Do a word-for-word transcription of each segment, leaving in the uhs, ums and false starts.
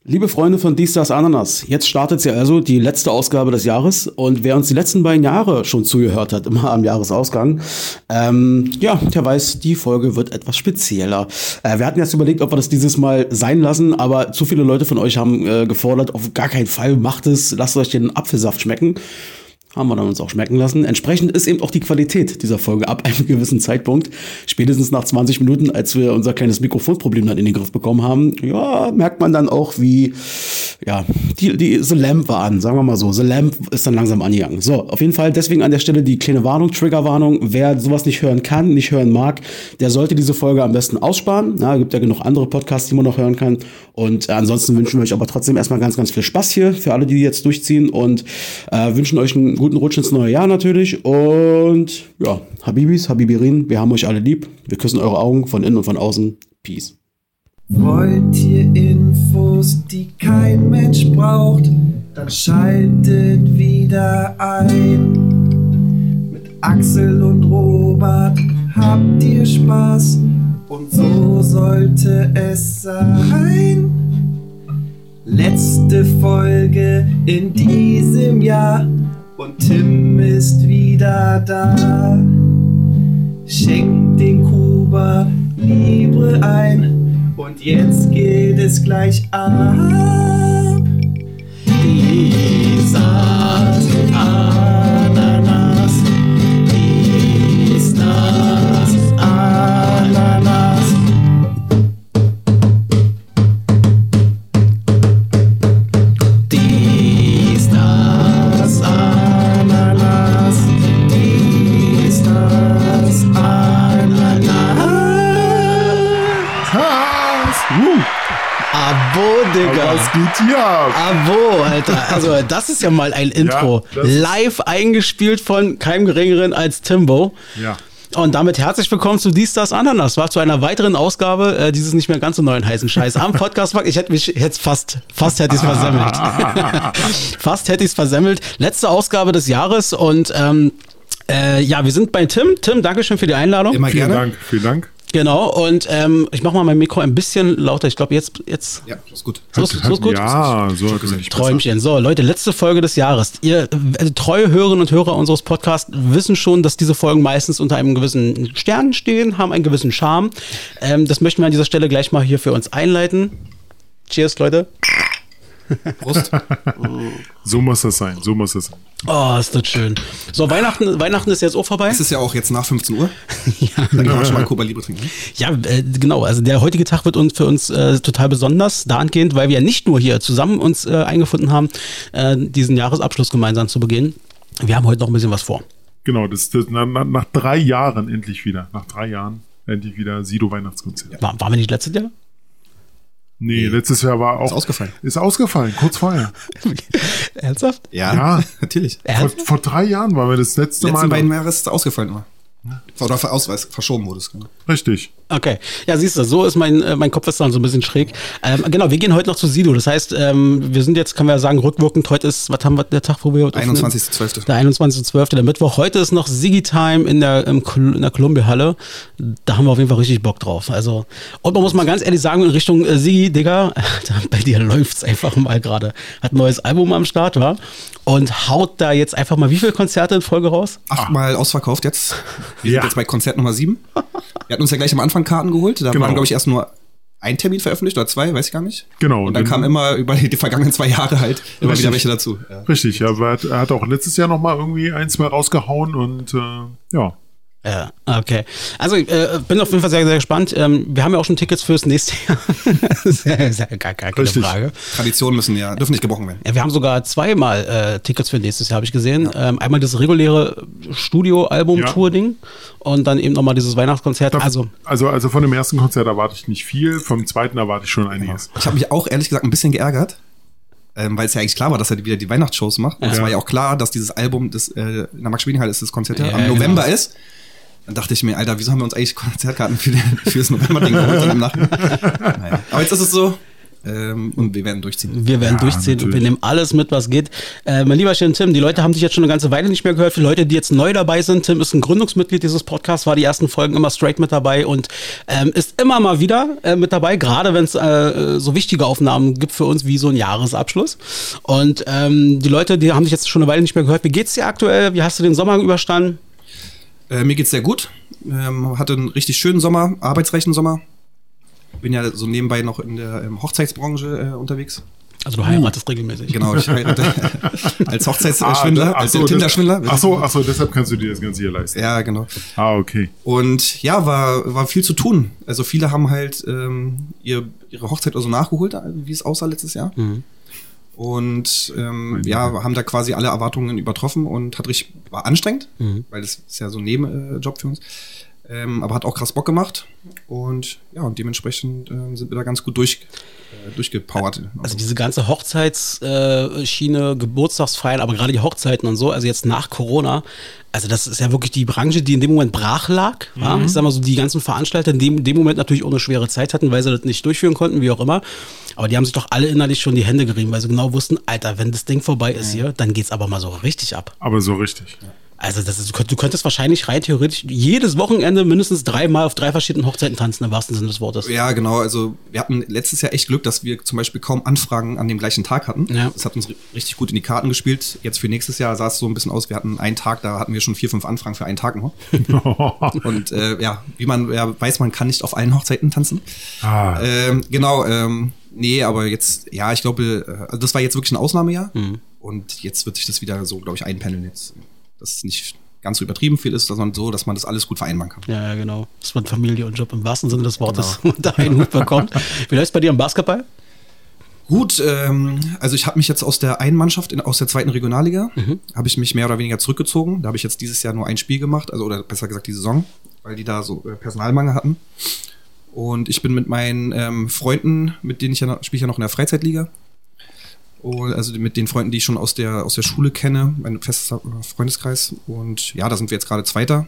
Liebe Freunde von Dies, Das, Ananas, jetzt startet ja also die letzte Ausgabe des Jahres und wer uns die letzten beiden Jahre schon zugehört hat, immer am Jahresausgang, ähm, ja, der weiß, die Folge wird etwas spezieller. Äh, wir hatten jetzt überlegt, ob wir das dieses Mal sein lassen, aber zu viele Leute von euch haben äh, gefordert, auf gar keinen Fall, macht es, lasst euch den Apfelsaft schmecken. Haben wir dann uns auch schmecken lassen. Entsprechend ist eben auch die Qualität dieser Folge ab einem gewissen Zeitpunkt, spätestens nach zwanzig Minuten, als wir unser kleines Mikrofonproblem dann in den Griff bekommen haben, ja, merkt man dann auch, wie, ja, die, die The Lamp war an, sagen wir mal so. The Lamp ist dann langsam angegangen. So, auf jeden Fall deswegen an der Stelle die kleine Warnung, Triggerwarnung. Wer sowas nicht hören kann, nicht hören mag, der sollte diese Folge am besten aussparen. Na, gibt ja genug andere Podcasts, die man noch hören kann. Und äh, ansonsten wünschen wir euch aber trotzdem erstmal ganz, ganz viel Spaß hier für alle, die jetzt durchziehen und äh, wünschen euch einen guten Rutsch ins neue Jahr natürlich. Und ja, Habibis, Habibirin, wir haben euch alle lieb. Wir küssen eure Augen von innen und von außen. Peace. Wollt ihr Infos, die kein Mensch braucht, dann schaltet wieder ein. Mit Axel und Robert habt ihr Spaß und so sollte es sein. Letzte Folge in diesem Jahr und Tim ist wieder da. Schenkt den Kuba Libre ein und jetzt geht es gleich ab. Dies, das, Ananas. Dies, das, Ananas. Dies, das, Ananas. Dies, das, Ananas. Uh. Abo, Digga. Was geht hier ab? Abo, Alter. Also, das ist ja mal ein Intro. Ja, live eingespielt von keinem Geringeren als Timbo. Ja. Und damit herzlich willkommen zu Dies, Das, Ananas. War zu einer weiteren Ausgabe äh, dieses nicht mehr ganz so neuen heißen Scheiß am Podcast. Ich hätte mich jetzt fast, fast hätte ich es versemmelt. fast hätte ich es versemmelt. Letzte Ausgabe des Jahres und ähm, äh, ja, wir sind bei Tim. Tim, Dankeschön für die Einladung. Immer Vielen gerne. Dank, vielen Dank. Genau, und ähm, ich mache mal mein Mikro ein bisschen lauter. Ich glaube, jetzt, jetzt. Ja, ist gut. So ist, so ist gut. Ja, so hat es nicht Träumchen. So, Leute, letzte Folge des Jahres. Ihr äh, treue Hörerinnen und Hörer unseres Podcasts wissen schon, dass diese Folgen meistens unter einem gewissen Stern stehen, haben einen gewissen Charme. Ähm, das möchten wir an dieser Stelle gleich mal hier für uns einleiten. Cheers, Leute. Prost. So muss das sein, so muss das sein. Oh, ist das schön. So, Weihnachten, Weihnachten ist jetzt auch vorbei. Es ist ja auch jetzt nach fünfzehn Uhr. Ja. Dann kann man schon mal Cuba Libre trinken. Ja, äh, genau. Also der heutige Tag wird uns für uns äh, total besonders, dahingehend, weil wir ja nicht nur hier zusammen uns äh, eingefunden haben, äh, diesen Jahresabschluss gemeinsam zu begehen. Wir haben heute noch ein bisschen was vor. Genau, das, das nach, nach drei Jahren endlich wieder, nach drei Jahren endlich wieder Sido Weihnachtskonzert. War, waren wir nicht letztes Jahr? Nee, letztes Jahr war auch... Ist ausgefallen. Ist ausgefallen, kurz vorher. Ernsthaft? Ja, Ja. natürlich. Vor, Ernst? vor drei Jahren waren wir das letzte Die letzten Mal. beiden Jahre ist es ausgefallen immer. Oder für Ausweis verschoben wurde es. Genau. Richtig. Okay. Ja, siehst du, so ist mein, äh, mein Kopf ist dann so ein bisschen schräg. Ähm, genau, wir gehen heute noch zu Sido. Das heißt, ähm, wir sind jetzt, kann man ja sagen, rückwirkend. Heute ist, was haben wir, der Tag, wo wir heute aufnehmen? einundzwanzigster zwölfter Der einundzwanzigster zwölfter, der Mittwoch. Heute ist noch Siggi-Time in der, im, Col- in der Columbia-Halle. Da haben wir auf jeden Fall richtig Bock drauf. Also, und man muss mal ganz ehrlich sagen, in Richtung äh, Siggi, Digga, bei dir läuft's einfach mal gerade. Hat ein neues Album am Start, wa? Und haut da jetzt einfach mal wie viele Konzerte in Folge raus? Achtmal ausverkauft jetzt. Wir Ja. sind jetzt bei Konzert Nummer sieben. Wir hatten uns ja gleich am Anfang Karten geholt. Da Genau. waren, glaube ich, erst nur ein Termin veröffentlicht oder zwei, weiß ich gar nicht. Genau. Und dann Den- kamen immer über die, die vergangenen zwei Jahre halt immer Richtig. wieder welche dazu. Ja. Richtig, ja, aber er hat, er hat auch letztes Jahr noch mal irgendwie eins mehr rausgehauen und äh, ja. Ja, okay. Also ich äh, bin auf jeden Fall sehr, sehr gespannt. Ähm, wir haben ja auch schon Tickets fürs nächste Jahr. Das ist ja, ist ja gar, gar keine Richtig. Frage. Traditionen müssen ja, dürfen nicht gebrochen werden. Ja, wir haben sogar zweimal äh, Tickets für nächstes Jahr, habe ich gesehen. Ähm, einmal das reguläre Studio-Album-Tour-Ding und dann eben nochmal dieses Weihnachtskonzert. Also, Also, also von dem ersten Konzert erwarte ich nicht viel, vom zweiten erwarte ich schon einiges. Ich habe mich auch ehrlich gesagt ein bisschen geärgert, ähm, weil es ja eigentlich klar war, dass er wieder die Weihnachtsshows macht. Und es Ja. war ja auch klar, dass dieses Album, das äh, in der Max-Schmeling-Halle ist das Konzert ja, Ja, am November genau. ist. Dann dachte ich mir, Alter, wieso haben wir uns eigentlich Konzertkarten für, den, für das November-Ding geholt dann im Nachhinein? Naja. Aber jetzt ist es so, Ähm, und wir werden durchziehen. Wir werden Ja, durchziehen natürlich. und wir nehmen alles mit, was geht. Äh, mein lieber schön Tim, die Leute haben dich jetzt schon eine ganze Weile nicht mehr gehört. Für Leute, die jetzt neu dabei sind, Tim ist ein Gründungsmitglied dieses Podcasts, war die ersten Folgen immer straight mit dabei und ähm, ist immer mal wieder äh, mit dabei, gerade wenn es äh, so wichtige Aufnahmen gibt für uns, wie so ein Jahresabschluss. Und ähm, die Leute, die haben dich jetzt schon eine Weile nicht mehr gehört. Wie geht's dir aktuell? Wie hast du den Sommer überstanden? Äh, mir geht's sehr gut. Ähm, hatte einen richtig schönen Sommer, arbeitsreichen Sommer. Bin ja so nebenbei noch in der ähm, Hochzeitsbranche äh, unterwegs. Also du heiratest regelmäßig. Genau, ich heirate als Hochzeitsschwindler, Ah, als so, Tinder-Schwindler. Ach so, ach so, deshalb kannst du dir das Ganze hier leisten. Ja, genau. Ah, okay. Und ja, war, war viel zu tun. Also viele haben halt ähm, ihr, ihre Hochzeit oder so nachgeholt, wie es aussah letztes Jahr. Mhm. Und ähm, ja, haben da quasi alle Erwartungen übertroffen und hat richtig, war anstrengend, Mhm. weil das ist ja so ein Nebenjob für uns. Ähm, aber hat auch krass Bock gemacht. Und ja, und dementsprechend ähm, sind wir da ganz gut durch, äh, durchgepowert. Also diese ganze Hochzeitsschiene, Geburtstagsfeiern, aber gerade die Hochzeiten und so, also jetzt nach Corona, also das ist ja wirklich die Branche, die in dem Moment brach lag. Mhm. Ja? Ich sag mal so, die ganzen Veranstalter in dem, in dem Moment natürlich auch eine schwere Zeit hatten, weil sie das nicht durchführen konnten, wie auch immer. Aber die haben sich doch alle innerlich schon die Hände gerieben, weil sie genau wussten, Alter, wenn das Ding vorbei ist hier, dann geht's aber mal so richtig ab. Aber so richtig. Also das ist, du könntest wahrscheinlich rein theoretisch jedes Wochenende mindestens dreimal auf drei verschiedenen Hochzeiten tanzen, im wahrsten Sinne des Wortes. Ja, genau. Also wir hatten letztes Jahr echt Glück, dass wir zum Beispiel kaum Anfragen an dem gleichen Tag hatten. Ja. Das hat uns richtig gut in die Karten gespielt. Jetzt für nächstes Jahr sah es so ein bisschen aus, wir hatten einen Tag, da hatten wir schon vier, fünf Anfragen für einen Tag nur. Und äh, ja, wie man ja, weiß, man kann nicht auf allen Hochzeiten tanzen. Ah. Ähm, genau, ähm, nee, aber jetzt, ja, ich glaube, äh, also das war jetzt wirklich ein Ausnahmejahr. Mhm. Und jetzt wird sich das wieder so, glaube ich, einpendeln jetzt. Das ist nicht ganz so übertrieben viel ist, sondern so, dass man das alles gut vereinbaren kann. Ja, ja, genau. Dass man Familie und Job im wahrsten Sinne des Wortes unter einen Hut bekommt. Wie läuft's bei dir am Basketball? Gut, ähm, also ich habe mich jetzt aus der einen Mannschaft, in, aus der zweiten Regionalliga, Mhm. habe ich mich mehr oder weniger zurückgezogen. Da habe ich jetzt dieses Jahr nur ein Spiel gemacht, also oder besser gesagt die Saison, weil die da so äh, Personalmangel hatten. Und ich bin mit meinen ähm, Freunden, mit denen ich ja noch, spiele ich ja noch in der Freizeitliga. Und also mit den Freunden, die ich schon aus der, aus der Schule kenne, mein fester Freundeskreis. Und ja, da sind wir jetzt gerade Zweiter.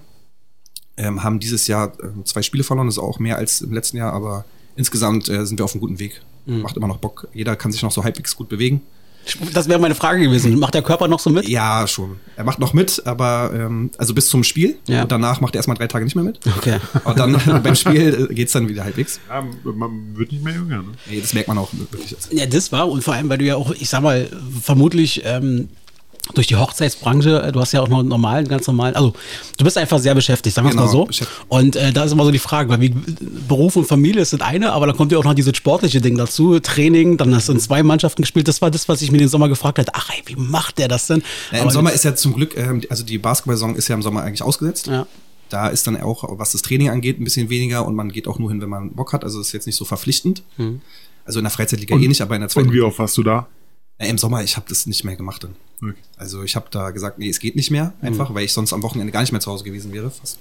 Ähm, haben dieses Jahr ähm, zwei Spiele verloren, das ist auch mehr als im letzten Jahr, aber insgesamt äh, sind wir auf einem guten Weg. Mhm. Macht immer noch Bock. Jeder kann sich noch so halbwegs gut bewegen. Das wäre meine Frage gewesen. Macht der Körper noch so mit? Ja, schon. Er macht noch mit, aber ähm, also bis zum Spiel. Ja. Und danach macht er erstmal drei Tage nicht mehr mit. Okay. Und dann beim Spiel geht's dann wieder halbwegs. Ja, man wird nicht mehr jünger, ne? Nee, das merkt man auch wirklich. Ja, das war, und vor allem, weil du ja auch, ich sag mal, vermutlich ähm, durch die Hochzeitsbranche, du hast ja auch noch einen normalen, ganz normalen, also du bist einfach sehr beschäftigt, sagen wir es Genau, mal so. beschäftigt. Und äh, da ist immer so die Frage, weil wie, Beruf und Familie ist das eine, aber dann kommt ja auch noch dieses sportliche Ding dazu, Training, dann hast du in zwei Mannschaften gespielt, das war das, was ich mir den Sommer gefragt habe, ach ey, wie macht der das denn? Ja, Im Aber Sommer jetzt- ist ja zum Glück, ähm, also die Basketball-Saison ist ja im Sommer eigentlich ausgesetzt. Ja. Da ist dann auch, was das Training angeht, ein bisschen weniger und man geht auch nur hin, wenn man Bock hat. Also das ist jetzt nicht so verpflichtend. Mhm. Also in der Freizeitliga eh nicht, aber in der zweiten. Und wie oft warst du da? Ja, Im Sommer, ich habe das nicht mehr gemacht dann. Okay. Also ich habe da gesagt, nee, es geht nicht mehr einfach, Mhm. weil ich sonst am Wochenende gar nicht mehr zu Hause gewesen wäre fast.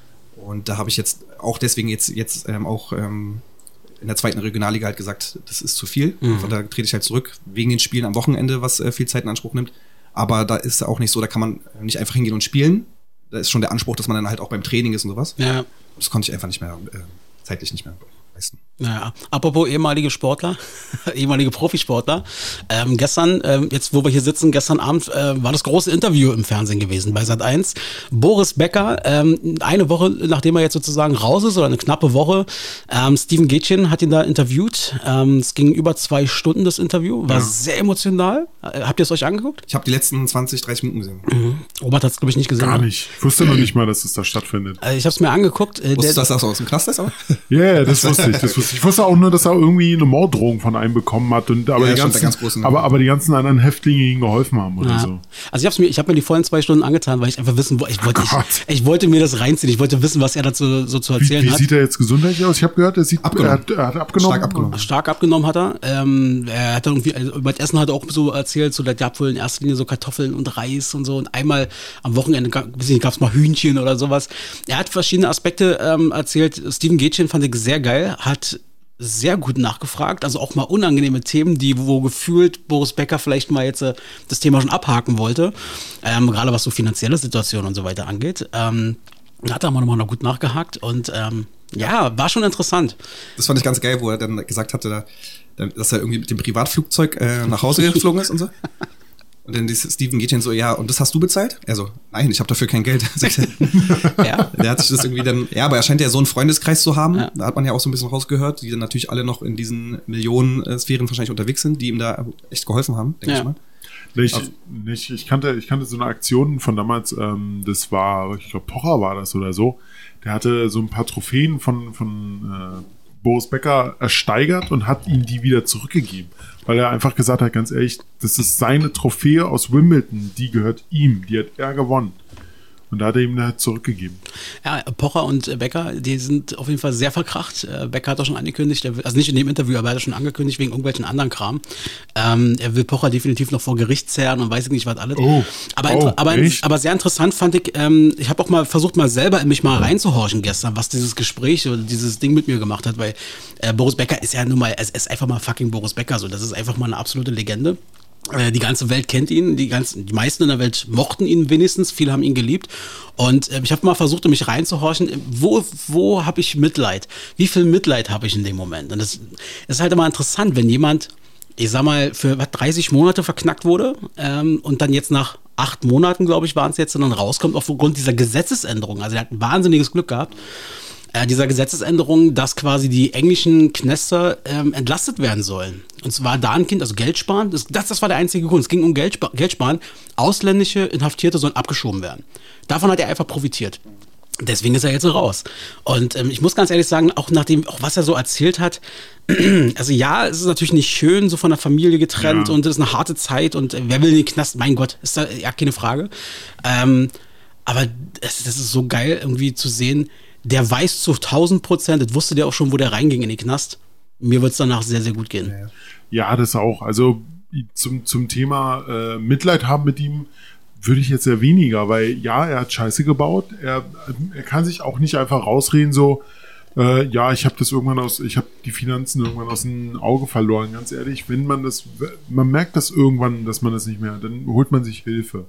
Und da habe ich jetzt auch deswegen jetzt, jetzt ähm, auch ähm, in der zweiten Regionalliga halt gesagt, das ist zu viel. Mhm. Einfach, da trete ich halt zurück, wegen den Spielen am Wochenende, was äh, viel Zeit in Anspruch nimmt. Aber da ist auch nicht so, da kann man nicht einfach hingehen und spielen. Da ist schon der Anspruch, dass man dann halt auch beim Training ist und sowas. Ja. Das konnte ich einfach nicht mehr, äh, zeitlich nicht mehr leisten. Naja, apropos ehemalige Sportler, ehemalige Profisportler. Ähm, gestern, ähm, jetzt wo wir hier sitzen, gestern Abend äh, war das große Interview im Fernsehen gewesen bei Sat eins. Boris Becker, ähm, eine Woche nachdem er jetzt sozusagen raus ist, oder eine knappe Woche, ähm, Steven Gätchen hat ihn da interviewt. Ähm, es ging über zwei Stunden, das Interview, war Ja. sehr emotional. Äh, habt ihr es euch angeguckt? Ich habe die letzten zwanzig, dreißig Minuten gesehen. Mhm. Robert hat es, glaube ich, nicht gesehen. Gar ne? nicht. Ich wusste noch nicht mal, dass es da stattfindet. Also ich habe es mir angeguckt. Äh, Wusstest du, der, dass das aus dem Knast ist? Aber? Ja, yeah, das wusste ich. Das wusste ich. Ich wusste auch nur, dass er irgendwie eine Morddrohung von einem bekommen hat. Und, aber, Ja, die stimmt, ganzen, der ganz großen. aber, aber die ganzen anderen Häftlinge ihm geholfen haben oder Ja. so. Also ich habe mir, ich habe mir die vollen zwei Stunden angetan, weil ich einfach wissen wollte, ich wollte, Gott. ich, ich wollte mir das reinziehen, ich wollte wissen, was er dazu so zu Wie, erzählen wie hat. sieht er jetzt gesundheitlich aus? Ich habe gehört, er, sieht, er, Abgenommen. hat, er hat abgenommen. Stark abgenommen. Stark abgenommen hat er. Ähm, er hat dann irgendwie, also über das Essen hat er auch so erzählt, so, der gab wohl in erster Linie so Kartoffeln und Reis und so. Und einmal am Wochenende gab es mal Hühnchen oder sowas. Er hat verschiedene Aspekte ähm, erzählt. Steven Gätchen fand ich sehr geil, hat sehr gut nachgefragt, also auch mal unangenehme Themen, die wo gefühlt Boris Becker vielleicht mal jetzt äh, das Thema schon abhaken wollte, ähm, gerade was so finanzielle Situationen und so weiter angeht. Ähm, da hat er mal nochmal noch gut nachgehakt und ähm, ja, war schon interessant. Das fand ich ganz geil, wo er dann gesagt hatte, da, dass er irgendwie mit dem Privatflugzeug äh, nach Hause geflogen ist und so. Und dann ist Steven Gätjen so, ja, und das hast du bezahlt? Er so, nein, ich habe dafür kein Geld. Ja, der hat sich das irgendwie dann, ja, aber er scheint ja so einen Freundeskreis zu haben. Ja. Da hat man ja auch so ein bisschen rausgehört, die dann natürlich alle noch in diesen Millionen-Sphären wahrscheinlich unterwegs sind, die ihm da echt geholfen haben, denke ja. ich mal. Ich, also, ich, ich, kannte, ich kannte so eine Aktion von damals, ähm, das war, ich glaube, Pocher war das oder so. Der hatte so ein paar Trophäen von, von äh, Boris Becker ersteigert und hat ihm die wieder zurückgegeben. Weil er einfach gesagt hat, ganz ehrlich, das ist seine Trophäe aus Wimbledon, die gehört ihm, die hat er gewonnen. Und da hat er ihm halt zurückgegeben. Ja, Pocher und Becker, die sind auf jeden Fall sehr verkracht. Becker hat auch schon angekündigt, er will, also nicht in dem Interview, aber er hat schon angekündigt, wegen irgendwelchen anderen Kram. Ähm, er will Pocher definitiv noch vor Gericht zerren und weiß ich nicht, was alles. Oh, aber, oh, aber, aber sehr interessant fand ich, ähm, ich habe auch mal versucht, mal selber in mich mal reinzuhorchen gestern, was dieses Gespräch oder dieses Ding mit mir gemacht hat, weil äh, Boris Becker ist ja nun mal, es ist einfach mal fucking Boris Becker, so. Das ist einfach mal eine absolute Legende. Die ganze Welt kennt ihn, die ganzen, die meisten in der Welt mochten ihn wenigstens, viele haben ihn geliebt. Und äh, ich habe mal versucht, um mich reinzuhorchen, wo, wo habe ich Mitleid? Wie viel Mitleid habe ich in dem Moment? Und das ist halt immer interessant, wenn jemand, ich sag mal, für was, dreißig Monate verknackt wurde ähm, und dann jetzt nach acht Monaten, glaube ich, waren es jetzt, und dann rauskommt aufgrund dieser Gesetzesänderung. Also er hat ein wahnsinniges Glück gehabt. Äh, dieser Gesetzesänderung, dass quasi die englischen Knester ähm, entlastet werden sollen. Und zwar da ein Kind, also Geld sparen, das, das, das war der einzige Grund. Es ging um Geld, Geld sparen. Ausländische Inhaftierte sollen abgeschoben werden. Davon hat er einfach profitiert. Deswegen ist er jetzt so raus. Und ähm, ich muss ganz ehrlich sagen, auch nach dem, auch was er so erzählt hat, also ja, es ist natürlich nicht schön, so von der Familie getrennt ja. und es ist eine harte Zeit und äh, wer will in den Knast? Mein Gott, ist da ja keine Frage. Ähm, aber das, das ist so geil irgendwie zu sehen, der weiß zu tausend Prozent, das wusste der auch schon, wo der reinging in den Knast. Mir wird es danach sehr, sehr gut gehen. Ja, das auch. Also zum, zum Thema äh, Mitleid haben mit ihm würde ich jetzt sehr weniger, weil ja, er hat Scheiße gebaut. Er, er kann sich auch nicht einfach rausreden, so, äh, ja, ich habe das irgendwann aus, ich habe die Finanzen irgendwann aus dem Auge verloren, ganz ehrlich. Wenn man das, man merkt das irgendwann, dass man das nicht mehr hat, dann holt man sich Hilfe.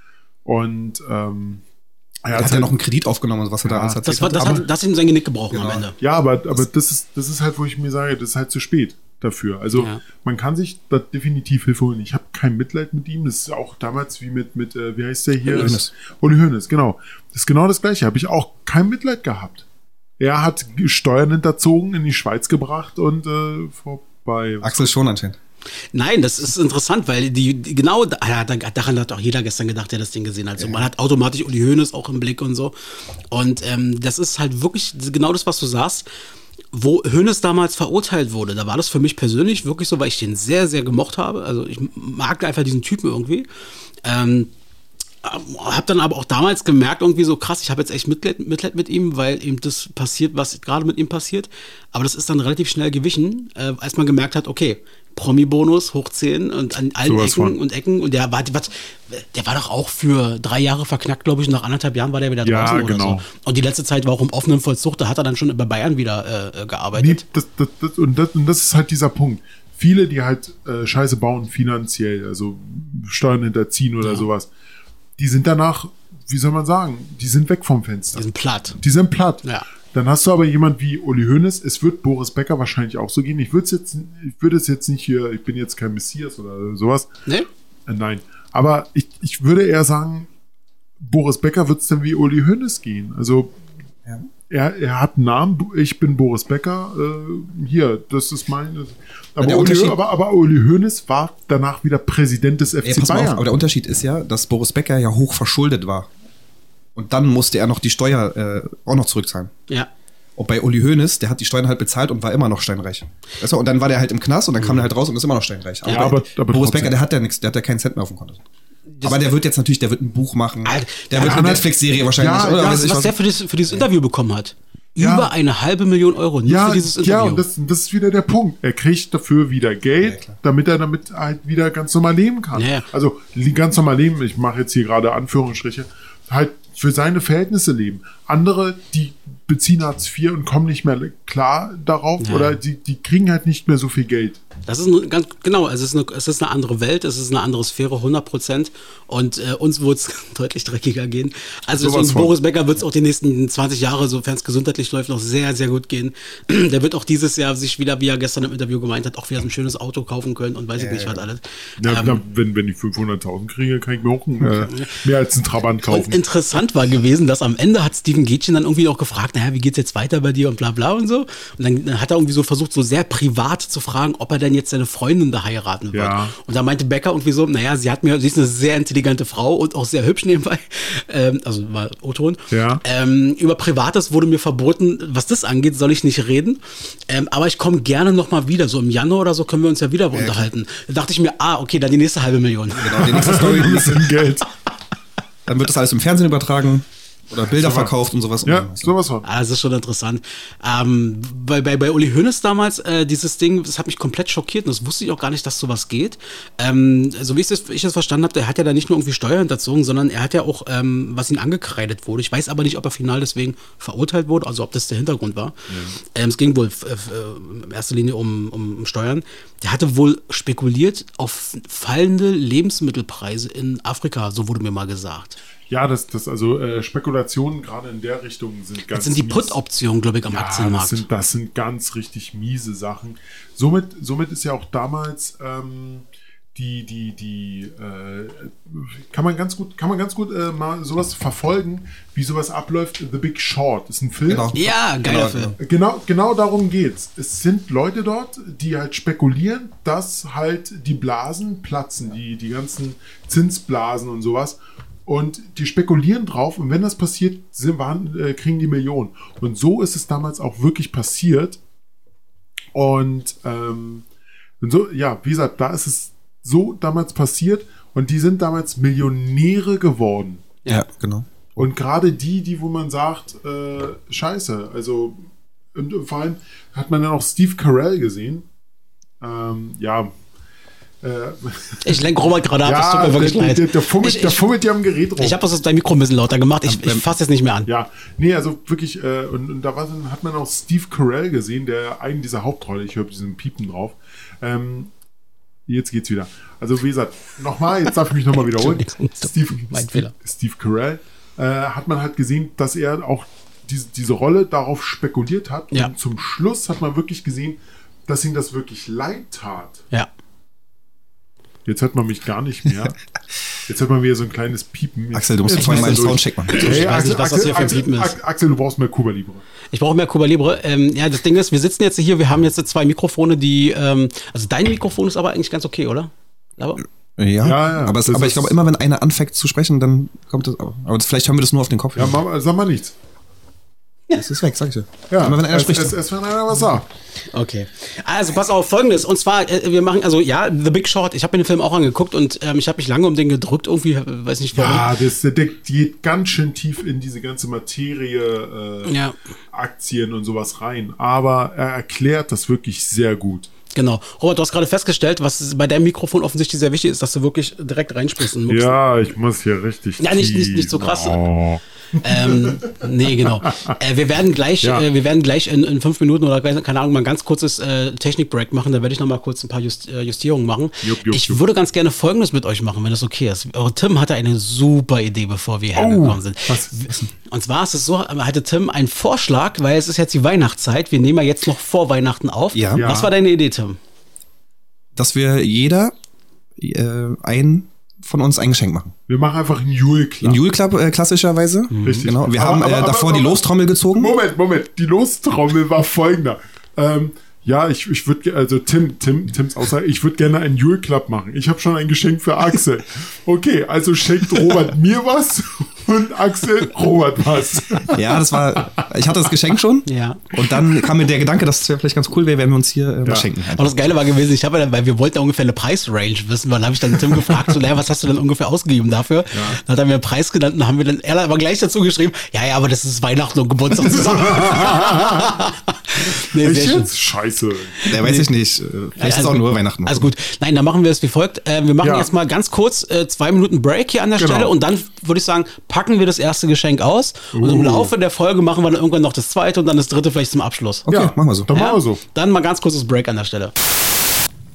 Und ähm, Er hat, hat ja noch einen Kredit aufgenommen, was er ja, da alles erzählt das war, das hat. Das hat ihm sein Genick gebrochen genau. am Ende. Ja, aber, aber das, ist, das ist halt, wo ich mir sage, das ist halt zu spät dafür. Also ja. man kann sich da definitiv Hilfe holen. Ich habe kein Mitleid mit ihm. Das ist auch damals wie mit, mit äh, wie heißt der hier? Uli Hoeneß. Uli Hoeneß, genau. Das ist genau das Gleiche. Habe ich auch kein Mitleid gehabt. Er hat Steuern hinterzogen, in die Schweiz gebracht und äh, vorbei. Axel schon anscheinend. Nein, das ist interessant, weil die, die genau ja, daran hat auch jeder gestern gedacht, der das Ding gesehen hat. Also man hat automatisch Uli Hoeneß auch im Blick und so. Und ähm, das ist halt wirklich genau das, was du sagst. Wo Hoeneß damals verurteilt wurde, da war das für mich persönlich wirklich so, weil ich den sehr, sehr gemocht habe. Also ich mag einfach diesen Typen irgendwie. Ähm, hab dann aber auch damals gemerkt, irgendwie so krass, ich habe jetzt echt Mitleid, Mitleid mit ihm, weil eben das passiert, was gerade mit ihm passiert. Aber das ist dann relativ schnell gewichen, äh, als man gemerkt hat, okay, Promi-Bonus hoch zehn und an allen so Ecken von. und Ecken. Und der war, was, der war doch auch für drei Jahre verknackt, glaube ich. Und nach anderthalb Jahren war der wieder ja, draußen genau. oder so. Und die letzte Zeit war auch im offenen Vollzug, da hat er dann schon bei Bayern wieder äh, gearbeitet. Nee, das, das, das, und, das, und das ist halt dieser Punkt. Viele, die halt äh, Scheiße bauen finanziell, also Steuern hinterziehen oder ja. sowas, die sind danach, wie soll man sagen, die sind weg vom Fenster. Die sind platt. Die sind platt. Ja. Dann hast du aber jemand wie Uli Hoeneß, es wird Boris Becker wahrscheinlich auch so gehen. Ich würde es jetzt, ich würde es jetzt nicht hier, ich bin jetzt kein Messias oder sowas. Nee? Äh, nein. Aber ich, ich würde eher sagen, Boris Becker wird es dann wie Uli Hoeneß gehen. Also ja. er, er hat einen Namen, ich bin Boris Becker, äh, hier, das ist mein. Aber, ja, Uli, aber, aber Uli Hoeneß war danach wieder Präsident des F C ja, pass mal Bayern. auf, aber der Unterschied ist ja, dass Boris Becker ja hoch verschuldet war. Und dann musste er noch die Steuer äh, auch noch zurückzahlen. Ja. Und bei Uli Hoeneß, der hat die Steuern halt bezahlt und war immer noch steinreich. Weißt du? Und dann war der halt im Knast und dann kam mhm. der halt raus und ist immer noch steinreich. Aber, ja, aber, aber Boris Becker, der hat ja nichts, der hat ja keinen Cent mehr auf dem Konto. Das aber der wird jetzt natürlich, der wird ein Buch machen. Alter, der ja, wird eine Netflix-Serie wahrscheinlich. Ja, oder ja, was, was, was der für dieses, für dieses Interview bekommen hat. Ja. Über eine halbe Million Euro nur ja, für dieses Interview. Ja, und das, das ist wieder der Punkt. Er kriegt dafür wieder Geld, ja, damit er damit halt wieder ganz normal leben kann. Ja. Also ganz normal leben, ich mache jetzt hier gerade Anführungsstriche, halt für seine Verhältnisse leben. Andere, die beziehen Hartz vier und kommen nicht mehr klar darauf ja. oder die, die kriegen halt nicht mehr so viel Geld. Das ist ein, ganz genau, es ist, eine, es ist eine andere Welt, es ist eine andere Sphäre, hundert Prozent. Und äh, uns wird es deutlich dreckiger gehen. Also so Boris Becker wird es auch die nächsten zwanzig Jahre, sofern es gesundheitlich läuft, noch sehr, sehr gut gehen. Der wird auch dieses Jahr sich wieder, wie er gestern im Interview gemeint hat, auch wieder so ein schönes Auto kaufen können und weiß ich äh, nicht, was alles. Ja, ähm, na, wenn, wenn ich fünfhunderttausend kriege, kann ich mir auch ein, äh, mehr als einen Trabant kaufen. Und interessant war gewesen, dass am Ende hat Steven Gätchen dann irgendwie auch gefragt, naja, wie geht's jetzt weiter bei dir und bla bla und so. Und dann, dann hat er irgendwie so versucht, so sehr privat zu fragen, ob er denn jetzt seine Freundin da heiraten wird. Ja. Und da meinte Becker irgendwie so, naja, sie hat mir, sie ist eine sehr intelligente Frau und auch sehr hübsch nebenbei, ähm, also war O-Ton. Ja. Ähm, über Privates wurde mir verboten, was das angeht, soll ich nicht reden. Ähm, aber ich komme gerne nochmal wieder, so im Januar oder so können wir uns ja wieder ja, unterhalten. Da dachte ich mir, ah, okay, dann die nächste halbe Million. Genau, die nächste Story ist Geld. Dann wird das alles im Fernsehen übertragen. Oder Bilder so verkauft und sowas. Ja, sowas von. Ah, das ist schon interessant. Ähm, bei, bei, bei Uli Hoeneß damals, äh, dieses Ding, das hat mich komplett schockiert und das wusste ich auch gar nicht, dass sowas geht. Ähm, so wie ich es ich verstanden habe, der hat ja da nicht nur irgendwie Steuern hinterzogen, sondern er hat ja auch, ähm, was ihm angekreidet wurde. Ich weiß aber nicht, ob er final deswegen verurteilt wurde, also ob das der Hintergrund war. Ja. Ähm, es ging wohl äh, in erster Linie um, um, um Steuern. Der hatte wohl spekuliert auf fallende Lebensmittelpreise in Afrika, so wurde mir mal gesagt. Ja, das, das also äh, Spekulationen gerade in der Richtung sind ganz. Das sind die Put-Optionen, glaube ich, am ja, Aktienmarkt. Das sind, das sind ganz richtig miese Sachen. Somit, somit ist ja auch damals ähm, die, die, die, äh, kann man ganz gut, kann man ganz gut äh, mal sowas verfolgen, wie sowas abläuft. The Big Short ist ein Film. Genau. Ja, geiler genau, Film. Genau, genau darum geht's. Es sind Leute dort, die halt spekulieren, dass halt die Blasen platzen, die, die ganzen Zinsblasen und sowas. Und die spekulieren drauf und wenn das passiert, sind, waren, äh, kriegen die Millionen. Und so ist es damals auch wirklich passiert. Und, ähm, und so, ja, wie gesagt, da ist es so damals passiert und die sind damals Millionäre geworden. Ja, genau. Und gerade die, die, wo man sagt, äh, scheiße, also und vor allem hat man dann auch Steve Carell gesehen. Ähm, ja, Ich lenke Robert gerade ab, ja, das tut mir wirklich der, leid. Der, der fummelt, ich, der ich, fummelt ja am Gerät rum. Ich habe das dein Mikro ein bisschen lauter gemacht. Ich, ich fasse jetzt nicht mehr an. Ja, nee, also wirklich, äh, und, und da war, dann hat man auch Steve Carell gesehen, der einen dieser Hauptrolle, ich höre diesen Piepen drauf. Ähm, jetzt geht's wieder. Also wie gesagt, nochmal, jetzt darf ich mich nochmal wiederholen. Steve, mein Steve, Fehler. Steve Carell äh, hat man halt gesehen, dass er auch diese, diese Rolle darauf spekuliert hat. Ja. Und zum Schluss hat man wirklich gesehen, dass ihm das wirklich leid tat. Ja. Jetzt hört man mich gar nicht mehr. Jetzt hört man wieder so ein kleines Piepen. Jetzt, Axel, du musst vorhin mal einen Soundcheck machen. Hey, Ich weiß Axel, nicht, was das hier für ein Piepen ist. Axel, Axel, du brauchst mehr Cuba Libre. Ich brauche mehr Cuba Libre. Ähm, ja, das Ding ist, wir sitzen jetzt hier, wir haben jetzt zwei Mikrofone, die, ähm, also dein Mikrofon ist aber eigentlich ganz okay, oder? Aber Ja, Ja, ja, aber, es, das aber ich ist- glaube, immer wenn einer anfängt zu sprechen, dann kommt das. Aber das, vielleicht hören wir das nur auf den Kopf. Ja, Mama, sag mal nichts. Das ist weg, sag ich dir. Ja, Immer wenn einer es, spricht. Es, es, wenn einer was sagt. okay. Also pass auf, Folgendes. Und zwar, äh, wir machen, also ja, The Big Short. Ich habe mir den Film auch angeguckt und ähm, ich habe mich lange um den gedrückt. Irgendwie, äh, weiß nicht warum. Ja, das, der geht ganz schön tief in diese ganze Materie, äh, Ja. Aktien und sowas rein. Aber er erklärt das wirklich sehr gut. Genau. Robert, du hast gerade festgestellt, was bei deinem Mikrofon offensichtlich sehr wichtig ist, dass du wirklich direkt reinsprichst. Und muckst. Ja, ich muss hier richtig. Ja, nicht- nicht- tief. nicht so krass. Oh. Ähm, nee, genau. Äh, wir werden gleich, Ja. äh, wir werden gleich in, in fünf Minuten oder keine Ahnung mal ein ganz kurzes äh, Technik-Break machen. Da werde ich noch mal kurz ein paar Just, äh, Justierungen machen. Jupp, jupp, ich jupp. würde ganz gerne Folgendes mit euch machen, wenn das okay ist. Oh, Tim hatte eine super Idee, bevor wir hergekommen sind. was- Und zwar ist es so, hatte Tim einen Vorschlag, weil es ist jetzt die Weihnachtszeit. Wir nehmen ja jetzt noch vor Weihnachten auf. Ja. Ja. Was war deine Idee, Tim? Dass wir jeder äh, ein von uns ein Geschenk machen. Wir machen einfach einen Jule Club. In Jule Club äh, klassischerweise. Richtig. Genau. Wir Aber- haben äh, aber- aber- davor die aber- Lostrommel gezogen. Moment, Moment. Die Lostrommel war folgender. Ähm, ja, ich, ich würde, also Tim, Tim, Tims Aussage, ich würde gerne einen Jule Club machen. Ich habe schon ein Geschenk für Axel. Okay, also schenkt Robert mir was und Axel Robert was. Ja, das war. Ich hatte das Geschenk schon. Ja. Und dann kam mir der Gedanke, dass es vielleicht ganz cool wäre, wenn wir uns hier äh, Ja. was schenken. Und das Geile war gewesen, ich habe ja dann, weil wir wollten ja ungefähr eine Preisrange wissen, weil dann habe ich dann Tim gefragt, so, naja, was hast du denn ungefähr ausgegeben dafür? Dann hat er mir einen Preis genannt und dann haben wir dann, er hat aber gleich dazu geschrieben, ja, ja, aber das ist Weihnachten und Geburtstag zusammen. nee, Echt sehr schön. jetzt? Scheiße. Der weiß ich nicht. Äh, Vielleicht ist es Also auch gut. nur Weihnachten. Also gut. Nein, dann machen wir es wie folgt. Äh, wir machen Ja. jetzt mal ganz kurz äh, zwei Minuten Break hier an der Genau. Stelle und dann würde ich sagen, packen wir das erste Geschenk aus und Uh. im Laufe der Folge machen wir dann irgendwann noch das zweite und dann das dritte vielleicht zum Abschluss. Okay, machen wir so. Dann machen wir so. Dann mal ganz kurzes Break an der Stelle.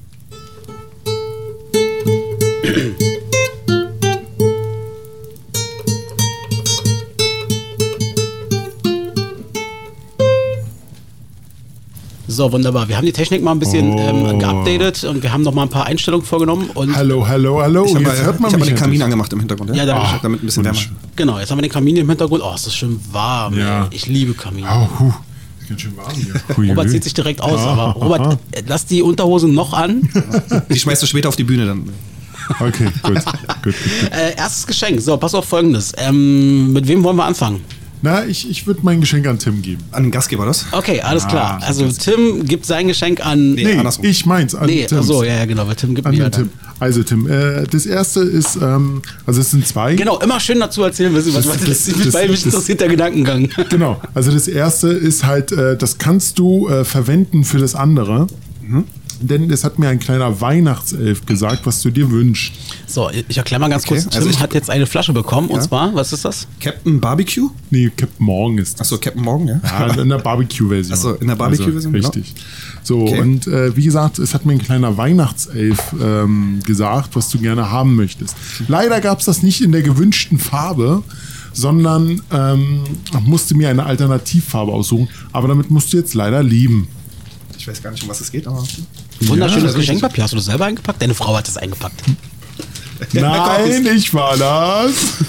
So, wunderbar. Wir haben die Technik mal ein bisschen Oh. ähm, geupdatet und wir haben noch mal ein paar Einstellungen vorgenommen. Und Hallo, hallo, hallo. Ich habe Jetzt hört man hab mich den Kamin endlich. angemacht im Hintergrund. Ja, Ja, da- Ah, damit ein bisschen wärmer. wunderschön. genau, jetzt haben wir den Kamin im Hintergrund. Oh, es ist schön warm. Ja. Ey. Ich liebe Kamin. Oh, huh. Ist ganz schön warm hier. Hui, Robert hui. zieht sich direkt aus, Ah, aber ah, Robert, ah. äh, lass die Unterhose noch an. Die schmeißt du später auf die Bühne dann. Okay, gut. gut, gut, gut. Äh, erstes Geschenk. So, pass auf Folgendes. Ähm, mit wem wollen wir anfangen? Na, ich, ich würde mein Geschenk an Tim geben. An den Gastgeber, das? Okay, alles Ah, klar. Also Tim gibt sein Geschenk an. Nee. Nee, Nee, andersrum. ich meins an Tim. achso, ja, ja, genau. Weil Tim gibt An mir den dann. Tim. Also Tim, äh, das erste ist, ähm, also es sind zwei. Genau, immer schön dazu erzählen, was, was, was Das- das, das- das, weil mich das- interessiert der Gedankengang. Genau, also das erste ist halt, äh, das kannst du äh, verwenden für das andere. Mhm. Denn es hat mir ein kleiner Weihnachtself gesagt, was du dir wünschst. So, ich erkläre mal ganz Okay, kurz. Tim also ich- hat jetzt eine Flasche bekommen. Und Ja. zwar, was ist das? Captain Barbecue? Nee, Captain Morgan ist das. Achso, Captain Morgan, ja. Ja, in der Barbecue-Version. Ach so, in der Barbecue-Version, Also, genau. richtig. So, Okay. und äh, wie gesagt, es hat mir ein kleiner Weihnachtself ähm, gesagt, was du gerne haben möchtest. Leider gab es das nicht in der gewünschten Farbe, sondern ähm, musste mir eine Alternativfarbe aussuchen. Aber damit musst du jetzt leider leben. Ich weiß gar nicht, um was es geht, aber. Wunderschönes also Geschenkpapier. Hast du das selber eingepackt? Deine Frau hat das eingepackt. Nein, ich war das.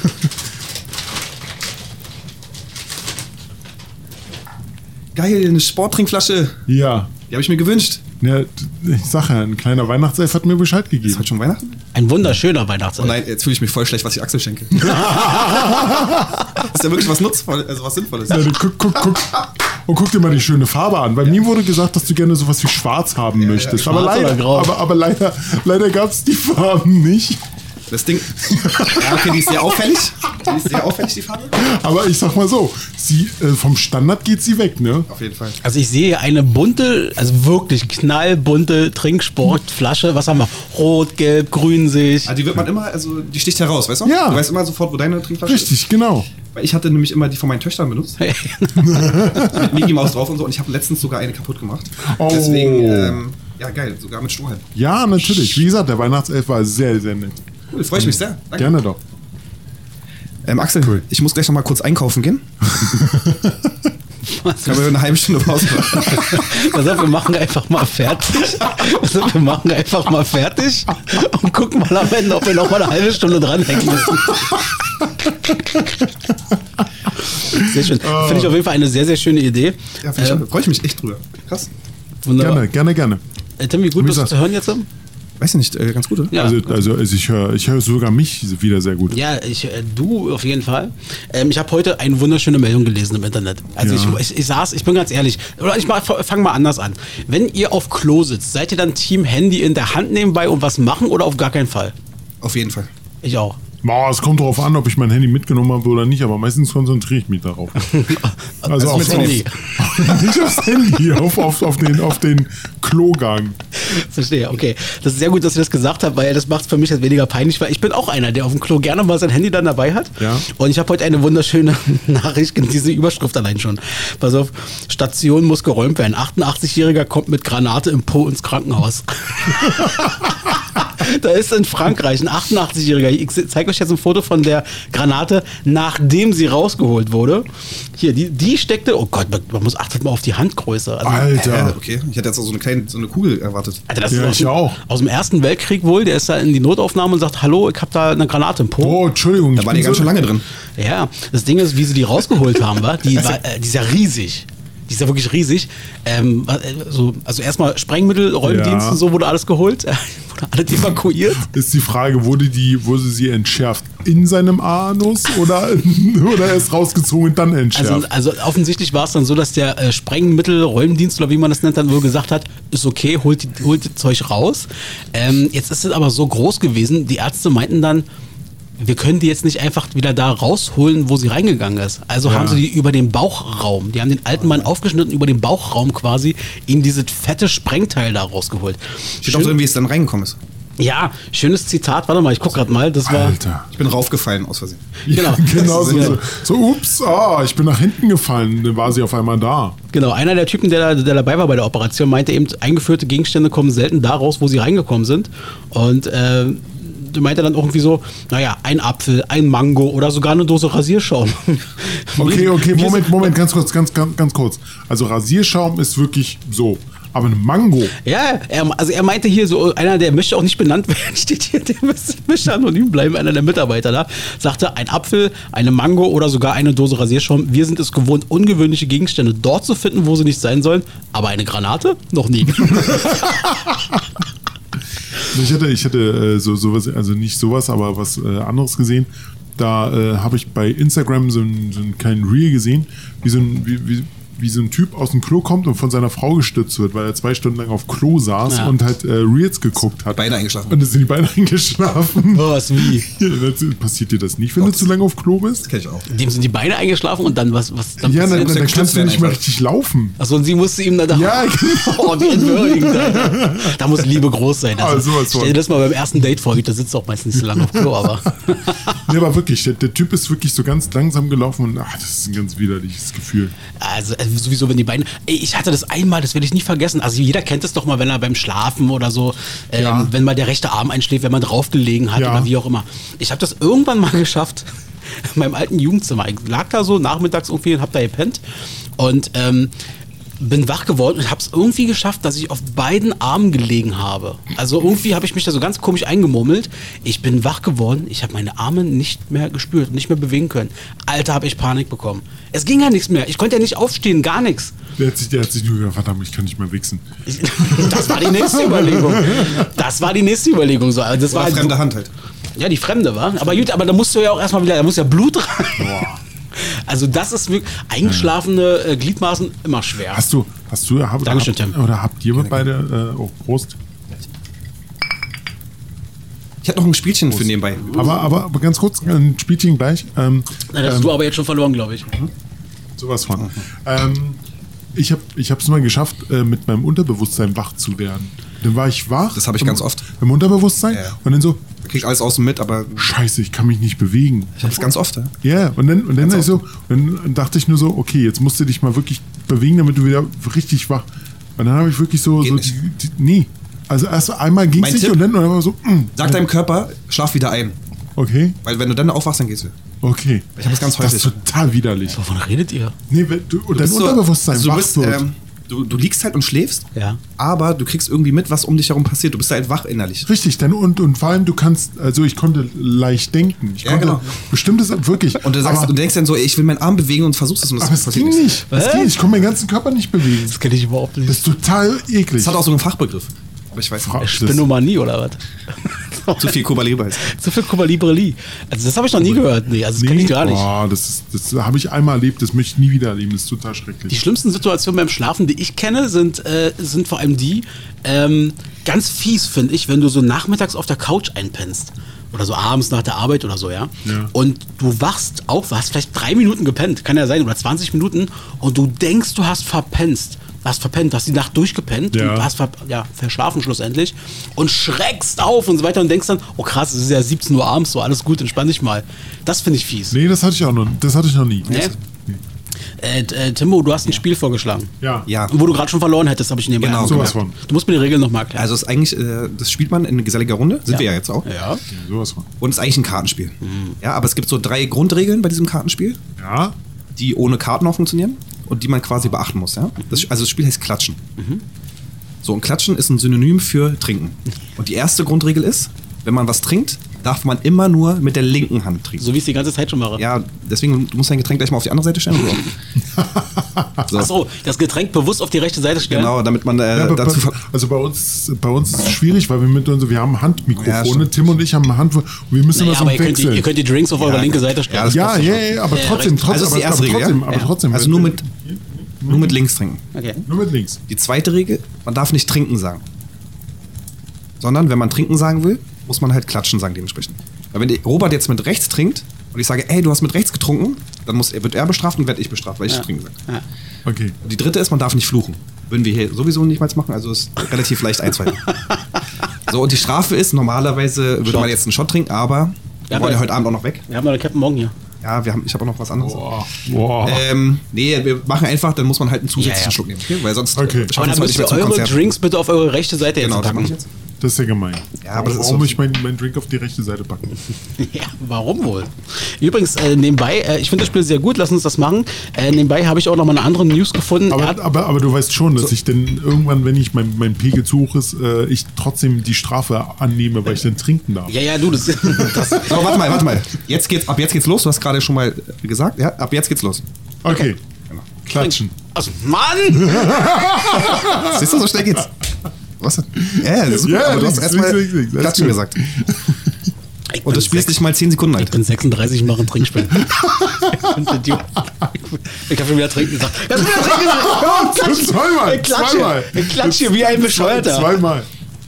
Geil, eine Sporttrinkflasche. Ja. Die habe ich mir gewünscht. Ja, ich sag ja, ein kleiner Weihnachtself hat mir Bescheid Ist gegeben. heute schon Weihnachten? Ein wunderschöner Oh Weihnachtself. nein, jetzt fühle ich mich voll schlecht, was ich Axel schenke. ist ja wirklich was Nutzvolles, also was Sinnvolles. Ja, dann guck, guck, guck. Und guck dir mal die schöne Farbe an. Bei mir wurde gesagt, dass du gerne sowas wie schwarz haben möchtest. aber, Schwarz oder leider, grau? aber, aber leider, leider gab es die Farben nicht. Das Ding. Ja, okay, die ist sehr auffällig. Die ist sehr auffällig, die Farbe. Aber ich sag mal so, sie, äh, vom Standard geht sie weg, ne? Auf jeden Fall. Also ich sehe eine bunte, also wirklich knallbunte Trinksportflasche. Was haben wir? Rot, gelb, grünsig. Also die wird man immer, also die sticht heraus, weißt du? Ja. Du weißt immer sofort, wo deine Trinkflasche Richtig, ist. genau. Weil ich hatte nämlich immer die von meinen Töchtern benutzt. Mit Mickey Maus drauf und so. Und ich habe letztens sogar eine kaputt gemacht. Oh. Deswegen, ähm, ja geil, sogar mit Strohhalm. Ja, natürlich. Wie gesagt, der Weihnachtself war sehr, sehr nett. Cool, freue ich mich sehr. Danke. Gerne doch. Ähm, Axel, Cool. ich muss gleich noch mal kurz einkaufen gehen. Können wir eine halbe Stunde Pause machen? Pass auf, wir machen einfach mal fertig. Pass auf, wir machen einfach mal fertig und gucken mal am Ende, ob wir noch mal eine halbe Stunde dranhängen müssen. Sehr schön. Finde ich auf jeden Fall eine sehr, sehr schöne Idee. Ja, finde Ähm, ich, freue ich mich echt drüber. Krass. wunderbar. Gerne, gerne, gerne. Äh, Tim, wie gut Wie bist du gesagt- zu hören jetzt? Weiß ich nicht, äh, ganz gut, oder? Ja. Also, also, also ich höre ich hör sogar mich wieder sehr gut. Ja, ich, äh, du auf jeden Fall. Ähm, ich habe heute eine wunderschöne Meldung gelesen im Internet. Also Ja. ich, ich, ich saß, ich bin ganz ehrlich, oder ich fange mal anders an. Wenn ihr auf Klo sitzt, seid ihr dann Team Handy in der Hand nebenbei und was machen oder auf gar keinen Fall? Auf jeden Fall. Ich auch. Boah, es kommt darauf an, ob ich mein Handy mitgenommen habe oder nicht, aber meistens konzentriere ich mich darauf. Also, Also aufs, mit Handy. auf, nicht aufs Handy, auf, auf, auf, den, auf den Klogang. Verstehe, okay. Das ist sehr gut, dass ihr das gesagt habt, weil das macht es für mich jetzt weniger peinlich, weil ich bin auch einer, der auf dem Klo gerne mal sein Handy dann dabei hat. Ja. Und ich habe heute eine wunderschöne Nachricht, diese Überschrift allein schon. Pass auf, Station muss geräumt werden. achtundachtzigjähriger kommt mit Granate im Po ins Krankenhaus. Da ist in Frankreich ein achtundachtzigjähriger. Ich zeige euch jetzt ein Foto von der Granate, nachdem sie rausgeholt wurde. Hier, die, die steckte, oh Gott, man muss achtet mal auf die Handgröße. Also, Alter. Äh, okay, ich hätte jetzt so eine kleine, so eine Kugel erwartet. Alter, das Ja, ist aus, ich dem- auch. aus dem Ersten Weltkrieg wohl. Der ist da in die Notaufnahme und sagt, hallo, ich habe da eine Granate im Po. Oh, Entschuldigung. Da ich war bin die ganz so- schön lange drin. Ja, das Ding ist, wie sie die rausgeholt haben, war, die, war, äh, die ist ja riesig. Die ist ja wirklich riesig. Ähm, äh, so, also erstmal Sprengmittel, Räumdienst Ja. und so wurde alles geholt. Äh, wurde alles evakuiert. Ist die Frage, wurde, die, wurde sie entschärft in seinem Anus oder, oder erst rausgezogen und dann entschärft? Also, also offensichtlich war es dann so, dass der äh, Sprengmittel, Räumdienst oder wie man das nennt, dann wohl gesagt hat, ist okay, holt, die, holt das Zeug raus. Ähm, jetzt ist es aber so groß gewesen, die Ärzte meinten dann, wir können die jetzt nicht einfach wieder da rausholen, wo sie reingegangen ist. Also Ja. haben sie die über den Bauchraum, die haben den alten Mann aufgeschnitten, über den Bauchraum quasi in dieses fette Sprengteil da rausgeholt. Steht auch drin, wie es dann reingekommen ist. Ja, schönes Zitat, warte mal, ich guck grad mal, das war... Alter. Ich bin raufgefallen aus Versehen. Genau. Genau so, Ja. so, so, ups, ah, ich bin nach hinten gefallen, dann war sie auf einmal da. Genau, einer der Typen, der, da- der dabei war bei der Operation, meinte eben, eingeführte Gegenstände kommen selten da raus, wo sie reingekommen sind. Und äh, und meinte dann irgendwie so, naja, ein Apfel, ein Mango oder sogar eine Dose Rasierschaum. Okay, okay, Moment, Moment, ganz kurz, ganz, ganz, ganz kurz. Also Rasierschaum ist wirklich so. Aber eine Mango. Ja, er, also er meinte hier so, einer, der möchte auch nicht benannt werden, steht hier, der möchte anonym bleiben, einer der Mitarbeiter da, sagte, ein Apfel, eine Mango oder sogar eine Dose Rasierschaum. Wir sind es gewohnt, ungewöhnliche Gegenstände dort zu finden, wo sie nicht sein sollen. Aber eine Granate? Noch nie. Ich hatte, ich hatte äh, so sowas, also nicht sowas, aber was äh, anderes gesehen. Da äh, habe ich bei Instagram so einen, so einen kleinen Reel gesehen, wie so ein, wie, wie, wie so ein Typ aus dem Klo kommt und von seiner Frau gestützt wird, weil er zwei Stunden lang auf Klo saß Ja. und halt äh, Reels geguckt hat. Beine eingeschlafen. Und es sind die Beine eingeschlafen. Was, wie? Ja, das, passiert dir das nicht, wenn du zu lange auf Klo bist? Das kenn ich auch. Dem sind die Beine eingeschlafen und dann was? was dann Ja, dann, passiert? dann, dann gestützt kannst du werden nicht mehr einfach. richtig laufen. Achso, und sie musste ihm dann da. Ja, genau. Oh, wie entwürdigend, Alter. Da muss Liebe groß sein. Also, Ah, sowas von. stell dir das mal beim ersten Date vor, da sitzt auch meistens nicht so lange auf Klo, aber. Nee, aber wirklich, der, der Typ ist wirklich so ganz langsam gelaufen und ach, das ist ein ganz widerliches Gefühl. Also, also sowieso, wenn die Beine. Ey, ich hatte das einmal, das werde ich nicht vergessen. Also jeder kennt es doch mal, wenn er beim Schlafen oder so, ähm, Ja. wenn mal der rechte Arm einschläft, wenn man draufgelegen hat Ja. oder wie auch immer. Ich habe das irgendwann mal geschafft in meinem alten Jugendzimmer. Ich lag da so nachmittags irgendwie und hab da gepennt und ähm, bin wach geworden und habe es irgendwie geschafft, dass ich auf beiden Armen gelegen habe. Also irgendwie habe ich mich da so ganz komisch eingemurmelt. Ich bin wach geworden, ich habe meine Arme nicht mehr gespürt, nicht mehr bewegen können. Alter, habe ich Panik bekommen. Es ging ja nichts mehr. Ich konnte ja nicht aufstehen, gar nichts. Der hat sich, der hat sich nur gedacht, verdammt, ich kann nicht mehr wichsen. Ich, das war die nächste Überlegung. Das war die nächste Überlegung. So. Also das Oder war halt, fremde Hand halt. ja, die Fremde war. Aber gut, aber da musst du ja auch erstmal wieder, da muss ja Blut rein. Also das ist wirklich, eingeschlafene äh, Gliedmaßen immer schwer. Hast du, hast du, hab, Dankeschön, habt, Tim. oder habt ihr beide, äh, oh, Prost. Ich hatte noch ein Spielchen für nebenbei. Aber, aber, aber ganz kurz, ein Spielchen gleich. Ähm, Na, das hast du aber jetzt schon verloren, glaube ich. sowas von. Ähm, ich habe ich es mal geschafft, äh, mit meinem Unterbewusstsein wach zu werden. Dann war ich wach. Das habe ich im, ganz oft. Im Unterbewusstsein. Ja, ja. Und dann so, Da krieg ich alles außen mit, aber scheiße, ich kann mich nicht bewegen. ich habe es ganz oft. Ja? Ja, und dann, und dann, Ganz ich so, und dann dachte ich nur so, okay, jetzt musst du dich mal wirklich bewegen, damit du wieder richtig wach. Und dann habe ich wirklich so, Geht so nicht. die, die, nee. Also erst einmal ging es Mein nicht Tipp? und dann, und dann war so, mm, Sag deinem Körper, schlaf wieder ein. okay, Weil wenn du dann aufwachst, dann geht's wieder. okay. Ich habe das ganz Das häufig. ist total widerlich. Wovon redet ihr? Nee, wenn du, und dein bist so- Unterbewusstsein also du wach bist, wird. ähm, du, du liegst halt und schläfst, Ja. aber du kriegst irgendwie mit, was um dich herum passiert. Du bist halt wach innerlich. Richtig, dann und, und vor allem du kannst, also ich konnte leicht denken. Ich Ja, konnte genau. bestimmtes wirklich. Und du sagst aber, und denkst dann so, ey, ich will meinen Arm bewegen und versuchst es und das aber es ging nichts. nicht. Es ging nicht. Ich konnte meinen ganzen Körper nicht bewegen. Das kenne ich überhaupt nicht. Das ist total eklig. Das hat auch so einen Fachbegriff. Aber ich weiß Fra- nicht. Spinomanie oder was? Zu viel Cuba Libre ist. Zu viel Cuba Libre. Also das habe ich noch nie gehört. Nee, also das kenne ich gar nicht. Boah, das, ist- das habe ich einmal erlebt, das möchte ich nie wieder erleben. Das ist total Die schrecklich. schlimmsten Situationen beim Schlafen, die ich kenne, sind, äh, sind vor allem die, ähm, ganz fies, finde ich, wenn du so nachmittags auf der Couch einpennst. Oder so abends nach der Arbeit oder so, ja? Ja. Und du wachst auf, hast vielleicht drei Minuten gepennt, kann ja sein, oder zwanzig Minuten, und du denkst, du hast verpenst. Hast verpennt, hast die Nacht durchgepennt Ja. und hast ver ja, verschlafen schlussendlich und schreckst auf und so weiter und denkst dann, oh krass, es ist ja siebzehn Uhr abends, so alles gut, entspann dich mal. Das finde ich fies. Nee, das hatte ich auch noch, das hatte ich noch nie. Nee? Äh, äh, Timbo, du hast ein Spiel vorgeschlagen. Ja. Ja. Wo du gerade schon verloren hättest, habe ich nebenbei Genau, angemerkt. sowas von. Du musst mir die Regeln nochmal erklären. Also es ist eigentlich, äh, das spielt man in geselliger Runde, sind Ja. wir ja jetzt auch. ja. Ja, sowas von. Und es ist eigentlich ein Kartenspiel. Mhm. Ja, aber es gibt so drei Grundregeln bei diesem Kartenspiel, Ja, die ohne Karten auch funktionieren und die man quasi beachten muss. Ja? Das, also das Spiel heißt Klatschen. So, und Klatschen ist ein Synonym für Trinken. Und die erste Grundregel ist, wenn man was trinkt, darf man immer nur mit der linken Hand trinken. So wie ich es die ganze Zeit schon mache. Ja, deswegen, du musst dein Getränk gleich mal auf die andere Seite stellen. so. Achso, das Getränk bewusst auf die rechte Seite stellen. Genau, damit man äh, ja aber dazu... bei, also bei uns, bei uns ist es schwierig, weil wir mit uns, wir haben Handmikrofone, Ja, stimmt. Tim und ich haben Hand, und wir müssen Naja, immer so aber ihr könnt, die, wechseln. ihr könnt die Drinks auf eure Ja, linke Seite stellen. ja, das Ja, kostet ja, schon. ja, aber Ja, trotzdem, recht. trotzdem, Also das ist die aber, erste aber Regel, trotzdem, ja? aber Ja. trotzdem. Also wenn- nur mit, nur mit links trinken. Okay. Nur mit links. Die zweite Regel, man darf nicht trinken sagen. Sondern wenn man trinken sagen will, muss man halt klatschen sagen dementsprechend. Weil wenn die Robert jetzt mit rechts trinkt und ich sage, ey, du hast mit rechts getrunken, dann muss, wird er bestraft und werde ich bestraft, weil ich Ja. trinken sage. Ja. Okay. Und die dritte ist, man darf nicht fluchen. Würden wir hier sowieso nicht mal machen, also ist relativ leicht einzuhalten. So, und die Strafe ist, normalerweise würde Shot. man jetzt einen Shot trinken, aber wir Ja, wollen ja aber- heute Abend auch noch weg. Wir haben noch eine Captain Morgan hier. Ja, wir haben, ich habe auch noch was anderes. Boah. Boah. Ähm, nee, wir machen einfach, dann muss man halt einen zusätzlichen Ja, ja. Schluck nehmen. Okay? Weil sonst Okay. äh, Aber schaffen wir dann es heute müsst nicht ihr mehr zum eure Konzert. Drinks bitte auf eure rechte Seite Genau, jetzt das mache packen. ich jetzt. Das ist ja gemein. Ja, aber das ist Warum so- muss ich meinen mein Drink auf die rechte Seite packen? Ja, warum wohl? Übrigens, äh, nebenbei, äh, ich finde das Spiel sehr gut, lass uns das machen. Äh, nebenbei habe ich auch noch mal eine andere News gefunden. Er Aber, hat- aber, aber du weißt schon, dass ich denn irgendwann, wenn ich mein, mein Pegel zu hoch ist, äh, ich trotzdem die Strafe annehme, weil ich dann trinken darf. ja, ja, du, das, das So, warte mal, warte mal. Jetzt geht's, ab jetzt geht's los. Du hast gerade schon mal gesagt. Ja, ab jetzt geht's los. Okay. Klatschen. also, Mann! Siehst du, so schnell geht's. Was denn? Ja, ja, das ist gut. Ja, aber du hast links, erstmal links, links, links. Das ist Klatschen gut. gesagt. Ich Und bin das spielst sechs- nicht mal zehn Sekunden Ich alt. bin sechsunddreißig, ich mache ein Trinkspiel. Ich bin ein Idiot. Ich habe schon wieder trinken gesagt. Ich hab schon wieder trinken gesagt. Oh, klatsch. Zweimal, Ich klatsche. zweimal. Ich klatsche wie ein Bescheuerter. Zweimal.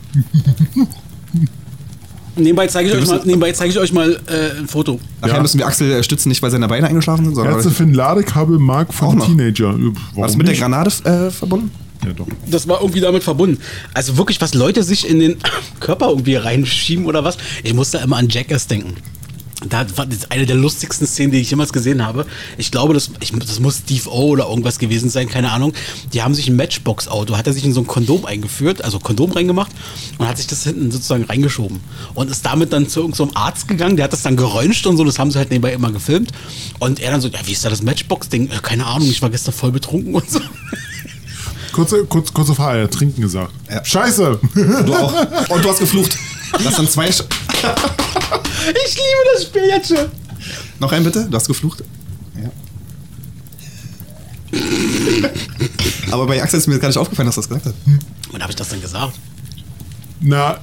Nebenbei zeige ich, Wir euch mal- müssen- nebenbei zeige ich euch mal äh, ein Foto. Nachher Ja. müssen wir Axel äh, stützen, nicht weil seine Beine eingeschlafen sind, sondern Herze für ein Ladekabel Mark Auch von noch. Teenager. Warum was mit der nicht? Granate äh, verbunden? Ja, doch. Das war irgendwie damit verbunden. Also wirklich, was Leute sich in den Körper irgendwie reinschieben oder was. Ich muss da immer an Jackass denken. Da war das eine der lustigsten Szenen, die ich jemals gesehen habe. Ich glaube, das, ich, das muss Steve O oder irgendwas gewesen sein, keine Ahnung. Die haben sich ein Matchbox-Auto, hat er sich in so ein Kondom eingeführt, also Kondom reingemacht und hat sich das hinten sozusagen reingeschoben. Und ist damit dann zu irgendeinem so Arzt gegangen, der hat das dann geröntgt und so, das haben sie halt nebenbei immer gefilmt. Und er dann so, ja, wie ist da das Matchbox-Ding? Äh, keine Ahnung, ich war gestern voll betrunken und so. Kurze, kurz, kurze Frage, er hat trinken gesagt. Ja. Scheiße! Du auch. Und du hast geflucht. Das sind zwei. Sch Ich liebe das Spiel jetzt schon. Noch ein bitte? Du hast geflucht. Ja. Aber bei Axel ist mir gar nicht aufgefallen, dass er das gesagt hat. Wann habe ich das denn gesagt? Na.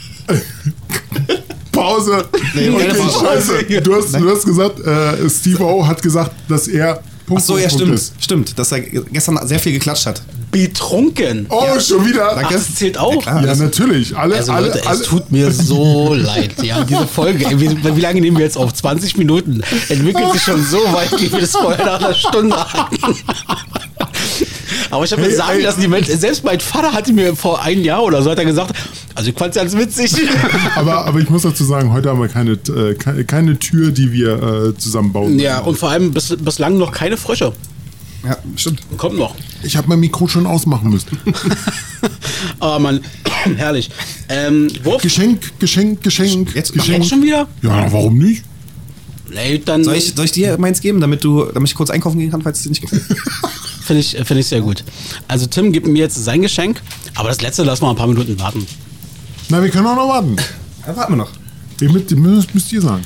Pause. Nee, okay, keine Pause. scheiße. Du hast, du hast gesagt, äh, Steve O hat gesagt, dass er Punkt, Ach so, ja, Punkt, stimmt. Punkt ist. Stimmt, dass er gestern sehr viel geklatscht hat. Betrunken. Oh, Ja. schon wieder? Danke. Ach, das zählt auch. Ja, klar. Ja, das- natürlich. Alle, Also alle, Leute, alle. es tut mir so leid. Ja, diese Folge, ey, wie, wie lange nehmen wir jetzt auf? zwanzig Minuten. Entwickelt sich schon so weit, wie wir das vorher nach einer Stunde hatten. Aber ich habe mir Hey, sagen ey. lassen, die Welt, selbst mein Vater hatte mir vor einem Jahr oder so hat er gesagt, also ich fand's ganz witzig. aber, aber ich muss dazu sagen, heute haben wir keine, äh, keine, keine Tür, die wir äh, zusammenbauen. Ja, und vor allem bis, bislang noch keine Frösche. Ja, stimmt. Kommt noch. Ich habe mein Mikro schon ausmachen müssen. Aber man, herrlich. Ähm, Wurf? Geschenk, Geschenk, Geschenk, Jetzt- Geschenk. Jetzt schon wieder? Ja, warum nicht? Nee, dann Soll ich, soll ich dir meins geben, damit du, damit ich kurz einkaufen gehen kann, falls es dir nicht gefällt? finde ich, finde ich sehr gut. Also Tim gibt mir jetzt sein Geschenk, aber das letzte lassen wir ein paar Minuten warten. Na, wir können auch noch warten. Ja, warten wir noch. Ihr mit, müsst, müsst ihr sagen.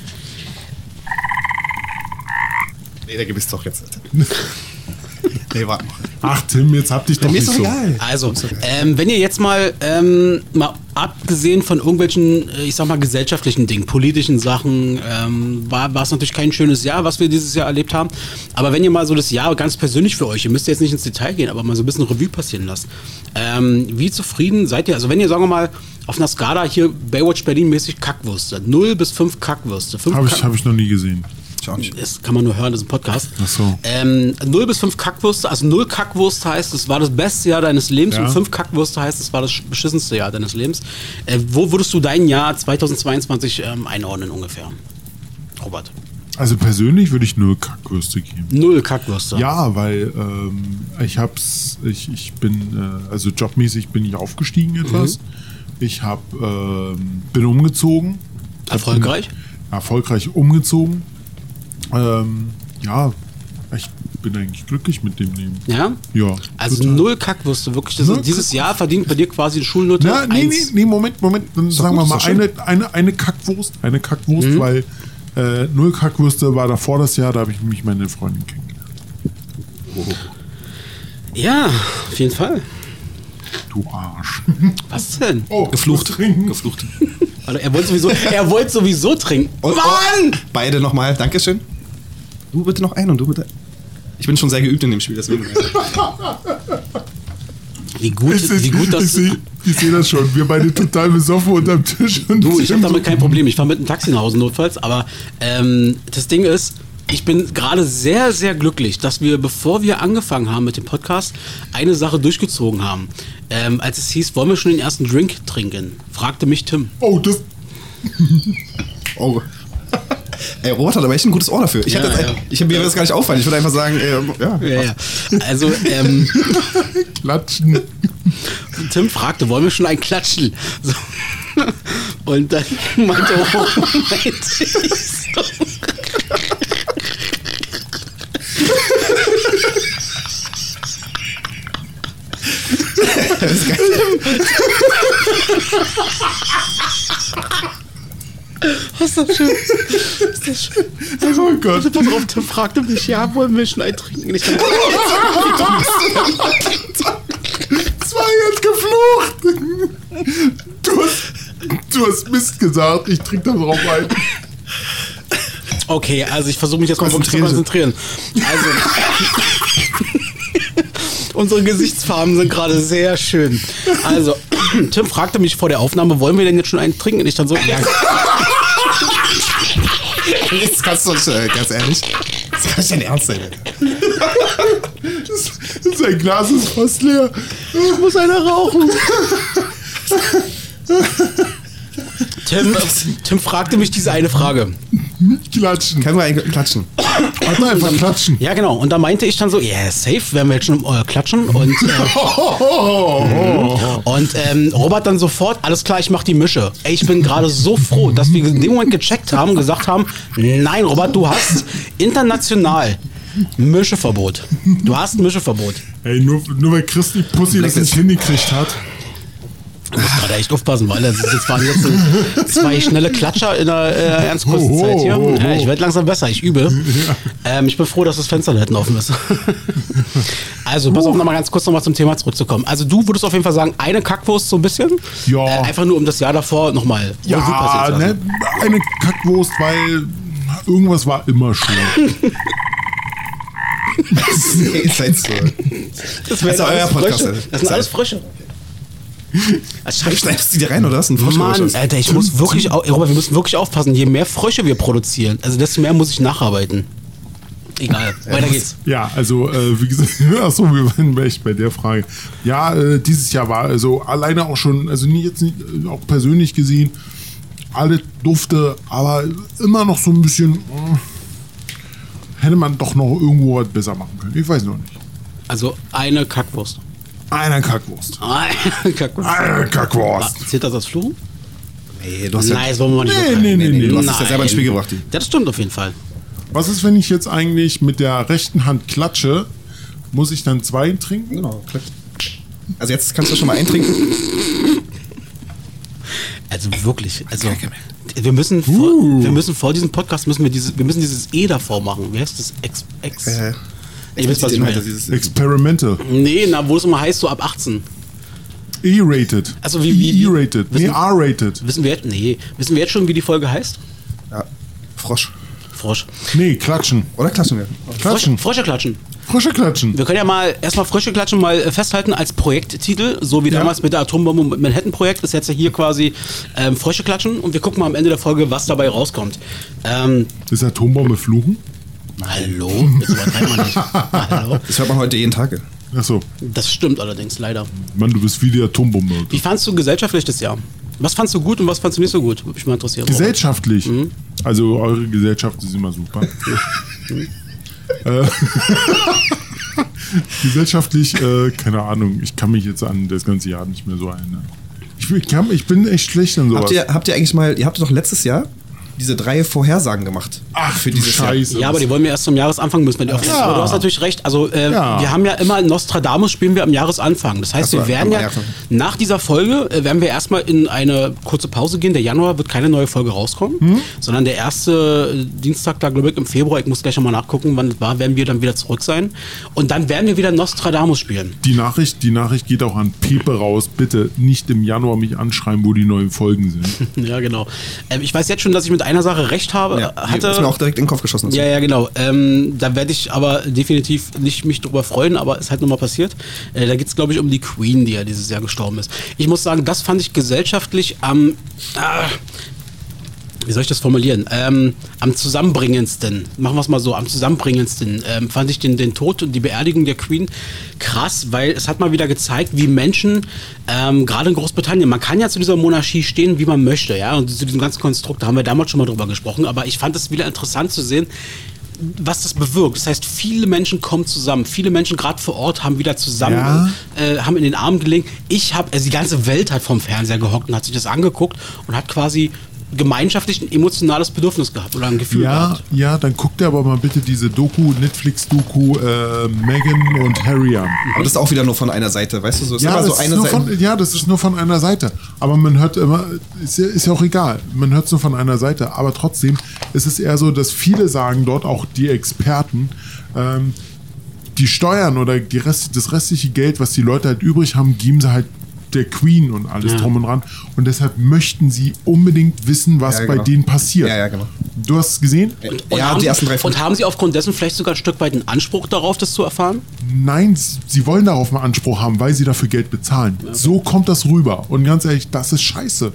Nee, der gewiss doch jetzt. Nee, warten noch. Ach, Tim, jetzt hab dich doch Mir nicht ist doch so. egal. Also, ähm, wenn ihr jetzt mal, ähm, mal abgesehen von irgendwelchen, äh, ich sag mal, gesellschaftlichen Dingen, politischen Sachen, ähm, war war es natürlich kein schönes Jahr, was wir dieses Jahr erlebt haben. Aber wenn ihr mal so das Jahr ganz persönlich für euch, ihr müsst jetzt nicht ins Detail gehen, aber mal so ein bisschen Revue passieren lasst. Ähm, wie zufrieden seid ihr? Also wenn ihr, sagen wir mal, auf einer Skala hier Baywatch Berlin-mäßig Kackwürste, null bis fünf Kackwürste. fünf Habe Kack- ich, hab ich noch nie gesehen. Ich auch nicht. Das kann man nur hören, das ist ein Podcast. Ach so. Ähm, null bis fünf Kackwürste, also null Kackwurst heißt, es war das beste Jahr deines Lebens Ja. und fünf Kackwürste heißt, es war das beschissenste Jahr deines Lebens. Äh, wo würdest du dein Jahr zweitausendzweiundzwanzig ähm, einordnen ungefähr? Robert. Also persönlich würde ich nur Kackwürste geben. Null Kackwürste. Ja, weil ähm, ich hab's, ich, ich bin, äh, also jobmäßig bin ich aufgestiegen etwas. Ich hab, ähm, bin umgezogen. Erfolgreich? Bin erfolgreich umgezogen. Ähm, ja, ich bin eigentlich glücklich mit dem Leben. Ja? Ja. Also total. null Kackwürste, wirklich. Das Null ist, dieses Jahr verdient bei dir quasi eine Schulnote. Na, nee, nee, eins. nee, Moment, Moment. Dann sagen gut, wir ist mal doch schön. eine, eine, eine Kackwurst. Eine Kackwurst, Mhm. weil äh, null Kackwürste war davor das Jahr, da habe ich mich meine Freundin kennengelernt. Ja, auf jeden Fall. Du Arsch. Was denn? Oh, Geflucht. trinken. Geflucht. Also er wollte sowieso, er wollte sowieso trinken. Und, Mann! Oh, beide nochmal. Dankeschön. Du bitte noch einen und du bitte. Ich bin schon sehr geübt in dem Spiel, deswegen. Wie gut, Ich, seh- wie gut das ich sehe ich seh das schon. Wir beide total besoffen unterm Tisch. Und Du, ich habe Tim damit so- kein Problem. Ich fahre mit dem Taxi nach Hause notfalls. Aber ähm, das Ding ist, ich bin gerade sehr, sehr glücklich, dass wir, bevor wir angefangen haben mit dem Podcast, eine Sache durchgezogen haben. Ähm, als es hieß, wollen wir schon den ersten Drink trinken? Fragte mich Tim. Oh, das. Oh. Ey, Robert hat aber echt ein gutes Ohr dafür. Ich, Ja, hätte das, ja. ich mir das gar nicht auffallen. Ich würde einfach sagen, äh, ja. Ja, ja. Also, ähm, Klatschen. Tim fragte, wollen wir schon ein Klatschen? So. Und dann meinte Robert, meinte ich so. Das ist geil. Was ist das schön? Ist das schön? Also, Oh Gott. also, pass auf, Tim fragte mich, ja, wollen wir schon ein Trinken? Ich dachte, Das war jetzt geflucht. Du hast, du hast Mist gesagt. Ich trinke da drauf ein. okay, also ich versuche mich jetzt mal wirklich zu konzentrieren. Also, unsere Gesichtsfarben sind gerade sehr schön. Also, Tim fragte mich vor der Aufnahme, wollen wir denn jetzt schon einen trinken? Und ich dann so, ja. Jetzt kannst du uns, äh, ganz ehrlich, das kann nicht dein Ernst sein. Das, sein Glas ist fast leer. Ich muss einer rauchen. Tim, äh, Tim fragte mich diese eine Frage. Klatschen. Können wir eigentlich klatschen? Warte mal, einfach klatschen. Ja, genau. Und da meinte ich dann so, ja, yeah, safe, werden wir jetzt schon äh, klatschen. Und, äh, und ähm, Robert dann sofort, alles klar, ich mach die Mische. Ey, ich bin gerade so froh, dass wir in dem Moment gecheckt haben, gesagt haben, nein, Robert, du hast international Mischeverbot. Du hast ein Mischeverbot. Ey, nur, nur weil Christi Pussy das nicht hingekriegt hat. Du musst gerade echt aufpassen, weil das, das waren jetzt so zwei schnelle Klatscher in der äh, ernst kurzen Zeit hier. Oh, oh, oh. Ja, ich werde langsam besser, ich übe. Ähm, ich bin froh, dass das Fenster da hinten offen ist. Also, pass auf, nochmal ganz kurz nochmal zum Thema zurückzukommen. Also, du würdest auf jeden Fall sagen, eine Kackwurst so ein bisschen. Ja. Äh, einfach nur, um das Jahr davor nochmal Ja, passieren zu lassen. ne, eine Kackwurst, weil irgendwas war immer schön. Nee, ist halt so. Das wäre Das ist euer Podcast, Frösche. Alter. Das sind alles Frösche. Das scheiße. Schneidest du die rein oder was? Ein Frosch oder Mann, was? Alter, ich muss wirklich, au- Robert, wir müssen wirklich aufpassen. Je mehr Frösche wir produzieren, also desto mehr muss ich nacharbeiten. Egal, weiter geht's. Ja, also äh, wie gesagt, achso, wir waren echt bei der Frage. Ja, äh, dieses Jahr war also alleine auch schon, also nie jetzt nicht, äh, auch persönlich gesehen, alle Dufte, aber immer noch so ein bisschen, äh, hätte man doch noch irgendwo was besser machen können. Ich weiß noch nicht. Also eine Kackwurst. Eine Kackwurst. Eine Kackwurst. Eine Kackwurst. Zählt das als Fluch? Nee, du hast Nein, das wollen wir mal nicht Nee, übertreiben. nee, nee, nee. Du hast es ja Nein. selber ins Spiel gebracht. Die. Das stimmt auf jeden Fall. Was ist, wenn ich jetzt eigentlich mit der rechten Hand klatsche? Muss ich dann zwei trinken? Genau, klar. Also jetzt kannst du schon mal eintrinken. Also wirklich, also wir müssen vor, wir müssen vor diesem Podcast müssen wir dieses, wir müssen dieses E davor machen. Wie heißt das? Ex, ex. Äh, Ihr wisst, was ich meine. Dieses, Experimental. Nee, na, wo es immer heißt, so ab achtzehn. E-rated. Also wie- wie- wie- E-rated. Nee, wissen- R-rated. Wissen wir jetzt, nee, wissen wir jetzt schon, wie die Folge heißt? ja, Frosch. Frosch. Nee, klatschen. Oder klatschen wir? Klatschen. Frösche klatschen. Frösche klatschen. Wir können ja mal erstmal Frösche klatschen mal äh, festhalten als Projekttitel, so wie Ja. damals mit der Atombombe und Manhattan-Projekt ist jetzt ja hier quasi ähm, Frösche klatschen und wir gucken mal am Ende der Folge, was dabei rauskommt. Ähm, Ist Atombombe fluchen? hallo? Jetzt übertreiben wir nicht. Hallo? Das hört man heute jeden Tag. Achso. Das stimmt allerdings, leider. Mann, du bist wie die Atombombe. Wie fandst du gesellschaftlich das Jahr? Was fandst du gut und was fandst du nicht so gut? Würde mich mal interessieren. Gesellschaftlich. Mhm. Also eure Gesellschaft ist immer super. äh, Gesellschaftlich, äh, keine Ahnung, ich kann mich jetzt an das ganze Jahr nicht mehr so erinnern. Ich, bin- ich, kann, ich bin echt schlecht an sowas. Habt ihr, habt ihr eigentlich mal, ihr habt doch letztes Jahr diese drei Vorhersagen gemacht. Ach, für du dieses Jahr. Scheiße. Ja, aber die wollen wir erst zum Jahresanfang müssen wir die aufnehmen. Ja. Aber du hast natürlich recht. Also äh, Ja. wir haben ja immer Nostradamus spielen wir am Jahresanfang. Das heißt, Ach so, wir werden am ja Jahresanfang. nach dieser Folge äh, werden wir erstmal in eine kurze Pause gehen. Der Januar wird keine neue Folge rauskommen, Hm? sondern der erste äh, Dienstag da glaube ich im Februar. Ich muss gleich nochmal nachgucken, wann das war. Werden wir dann wieder zurück sein und dann werden wir wieder Nostradamus spielen. Die Nachricht, die Nachricht geht auch an Pepe raus. Bitte nicht im Januar mich anschreiben, wo die neuen Folgen sind. Ja, genau. Ähm, ich weiß jetzt schon, dass ich mit einer Sache recht habe. Ja, die hatte. ist mir auch direkt in den Kopf geschossen. Ja, ja, genau. Ähm, da werde ich aber definitiv nicht mich drüber freuen, aber ist halt nochmal passiert. Äh, da geht es, glaube ich, um die Queen, die ja dieses Jahr gestorben ist. Ich muss sagen, das fand ich gesellschaftlich am, äh, wie soll ich das formulieren? Ähm, am zusammenbringendsten, machen wir es mal so, am zusammenbringendsten ähm, fand ich den, den Tod und die Beerdigung der Queen krass, weil es hat mal wieder gezeigt, wie Menschen, ähm, gerade in Großbritannien, man kann ja zu dieser Monarchie stehen, wie man möchte, ja, und zu diesem ganzen Konstrukt, da haben wir damals schon mal drüber gesprochen, aber ich fand es wieder interessant zu sehen, was das bewirkt. Das heißt, viele Menschen kommen zusammen. Viele Menschen, gerade vor Ort, haben wieder zusammen, Ja. äh, haben in den Arm gelegt. Ich habe, also die ganze Welt hat vom Fernseher gehockt und hat sich das angeguckt und hat quasi gemeinschaftlich ein emotionales Bedürfnis gehabt oder ein Gefühl Ja, gehabt. ja, dann guck dir aber mal bitte diese Doku, Netflix-Doku äh, Meghan und Harry an. Aber das ist auch wieder nur von einer Seite, weißt du? So, ist Ja, immer das so ist eine nur Seite. von, ja, das ist nur von einer Seite. Aber man hört immer, ist ja, ist ja auch egal, man hört es nur von einer Seite. Aber trotzdem ist es eher so, dass viele sagen dort, auch die Experten, ähm, die Steuern oder die Rest, das restliche Geld, was die Leute halt übrig haben, geben sie halt der Queen und alles Ja. drum und dran. Und deshalb möchten sie unbedingt wissen, was Ja, bei genau. denen passiert. Ja, ja, genau. Du hast es gesehen? Und, Ja, haben die sie, ersten drei und Folgen. haben Sie aufgrund dessen vielleicht sogar ein Stück weit einen Anspruch darauf, das zu erfahren? Nein, sie wollen darauf einen Anspruch haben, weil sie dafür Geld bezahlen. So kommt das rüber. Und ganz ehrlich, das ist scheiße.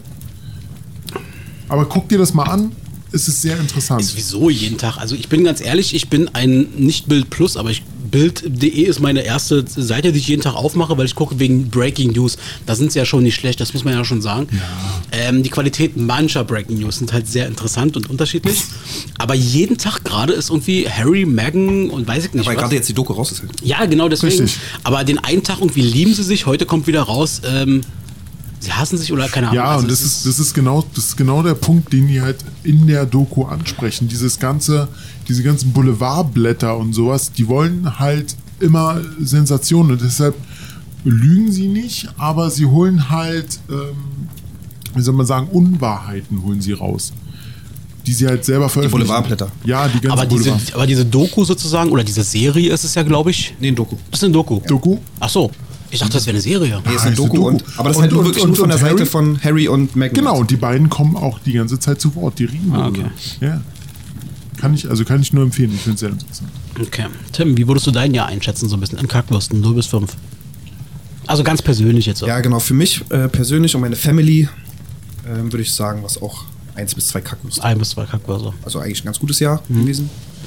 Aber guck dir das mal an, es ist sehr interessant. Sowieso jeden Tag. Also ich bin ganz ehrlich, ich bin ein nicht Bild Plus, aber ich Bild punkt de ist meine erste Seite, die ich jeden Tag aufmache, weil ich gucke wegen Breaking News. Da sind sie ja schon nicht schlecht, das muss man ja schon sagen. Ähm, die Qualität mancher Breaking News sind halt sehr interessant und unterschiedlich. Aber jeden Tag gerade ist irgendwie Harry, Meghan und weiß ich nicht Weil was. gerade jetzt die Doku raus ist. Ja, genau deswegen. Richtig. Aber den einen Tag irgendwie lieben sie sich, heute kommt wieder raus, ähm, sie hassen sich oder keine Ahnung. Ja, Also und es das ist, das, ist genau, das ist genau der Punkt, den die halt in der Doku ansprechen. Dieses ganze, diese ganzen Boulevardblätter und sowas, die wollen halt immer Sensationen. Und deshalb lügen sie nicht, aber sie holen halt, ähm, wie soll man sagen, Unwahrheiten holen sie raus. Die sie halt selber veröffentlichen. Boulevardblätter. Ja, die ganzen aber, diese, Boulevard. aber diese Doku sozusagen, oder diese Serie ist es ja, glaube ich. Nee, ein Doku. Das ist eine Doku. Doku? Ach so. Ich dachte, das wäre eine Serie. Nee, ist Ah, eine ist eine Doku. Doku. Und, aber das ist Und- halt nur und- wirklich und- nur von und der Harry? Seite von Harry und Meghan. Genau, und die beiden kommen auch die ganze Zeit zu Wort. Die reden Ah, darüber. okay. Ja. Kann ich, also kann ich nur empfehlen. Ich finde es sehr interessant. Okay. Tim, wie würdest du dein Jahr einschätzen, so ein bisschen in Kackwürsten, null bis fünf? Also ganz persönlich jetzt. So. Ja, genau. Für mich äh, persönlich und meine Family ähm, würde ich sagen, was auch eins bis zwei Kackwürste. Ein bis zwei Kackwürste. Also eigentlich ein ganz gutes Jahr Mhm. gewesen.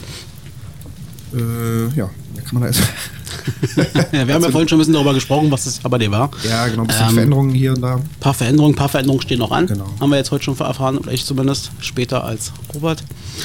Äh, ja, da kann man da jetzt. Ja, wir haben ja vorhin schon ein bisschen darüber gesprochen, was das Jahr bei dir war. Ja, genau, ein bisschen Ähm, Veränderungen hier und da. Ein paar Veränderungen, ein paar Veränderungen stehen noch an. Genau. Haben wir jetzt heute schon erfahren, oder ich zumindest, später als Robert.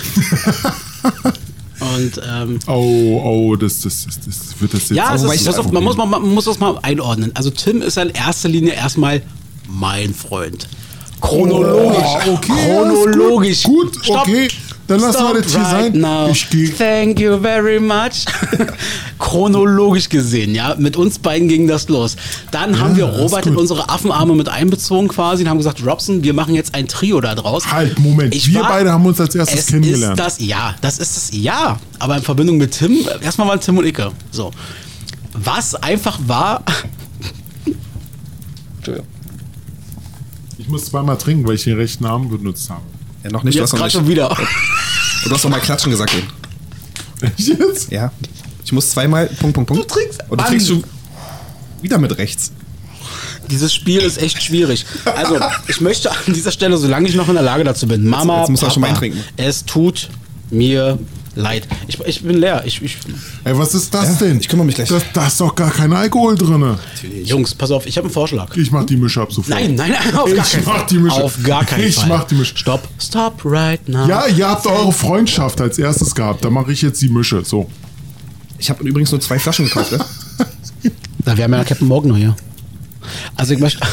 Und ähm, Oh, oh, das, das, das, das wird das jetzt ja, auch es wobei ist, ich- das ist, man, muss, man, man muss das mal einordnen. Also Tim ist in erster Linie erstmal mein Freund. Chronologisch. Oh, okay, Chronologisch. Gut, gut, Stopp. okay. Dann lassen wir Stop das hier right sein. now. Ich gehe. Thank you very much. Chronologisch gesehen, ja. Mit uns beiden ging das los. Dann haben wir das ist Robert in gut. unsere Affenarme mit einbezogen quasi und haben gesagt, Robson, wir machen jetzt ein Trio da draus. Halt, Moment. Ich wir war- beide haben uns als erstes es kennengelernt. Ist das Ja, das ist das Ja. Aber in Verbindung mit Tim, erstmal waren Tim und Icke. So. Was einfach war. Entschuldigung. Ich muss zweimal trinken, weil ich den rechten Arm benutzt habe. Ja, noch nicht. Du Jetzt hast, noch gerade nicht schon wieder. du hast noch mal klatschen gesagt eben. Echt jetzt? Ja. Ich muss zweimal. Punkt, Punkt, Punkt. Du trinkst Und du an. trinkst schon wieder mit rechts. Dieses Spiel ist echt schwierig. Also, ich möchte an dieser Stelle, solange ich noch in der Lage dazu bin, Mama, jetzt muss er Papa, schon mal eintrinken. es tut mir leid. Ich, ich bin leer. Ich, ich, Ey, was ist das Ja, denn? ich kümmere mich gleich. Das, da ist doch gar kein Alkohol drin. Jungs, pass auf, ich habe einen Vorschlag. Ich mach die Mische ab sofort. Nein, nein, nein, auf gar Ich keinen mach Fall. die Mische. Auf gar keinen Ich Fall. mach die Mische. Stopp, stop right now. Ja, ihr habt eure Freundschaft als erstes gehabt. Da mache ich jetzt die Mische. So. Ich habe übrigens nur zwei Flaschen gekauft, ne? Na, wir haben ja Captain Morgan noch hier. Also ich möchte...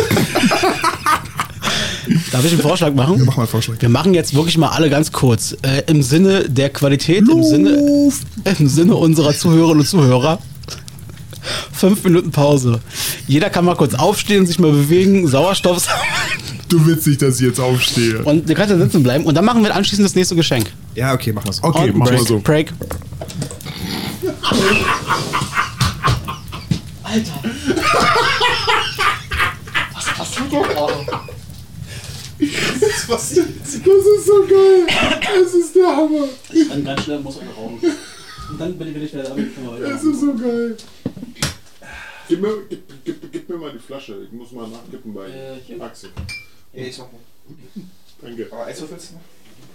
Darf ich einen Vorschlag machen? Ja, mach mal einen Vorschlag. Wir machen jetzt wirklich mal alle ganz kurz. Äh, Im Sinne der Qualität, im Sinne, im Sinne unserer Zuhörerinnen und Zuhörer. Fünf Minuten Pause. Jeder kann mal kurz aufstehen, sich mal bewegen, Sauerstoff sammeln. Du willst nicht, dass ich jetzt aufstehe. Und du kannst ja sitzen bleiben. Und dann machen wir anschließend das nächste Geschenk. Ja, okay, machen wir so. Okay, Und machen wir break, so. Break. Das ist so geil. Es ist der Hammer. Dann ganz schnell muss ich rauchen. Und dann bin ich wieder da. Es ist so geil. Gib mir, gib, gib, gib mir mal die Flasche. Ich muss mal nachkippen bei Äh, hier. Axel. Ich mach mal. Danke. Aber Eiswürfelst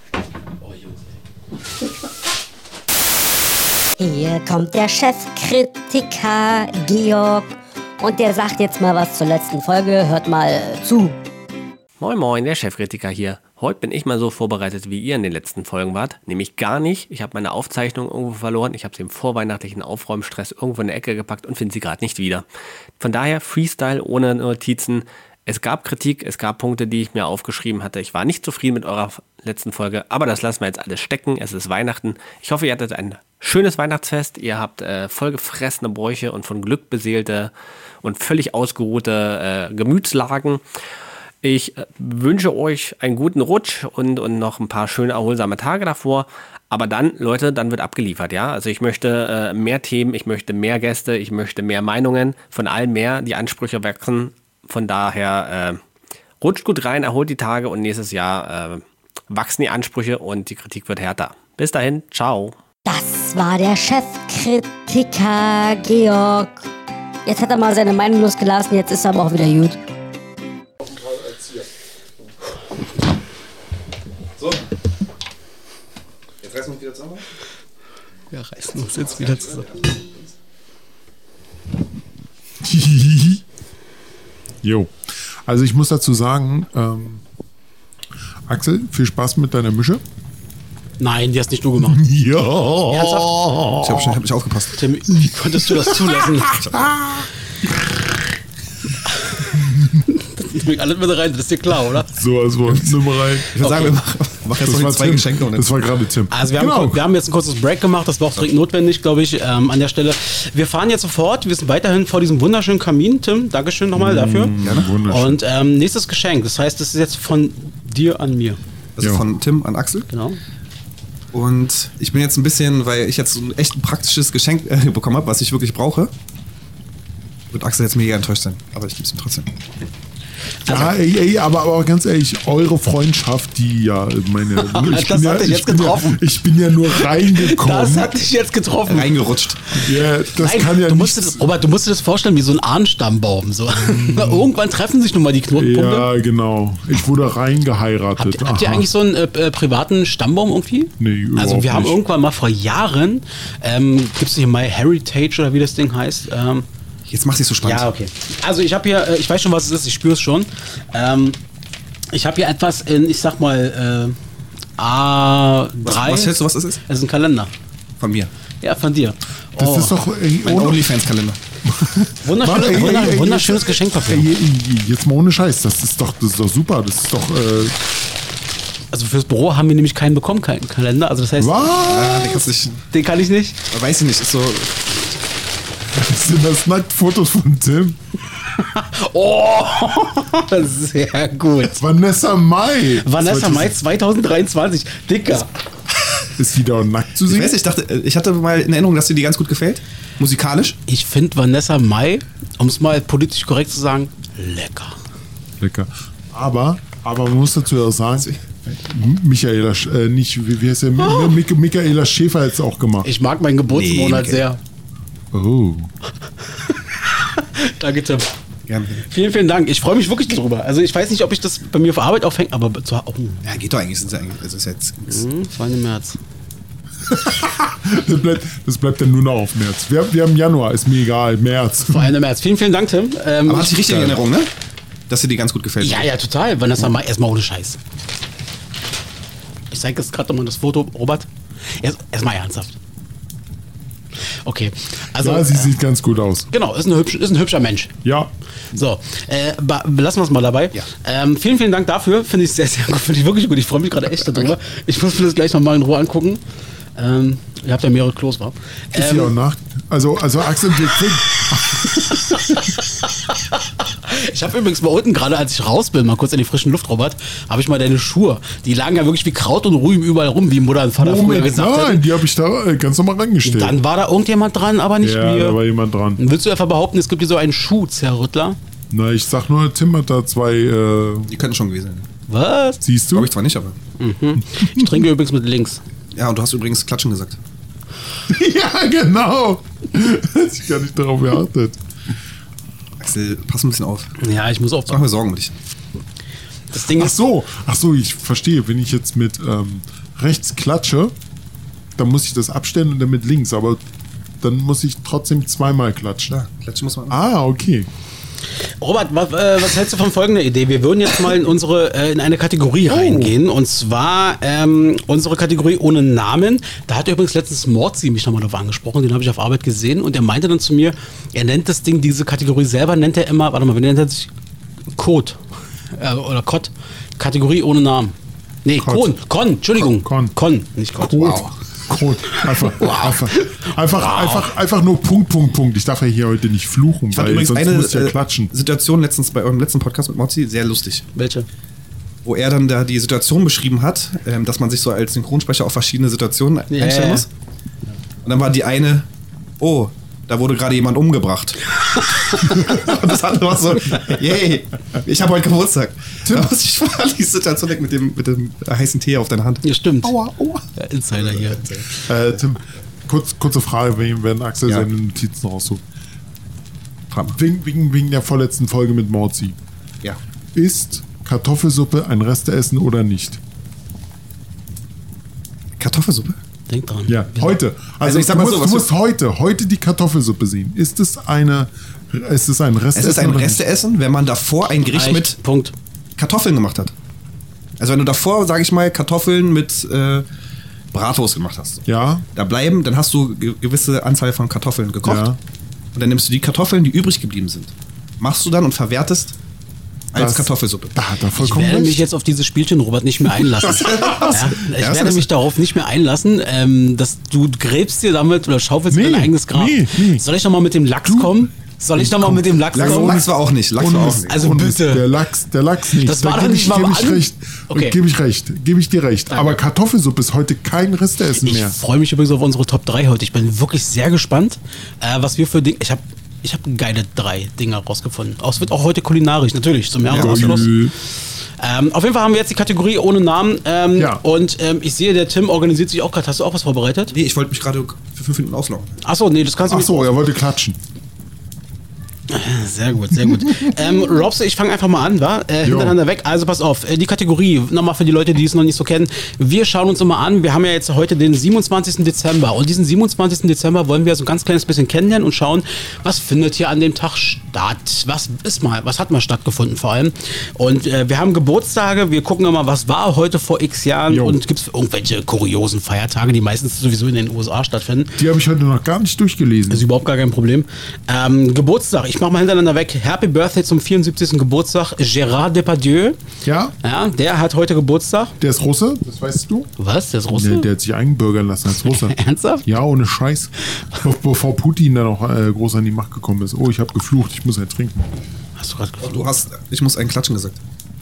Hier kommt der Chefkritiker Georg und der sagt jetzt mal was zur letzten Folge. Hört mal zu. Moin Moin, der Chefkritiker hier. Heute bin ich mal so vorbereitet, wie ihr in den letzten Folgen wart. Nämlich gar nicht. Ich habe meine Aufzeichnung irgendwo verloren. Ich habe sie im vorweihnachtlichen Aufräumstress irgendwo in der Ecke gepackt und finde sie gerade nicht wieder. Von daher Freestyle ohne Notizen. Es gab Kritik, es gab Punkte, die ich mir aufgeschrieben hatte. Ich war nicht zufrieden mit eurer letzten Folge, aber das lassen wir jetzt alles stecken. Es ist Weihnachten. Ich hoffe, ihr hattet ein schönes Weihnachtsfest. Ihr habt äh, vollgefressene Bräuche und von Glück beseelte und völlig ausgeruhte äh, Gemütslagen. Ich äh, wünsche euch einen guten Rutsch und, und noch ein paar schöne, erholsame Tage davor. Aber dann, Leute, dann wird abgeliefert, ja. Also ich möchte äh, mehr Themen, ich möchte mehr Gäste, ich möchte mehr Meinungen, von allen mehr. Die Ansprüche wachsen. Von daher äh, rutscht gut rein, erholt die Tage und nächstes Jahr äh, wachsen die Ansprüche und die Kritik wird härter. Bis dahin, ciao. Das war der Chefkritiker Georg. Jetzt hat er mal seine Meinung losgelassen, jetzt ist er aber auch wieder gut. So. Jetzt reißen wir uns wieder zusammen. Wir reißen uns jetzt wieder zusammen. Jo. Also ich muss dazu sagen, ähm, Axel, viel Spaß mit deiner Mische. Nein, die hast nicht du gemacht. Ja. Ernsthaft? Ich habe hab nicht aufgepasst. Tim, wie konntest du das zulassen? Ich bring alles mit rein, das ist dir klar, oder? So, also nimm rein. Ich würde sagen, wir machen, machen jetzt Das noch war zwei Tim. Geschenke. Und Das war gerade Tim. Also wir haben, Genau. wir haben jetzt ein kurzes Break gemacht, das war auch dringend notwendig, glaube ich, ähm, an der Stelle. Wir fahren jetzt sofort, wir sind weiterhin vor diesem wunderschönen Kamin. Tim, Dankeschön nochmal dafür. Gerne. Wunderschön. Und ähm, nächstes Geschenk, das heißt, das ist jetzt von dir an mir. also Jo. von Tim an Axel. Genau. Und ich bin jetzt ein bisschen, weil ich jetzt so ein echt praktisches Geschenk äh, bekommen habe, was ich wirklich brauche. Wird Axel jetzt mega enttäuscht sein, aber ich gebe es ihm trotzdem. Ja, ey, ey, aber, aber ganz ehrlich, eure Freundschaft, die ja, meine. Ich Das bin hat ja, dich ich jetzt bin getroffen. Ja, ich bin ja nur reingekommen. Das hat dich jetzt getroffen. Reingerutscht. Ja, das Nein, kann ja du musst dir nicht. das, Robert, du musst dir das vorstellen wie so ein Ahnenstammbaum. So. Irgendwann treffen sich nun mal die Knotenpunkte. Ja, genau. Ich wurde reingeheiratet. Habt, habt ihr Aha. eigentlich so einen äh, äh, privaten Stammbaum irgendwie? Nee, Also überhaupt wir haben nicht. irgendwann mal vor Jahren, ähm, gibt es hier My Heritage oder wie das Ding heißt. Ähm, Jetzt mach dich so spannend. ja, okay. Also ich habe hier, äh, ich weiß schon, was es ist, ich spüre es schon. Ähm, ich habe hier etwas in, ich sag mal, äh, A drei. Was, was hältst du, was das ist? Es ist ein Kalender. Von mir. Ja, von dir. Das Oh, ist doch. Ey, Mein ohne, OnlyFans-Kalender. wunderschönes, Ey, ey, wunder, ey, wunderschönes jetzt- Geschenkpapier. ey, ey, jetzt mal ohne Scheiß. Das ist doch, das ist doch super. Das ist doch. Äh, Also fürs Büro haben wir nämlich keinen bekommen, keinen Kalender. Also das heißt, was? Ah, den kannst du nicht. den kann ich nicht. Weiß ich nicht. Ist so. Sind das Nacktfotos von Tim? Oh, sehr gut. Vanessa Mai. Vanessa Mai zwanzig dreiundzwanzig. Dicker. Ist die da nackt zu Ich sehen? weiß nicht, ich dachte, ich hatte mal in Erinnerung, dass dir die ganz gut gefällt. Musikalisch. Ich finde Vanessa Mai, um es mal politisch korrekt zu sagen, lecker. Lecker. Aber, aber man muss dazu auch sagen, Michaela, Sch- äh, nicht, wie, wie heißt der? Mi- Mi- Michaela Schäfer hat es auch gemacht. Ich mag meinen Geburtsmonat Nee, sehr. Oh. Danke, Tim. Gerne. Vielen, vielen Dank. Ich freue mich wirklich darüber. Also ich weiß nicht, ob ich das bei mir auf Arbeit aufhänge, aber zu, oh, Ja, geht doch eigentlich. Sind sie eigentlich also ist jetzt. hm, zweiter März. Das bleibt, das bleibt dann nur noch auf März. Wir, wir haben Januar, ist mir egal, März. zweiter März. Vielen, vielen Dank, Tim. Ähm, Aber hatte ich ich, richtig in Erinnerung, ne? Dass dir die ganz gut gefällt. ja, ja, total. Vanessa Mai, erstmal ohne Scheiß. Ich zeige jetzt gerade nochmal das Foto, Robert. Erst, erstmal ernsthaft. Okay. Also, Ja, sie äh, sieht ganz gut aus. genau, ist ein, hübsch, ist ein hübscher Mensch. Ja. So, äh, ba- belassen wir es mal dabei. Ja. Ähm, vielen, vielen Dank dafür. Finde ich sehr, sehr gut. Finde ich wirklich gut. Ich freue mich gerade echt darüber. Ich muss mir das gleich nochmal in Ruhe angucken. Ähm, ihr habt ja mehrere Klos, wa? Ist sie auch Ähm, nackt? Also, also Axel, wir sind, ich habe übrigens mal unten gerade, als ich raus bin, mal kurz in die frischen Luft, Robert, habe ich mal deine Schuhe. Die lagen ja wirklich wie Kraut und Rüben überall rum, wie Mutter und Vater früher Moment, gesagt nein, hätten. die habe ich da äh, ganz normal reingestellt. Dann war da irgendjemand dran, aber nicht ja, da war wir. jemand dran. Willst du einfach behaupten, es gibt hier so einen Schuh, Zerrüttler? Na, ich sag nur, Tim hat da zwei, äh, Die könnten schon gewesen sein. Was? siehst du? Glaube ich zwar nicht, aber. Ich trinke übrigens mit links. Ja, und du hast übrigens Klatschen gesagt. Ja, genau. Hätte ich gar nicht darauf geachtet. Axel, pass ein bisschen auf. Ja, ich muss Ich mache aufpassen. mir Sorgen um dich. Das Ding Ach ist, so, ach so, ich verstehe. Wenn ich jetzt mit ähm, rechts klatsche, dann muss ich das abstellen und dann mit links. Aber dann muss ich trotzdem zweimal klatschen. Ja, klatschen muss man. Ah, okay. Robert, was, äh, was hältst du von folgender Idee? Wir würden jetzt mal in unsere äh, in eine Kategorie Oh. reingehen, und zwar ähm, unsere Kategorie ohne Namen. Da hat übrigens letztens Morzi mich nochmal drauf angesprochen, den habe ich auf Arbeit gesehen, und er meinte dann zu mir, er nennt das Ding, diese Kategorie selber nennt er immer, warte mal, wie nennt er sich? Code äh, oder Cod. Kategorie ohne Namen. Nee, Cod. Con, Con, Entschuldigung. Con. Con, nicht Cod. Code. Code. Einfach, einfach, einfach, einfach, einfach nur Punkt, Punkt, Punkt. Ich darf ja hier heute nicht fluchen, Ich fand weil übrigens sonst eine muss ich ja äh, klatschen. Situation letztens bei eurem letzten Podcast mit Mozzi sehr lustig. Welche? Wo er dann da die Situation beschrieben hat, ähm, dass man sich so als Synchronsprecher auf verschiedene Situationen Ja, einstellen ja. muss. Und dann war die eine, oh, da wurde gerade jemand umgebracht. Und das andere war so, yay, ich habe heute Geburtstag. Da muss ich mal die Situation weg mit dem, mit dem heißen Tee auf deiner Hand. Ja, stimmt. Aua, aua. Ja, Insider hier. Äh, Tim, kurz, kurze Frage, wenn, wenn Axel Ja. seine Notizen raussucht. Frag mal. Wegen, wegen, wegen der vorletzten Folge mit Morzi. Ja. Ist Kartoffelsuppe ein Resteessen oder nicht? Kartoffelsuppe? Denk dran. Ja, heute. Also, Also ich sag du, mal musst, so, du was musst heute, heute die Kartoffelsuppe sehen. Ist es eine, ist es ein Resteessen? Es ist ein oder nicht? Resteessen, wenn man davor ein Gericht Reicht. mit Punkt. Kartoffeln gemacht hat. Also wenn du davor, sage ich mal, Kartoffeln mit äh, Bratwurst gemacht hast. Ja, Da bleiben, dann hast du ge gewisse Anzahl von Kartoffeln gekocht. Ja. Und dann nimmst du die Kartoffeln, die übrig geblieben sind, machst du dann und verwertest als Das- Kartoffelsuppe. da hat er Ich vollkommen werde mich recht. jetzt auf dieses Spielchen, Robert, nicht mehr einlassen. ja, ich Ja, was werde ist- mich darauf nicht mehr einlassen, ähm, dass du gräbst dir damit oder schaufelst Nee, dir dein eigenes Grab. nee, nee. Soll ich nochmal mit dem Lachs kommen? Soll ich nochmal mit dem Lachs Lachs, kommen? Lachs war auch nicht. Lachs Ohne war auch Mist, nicht. Also ohne Mist. bitte. Der Lachs, der Lachs nicht. Das war da doch gebe nicht ich, mal gebe am ich An- recht. Okay. Gebe ich recht. Gebe ich dir recht. Aber Kartoffelsuppe ist heute kein Resteessen Ich mehr. freue mich übrigens auf unsere Top drei heute. Ich bin wirklich sehr gespannt, äh, was wir für Dinge. Ich habe ich hab geile drei Dinge rausgefunden. Auch, es wird auch heute kulinarisch, natürlich, zum Jahresabschluss. Geil. Ähm, auf jeden Fall haben wir jetzt die Kategorie ohne Namen. Ähm, Ja. Und ähm, ich sehe, der Tim organisiert sich auch gerade. Hast du auch was vorbereitet? Nee, ich wollte mich gerade für fünf Minuten ausloggen. Achso, nee, das kannst du Ach nicht. so, er wollte klatschen. Sehr gut, sehr gut. ähm, Robs, ich fange einfach mal an, wa? Äh, hintereinander weg. Also pass auf, äh, die Kategorie, nochmal für die Leute, die es noch nicht so kennen. Wir schauen uns nochmal an, wir haben ja jetzt heute den siebenundzwanzigsten Dezember, und diesen siebenundzwanzigsten Dezember wollen wir so ein ganz kleines bisschen kennenlernen und schauen, was findet hier an dem Tag statt? Was ist mal, was hat mal stattgefunden vor allem? Und äh, wir haben Geburtstage, wir gucken mal, was war heute vor x Jahren, Jo. und gibt es irgendwelche kuriosen Feiertage, die meistens sowieso in den U S A stattfinden. Die habe ich heute noch gar nicht durchgelesen. Ist überhaupt gar kein Problem. Ähm, Geburtstag, ich mach mal hintereinander weg. Happy Birthday zum vierundsiebzigsten Geburtstag. Gérard Depardieu. Ja, Ja, der hat heute Geburtstag. der ist Russe, das weißt du. Was? Der ist Russe? Der, der hat sich einbürgern lassen als Russe. Ernsthaft? Ja, ohne Scheiß. Be- Bevor Putin dann auch äh, groß an die Macht gekommen ist. Oh, ich habe geflucht, ich muss halt trinken. Hast du gerade Du hast, ich muss einen Klatschen gesagt.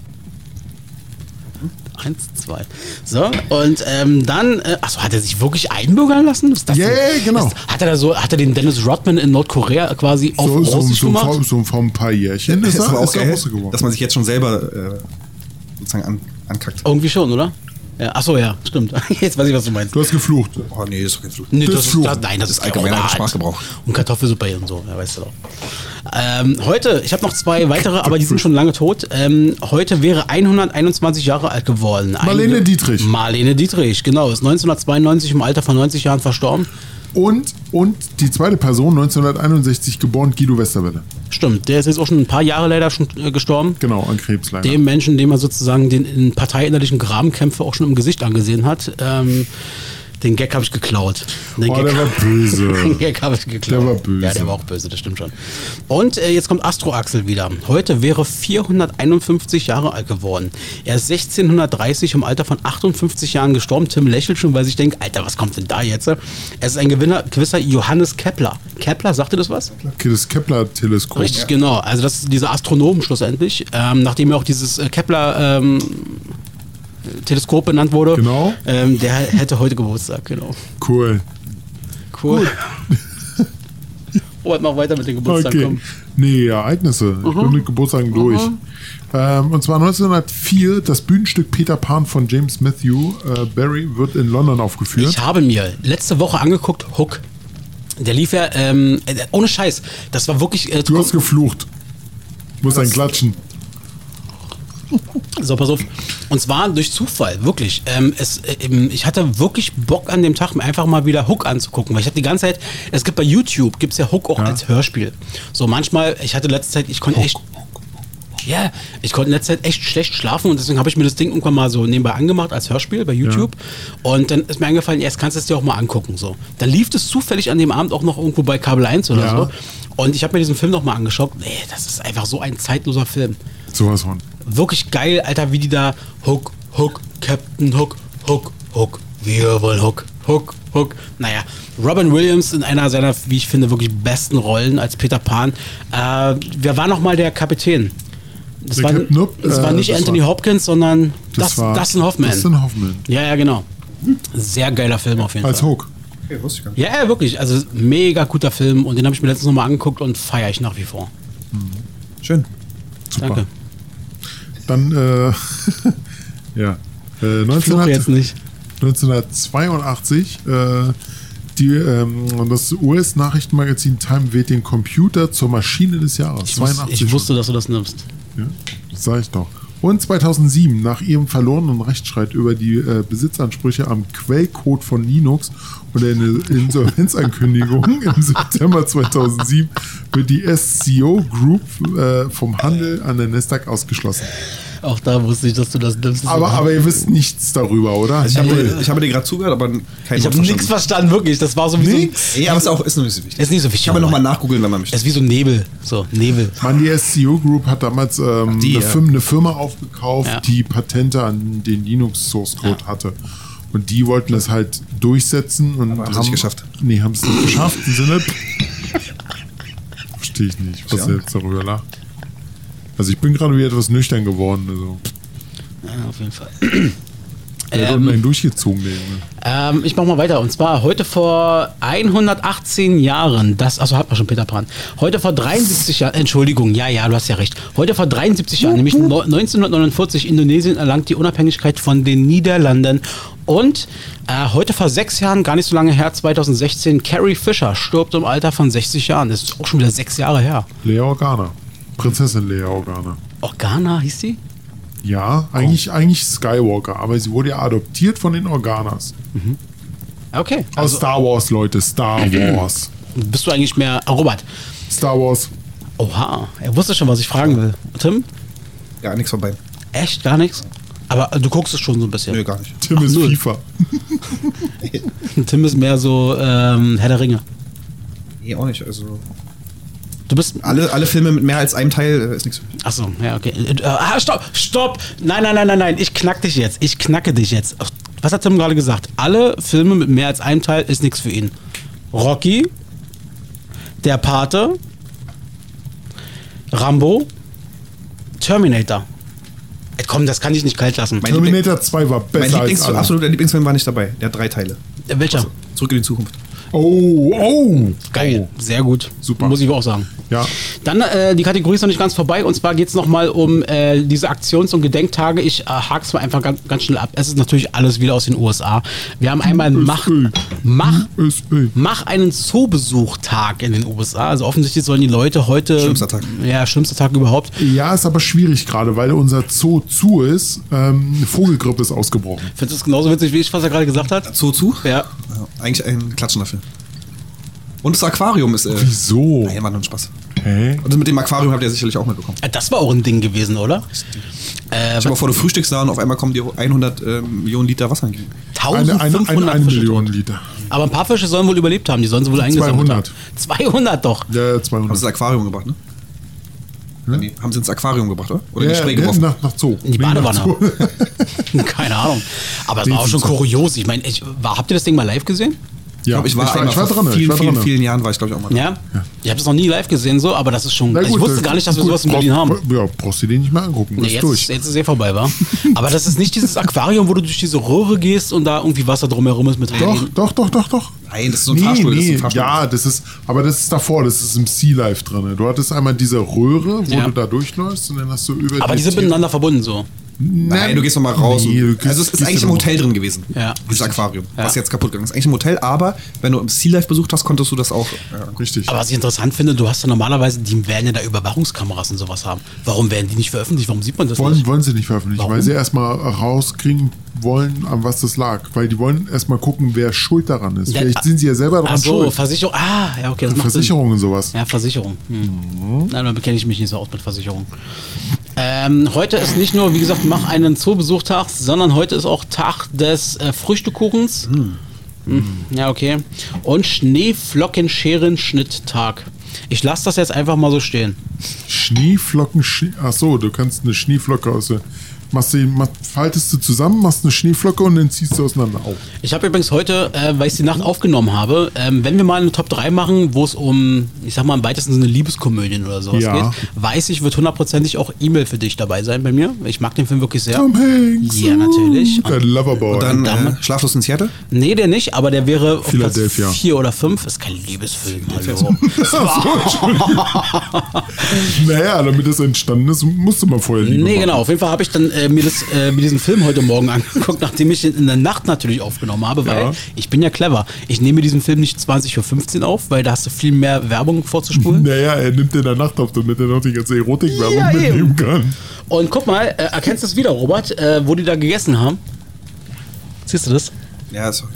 Eins, zwei. So, und ähm, dann, äh, achso, hat er sich wirklich einbürgern lassen? Was ist das Ja, denn? ja, genau. Ist, hat er da so, hat er den Dennis Rodman in Nordkorea quasi auf So, so, Russisch so, gemacht? vor, so vor ein paar Jährchen ist Das er, war auch ist er geil, Russe geworden. dass man sich jetzt schon selber äh, sozusagen an, ankackt. Irgendwie schon, oder? Ja, achso, ja, stimmt. Jetzt weiß ich, was du meinst. Du hast geflucht. Oh nee, das ist doch kein Fluch. Nee, Das das, ist, Fluchen. das, nein, das, Das ist ist allgemeiner Privat. Sprachgebrauch. Und Kartoffelsuppe und so, ja, weißt du doch. Ähm, heute, ich habe noch zwei weitere, aber die sind schon lange tot. Ähm, heute wäre hunderteinundzwanzig Jahre alt geworden. Marlene Eine- Dietrich. Marlene Dietrich, genau. Ist neunzehnhundertzweiundneunzig im Alter von neunzig Jahren verstorben. Und, und die zweite Person, neunzehnhunderteinundsechzig geboren, Guido Westerwelle. Stimmt, der ist jetzt auch schon ein paar Jahre leider schon äh, gestorben. Genau, an Krebs leider. Dem Menschen, dem er sozusagen den in parteiinnerlichen Grabenkämpfe auch schon im Gesicht angesehen hat. Ähm, den Gag habe ich geklaut. Den Oh, Gag der war böse. Den Gag habe ich geklaut. Der war böse. Ja, der war auch böse, das stimmt schon. Und äh, jetzt kommt Astro Axel wieder. Heute wäre vierhunderteinundfünfzig Jahre alt geworden. Er ist sechzehnhundertdreißig im Alter von achtundfünfzig Jahren gestorben. Tim lächelt schon, weil sich denkt, Alter, was kommt denn da jetzt? Er ist ein Gewinner, gewisser Johannes Kepler. Kepler, sagte das was? Okay, das Kepler-Teleskop. Richtig, genau. Also das ist dieser Astronom schlussendlich, ähm, nachdem ja auch dieses äh, Kepler ähm, Teleskop benannt wurde. Genau. Ähm, der hätte heute Geburtstag, genau. Cool. Cool. Robert, mach weiter mit den Geburtstagen. Okay. Komm. Nee, Ereignisse. Ich bin mit Geburtstagen durch. Ähm, und zwar neunzehnhundertvier, das Bühnenstück Peter Pan von James Matthew äh, Barry wird in London aufgeführt. Ich habe mir letzte Woche angeguckt, Hook. Der lief ja, ähm, äh, ohne Scheiß, das war wirklich... Äh, Du hast geflucht. Muss ein Klatschen. So, pass auf. Und zwar durch Zufall, wirklich. Ähm, es, äh, ich hatte wirklich Bock an dem Tag, mir einfach mal wieder Hook anzugucken. Weil ich hatte die ganze Zeit, es gibt bei YouTube, gibt es ja Hook auch ja. als Hörspiel. So manchmal, ich hatte letzte Zeit, ich konnte echt... Ja, yeah, ich konnte in letzter Zeit echt schlecht schlafen und deswegen habe ich mir das Ding irgendwann mal so nebenbei angemacht als Hörspiel bei YouTube. Ja. Und dann ist mir eingefallen, jetzt kannst du es dir auch mal angucken. So. Dann lief es zufällig an dem Abend auch noch irgendwo bei Kabel eins oder ja. so. Und ich habe mir diesen Film noch mal angeschaut. Nee, das ist einfach so ein zeitloser Film. Sowas von. Wirklich geil, Alter, wie die da Hook, Hook, Captain Hook, Hook, Hook, wir wollen Hook, Hook, Hook. Naja, Robin Williams in einer seiner, wie ich finde, wirklich besten Rollen als Peter Pan. Äh, wer war noch mal der Kapitän? Das, war, Nope, das äh, war nicht das Anthony war, Hopkins, sondern das, das Dustin Hoffman. Dustin Hoffman. Ja, ja, genau. Sehr geiler Film auf jeden Als Fall. Als Hook. Okay, wusste ich gar nicht. Ja, ja, wirklich. Also mega guter Film und den habe ich mir letztens nochmal angeguckt und feiere ich nach wie vor. Mhm. Schön. Super. Danke. Dann, äh, ja. Äh, neunzehnhundert, jetzt nicht. neunzehnhundertzweiundachtzig, äh, die, ähm, das U S-Nachrichtenmagazin Time wählt den Computer zur Maschine des Jahres. Ich, wusste, ich wusste, dass du das nimmst. Ja, das sag ich doch. Und zweitausendsieben, nach ihrem verlorenen Rechtsstreit über die äh, Besitzansprüche am Quellcode von Linux und eine Insolvenzankündigung im September zweitausendsieben, wird die S C O Group äh, vom Handel an der Nasdaq ausgeschlossen. Auch da wusste ich, dass du das nimmst. Aber, aber ihr wisst nichts darüber, oder? Also ich, habe, dir, ich habe dir gerade zugehört, aber kein Ich habe nichts verstanden, wirklich. Das war so wie nix? so. Ja, aber es ist, auch, ist noch nicht so wichtig. Ist nicht so wichtig. Ich habe nochmal nachgoogeln, wenn man möchte. Es ist wie so Nebel. So, Nebel. Mann, die S C O Group hat damals ähm, die, eine, ja. Firma, eine Firma aufgekauft, ja. die Patente an den Linux Source Code ja. hatte. Und die wollten das halt durchsetzen und aber haben es nicht geschafft. Nee, haben es nicht geschafft. Im Sinne. Verstehe ich nicht, was ja. ihr jetzt darüber lacht. Also ich bin gerade wieder etwas nüchtern geworden. Also. Ja, auf jeden Fall. Der hat ähm, durchgezogen, den, ne? ähm, ich mach mal weiter. Und zwar heute vor hundertachtzehn Jahren, das, also hat man schon Peter Pan. Heute vor dreiundsiebzig Jahren, Entschuldigung, ja, ja, du hast ja recht. Heute vor dreiundsiebzig Jahren, nämlich neunzehnhundertneunundvierzig, Indonesien erlangt die Unabhängigkeit von den Niederlanden. Und äh, heute vor sechs Jahren, gar nicht so lange her, zweitausendsechzehn, Carrie Fisher stirbt im Alter von sechzig Jahren. Das ist auch schon wieder sechs Jahre her. Lea Organa. Prinzessin Lea Organa. Organa hieß sie? Ja, eigentlich, oh. eigentlich Skywalker, aber sie wurde ja adoptiert von den Organas. Mhm. Okay. Aus also, Star Wars, Leute, Star Wars. Bist du eigentlich mehr oh, Robert? Star Wars. Oha, er wusste schon, was ich fragen will. Tim? Ja, nichts vorbei. Echt? Gar nichts? Aber du guckst es schon so ein bisschen. Nö, gar nicht. Tim Ach, ist null. FIFA. Tim ist mehr so ähm, Herr der Ringe. Nee, auch nicht. Also. Du bist alle, alle Filme mit mehr als einem Teil äh, ist nichts für mich. Achso, ja, okay. Äh, ah, stopp, stopp! Nein, nein, nein, nein, nein, ich knack dich jetzt. Ich knacke dich jetzt. Was hat Tim gerade gesagt? Alle Filme mit mehr als einem Teil ist nichts für ihn. Rocky, Der Pate, Rambo, Terminator. Ey, komm, das kann ich nicht kalt lassen. Mein Terminator Liebling- zwei war besser mein Lieblings- als alle. Absoluter Lieblingsfilm war nicht dabei. Der hat drei Teile. Äh, welcher? Also, Zurück in die Zukunft. Oh, oh. Geil, sehr gut. Super. Muss ich auch sagen. Ja. Dann, äh, die Kategorie ist noch nicht ganz vorbei und zwar geht es nochmal um äh, diese Aktions- und Gedenktage. Ich äh, hake es mal einfach ganz, ganz schnell ab. Es ist natürlich alles wieder aus den U S A. Wir haben einmal Mach, Mach, Mach einen Zoobesuchtag in den U S A. Also offensichtlich sollen die Leute heute... Schlimmster Tag. Ja, schlimmster Tag überhaupt. Ja, ist aber schwierig gerade, weil unser Zoo zu ist. Ähm, Vogelgrippe ist ausgebrochen. Findest du es genauso witzig, wie ich, was er gerade gesagt hat? Zoo zu? Ja. Ja. Eigentlich ein Klatschen dafür. Und das Aquarium ist... Äh, Wieso? Nein, war nur ein Spaß. Hä? Und mit dem Aquarium habt ihr sicherlich auch mitbekommen. Das war auch ein Ding gewesen, oder? Äh, ich habe vor, du frühstückst da und auf einmal kommen dir hundert äh, Millionen Liter Wasser entgegen. Eine, eine, eine, eine Million Liter. Aber ein paar Fische sollen wohl überlebt haben, die sollen sie wohl eingesammelt haben. zweihundert doch. Ja, zweihundert. Haben sie ins Aquarium gebracht, ne? Hm? Nee, haben sie ins Aquarium gebracht, oder? Oder ja, in die Spree ja, geworfen? Nach, nach Zoo. In die Badewanne. Keine Ahnung. Aber es war auch schon kurios. Ich meine, ich, war, habt ihr das Ding mal live gesehen? Ja, ich, glaub, ich war, ich war, ich war vor dran. vielen, ich war vielen, dran. vielen Jahren war ich, glaube ich, auch mal dran. Ja? ja. Ich habe das noch nie live gesehen, so, aber das ist schon. Gut, ich wusste gar nicht, dass wir sowas in Berlin haben. Ja, brauchst du den nicht mehr angucken. Nee, ist jetzt, durch. jetzt ist eh vorbei, wa? Aber das ist nicht dieses Aquarium, wo du durch diese Röhre gehst und da irgendwie Wasser drumherum ist mit Doch, doch, doch, doch, doch. Nein, das ist so ein nee, Fahrstuhl. Nee. Das ist ein Fahrstuhl. Ja, das ist, aber das ist davor, das ist im Sea Life drin. Du hattest einmal diese Röhre, wo ja. du da durchläufst und dann hast du über Aber die sind Tiere. miteinander verbunden so. Nein, du gehst nochmal raus. Nee, und, du gehst- also es ist gehst eigentlich du im noch- Hotel drin gewesen, Ja. dieses Aquarium, Ja. was jetzt kaputt gegangen ist. Eigentlich im Hotel, aber wenn du Sea Life besucht hast, konntest du das auch. Ja. Richtig. Aber was ich interessant finde, du hast ja normalerweise, die werden ja da Überwachungskameras und sowas haben. Warum werden die nicht veröffentlicht? Warum sieht man das wollen, nicht? wollen sie nicht veröffentlichen, Warum? weil sie erstmal rauskriegen wollen, an was das lag. Weil die wollen erstmal gucken, wer schuld daran ist. Ja, Vielleicht sind sie ja selber Ach dran so, schuld. Versicherung. Ah, ja, okay. Das macht Sinn. Versicherung und sowas. Ja, Versicherung. Hm. Nein, da kenne ich mich nicht so aus mit Versicherung. Ähm, heute ist nicht nur, wie gesagt, mach einen Zoobesuchtag, sondern heute ist auch Tag des äh, Früchtekuchens. Hm. Ja, okay. Und Schneeflockenscheren-Schnitttag. Ich lasse das jetzt einfach mal so stehen. Schneeflocken, Schne ach so, du kannst eine Schneeflocke aus der, machst du, mach, faltest du zusammen, machst eine Schneeflocke und dann ziehst du auseinander. Oh. Ich habe übrigens heute, äh, weil ich die Nacht aufgenommen habe, ähm, wenn wir mal eine Top drei machen, wo es um, ich sag mal im weitesten Sinne Liebeskomödien oder sowas Ja. geht, weiß ich, wird hundertprozentig auch E-Mail für dich dabei sein bei mir. Ich mag den Film wirklich sehr. Tom Hanks. Ja, natürlich. Der Loverboy. Und dann dann- äh, Schlaflos in Seattle? Nee, der nicht, aber der wäre auf Platz Philadelphia. vier oder fünf. Ist kein Liebesfilm, hallo. Naja, damit das entstanden ist, musst du mal vorher Liebe Nee, machen. genau. Auf jeden Fall habe ich dann äh, mir, das, äh, mir diesen Film heute Morgen angeguckt, nachdem ich ihn in der Nacht natürlich aufgenommen habe, weil Ja. ich bin ja clever. Ich nehme diesen Film nicht zwanzig Uhr fünfzehn auf, weil da hast du viel mehr Werbung vorzuspulen. Naja, er nimmt in der Nacht auf, damit er noch die ganze Erotikwerbung Ja, eben. mitnehmen kann. Und guck mal, äh, erkennst du es wieder, Robert, äh, wo die da gegessen haben? Siehst du das? Ja, sorry.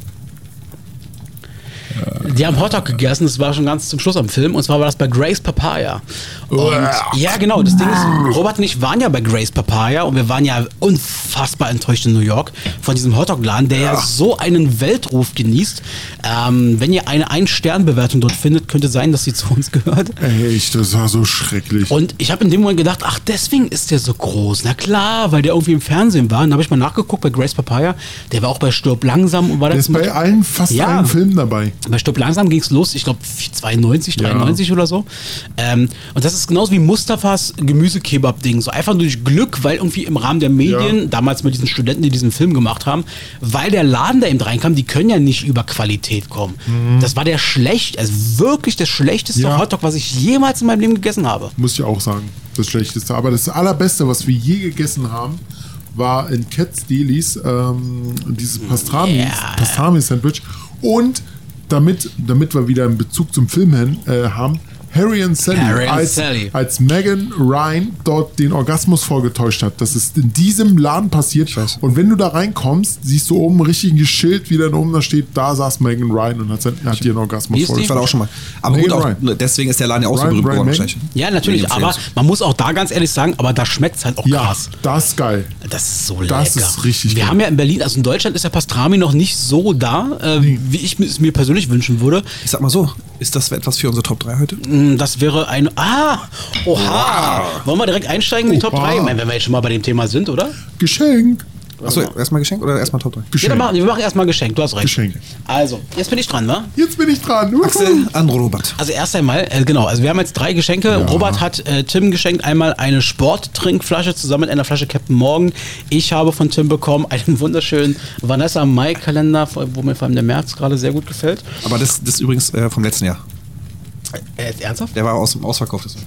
Die haben Hotdog gegessen, das war schon ganz zum Schluss am Film, und zwar war das bei Grace Papaya. Und ja, genau, das Ding ist, Robert und ich waren ja bei Grace Papaya und wir waren ja unfassbar enttäuscht in New York von diesem Hotdog-Laden, der ja. ja so einen Weltruf genießt. Ähm, wenn ihr eine Ein-Stern-Bewertung dort findet, könnte sein, dass sie zu uns gehört. Echt, das war so schrecklich. Und ich habe in dem Moment gedacht, ach, deswegen ist der so groß. Na klar, weil der irgendwie im Fernsehen war. Und dann habe ich mal nachgeguckt bei Grace Papaya. Der war auch bei Stirb langsam und war der das ist bei allen, fast Ja. allen Filmen dabei. Bei Stirb langsam ging es los, ich glaube zweiundneunzig, dreiundneunzig ja. oder so. Ähm, und das ist genauso wie Mustafas Gemüsekebab-Ding. So einfach durch Glück, weil irgendwie im Rahmen der Medien, Ja. damals mit diesen Studenten, die diesen Film gemacht haben, weil der Laden da eben reinkam, die können ja nicht über Qualität kommen. Mhm. Das war der schlecht, also wirklich der schlechteste Ja. Hotdog, was ich jemals in meinem Leben gegessen habe. Muss ich auch sagen, das Schlechteste. Aber das Allerbeste, was wir je gegessen haben, war in Cat's Delis ähm, dieses Pastrami, Ja. Pastrami-Sandwich. Und damit, damit wir wieder einen Bezug zum Film hin, äh, haben, Harry und Sally, Harry and als, Sally. als Megan Ryan dort den Orgasmus vorgetäuscht hat. Das ist in diesem Laden passiert. weiß. Und wenn du da reinkommst, siehst du oben ein richtiges Schild, wie dann oben da steht, da saß Megan Ryan und hat, hat dir einen Orgasmus Wie ist die? Ich war da auch schon mal. Aber Nee, gut, auch, Ryan. deswegen ist der Laden ja auch so Ryan, berühmt Ryan geworden Megan? wahrscheinlich. Ja, natürlich, Wegen aber Films. man muss auch da ganz ehrlich sagen, aber da schmeckt es halt auch Ja, krass. das ist geil. Das ist so Das lecker. ist richtig Wir geil. haben ja in Berlin, also in Deutschland ist ja Pastrami noch nicht so da, äh, wie ich es mir persönlich wünschen würde. Ich sag mal so, ist das etwas für unsere Top drei heute? Mm, Das wäre ein. Ah! Oha! Wollen wir direkt einsteigen in die Top Oha. drei? Ich meine, wenn wir jetzt schon mal bei dem Thema sind, oder? Geschenk. Achso, erstmal Geschenk oder erstmal Top drei? Ja, Geschenk. dann machen, wir machen erstmal Geschenk, du hast recht. Geschenk. Also, jetzt bin ich dran, wa? Jetzt bin ich dran. Axel, an Robert. Also erst einmal, äh, genau, also wir haben jetzt drei Geschenke. Robert hat äh, Tim geschenkt einmal eine Sporttrinkflasche zusammen mit einer Flasche Captain Morgan. Ich habe von Tim bekommen einen wunderschönen Vanessa Mai Kalender, wo mir vor allem der März gerade sehr gut gefällt. Aber das, das ist übrigens äh, vom letzten Jahr. Äh, jetzt ernsthaft? Der war aus dem Ausverkauf. deswegen.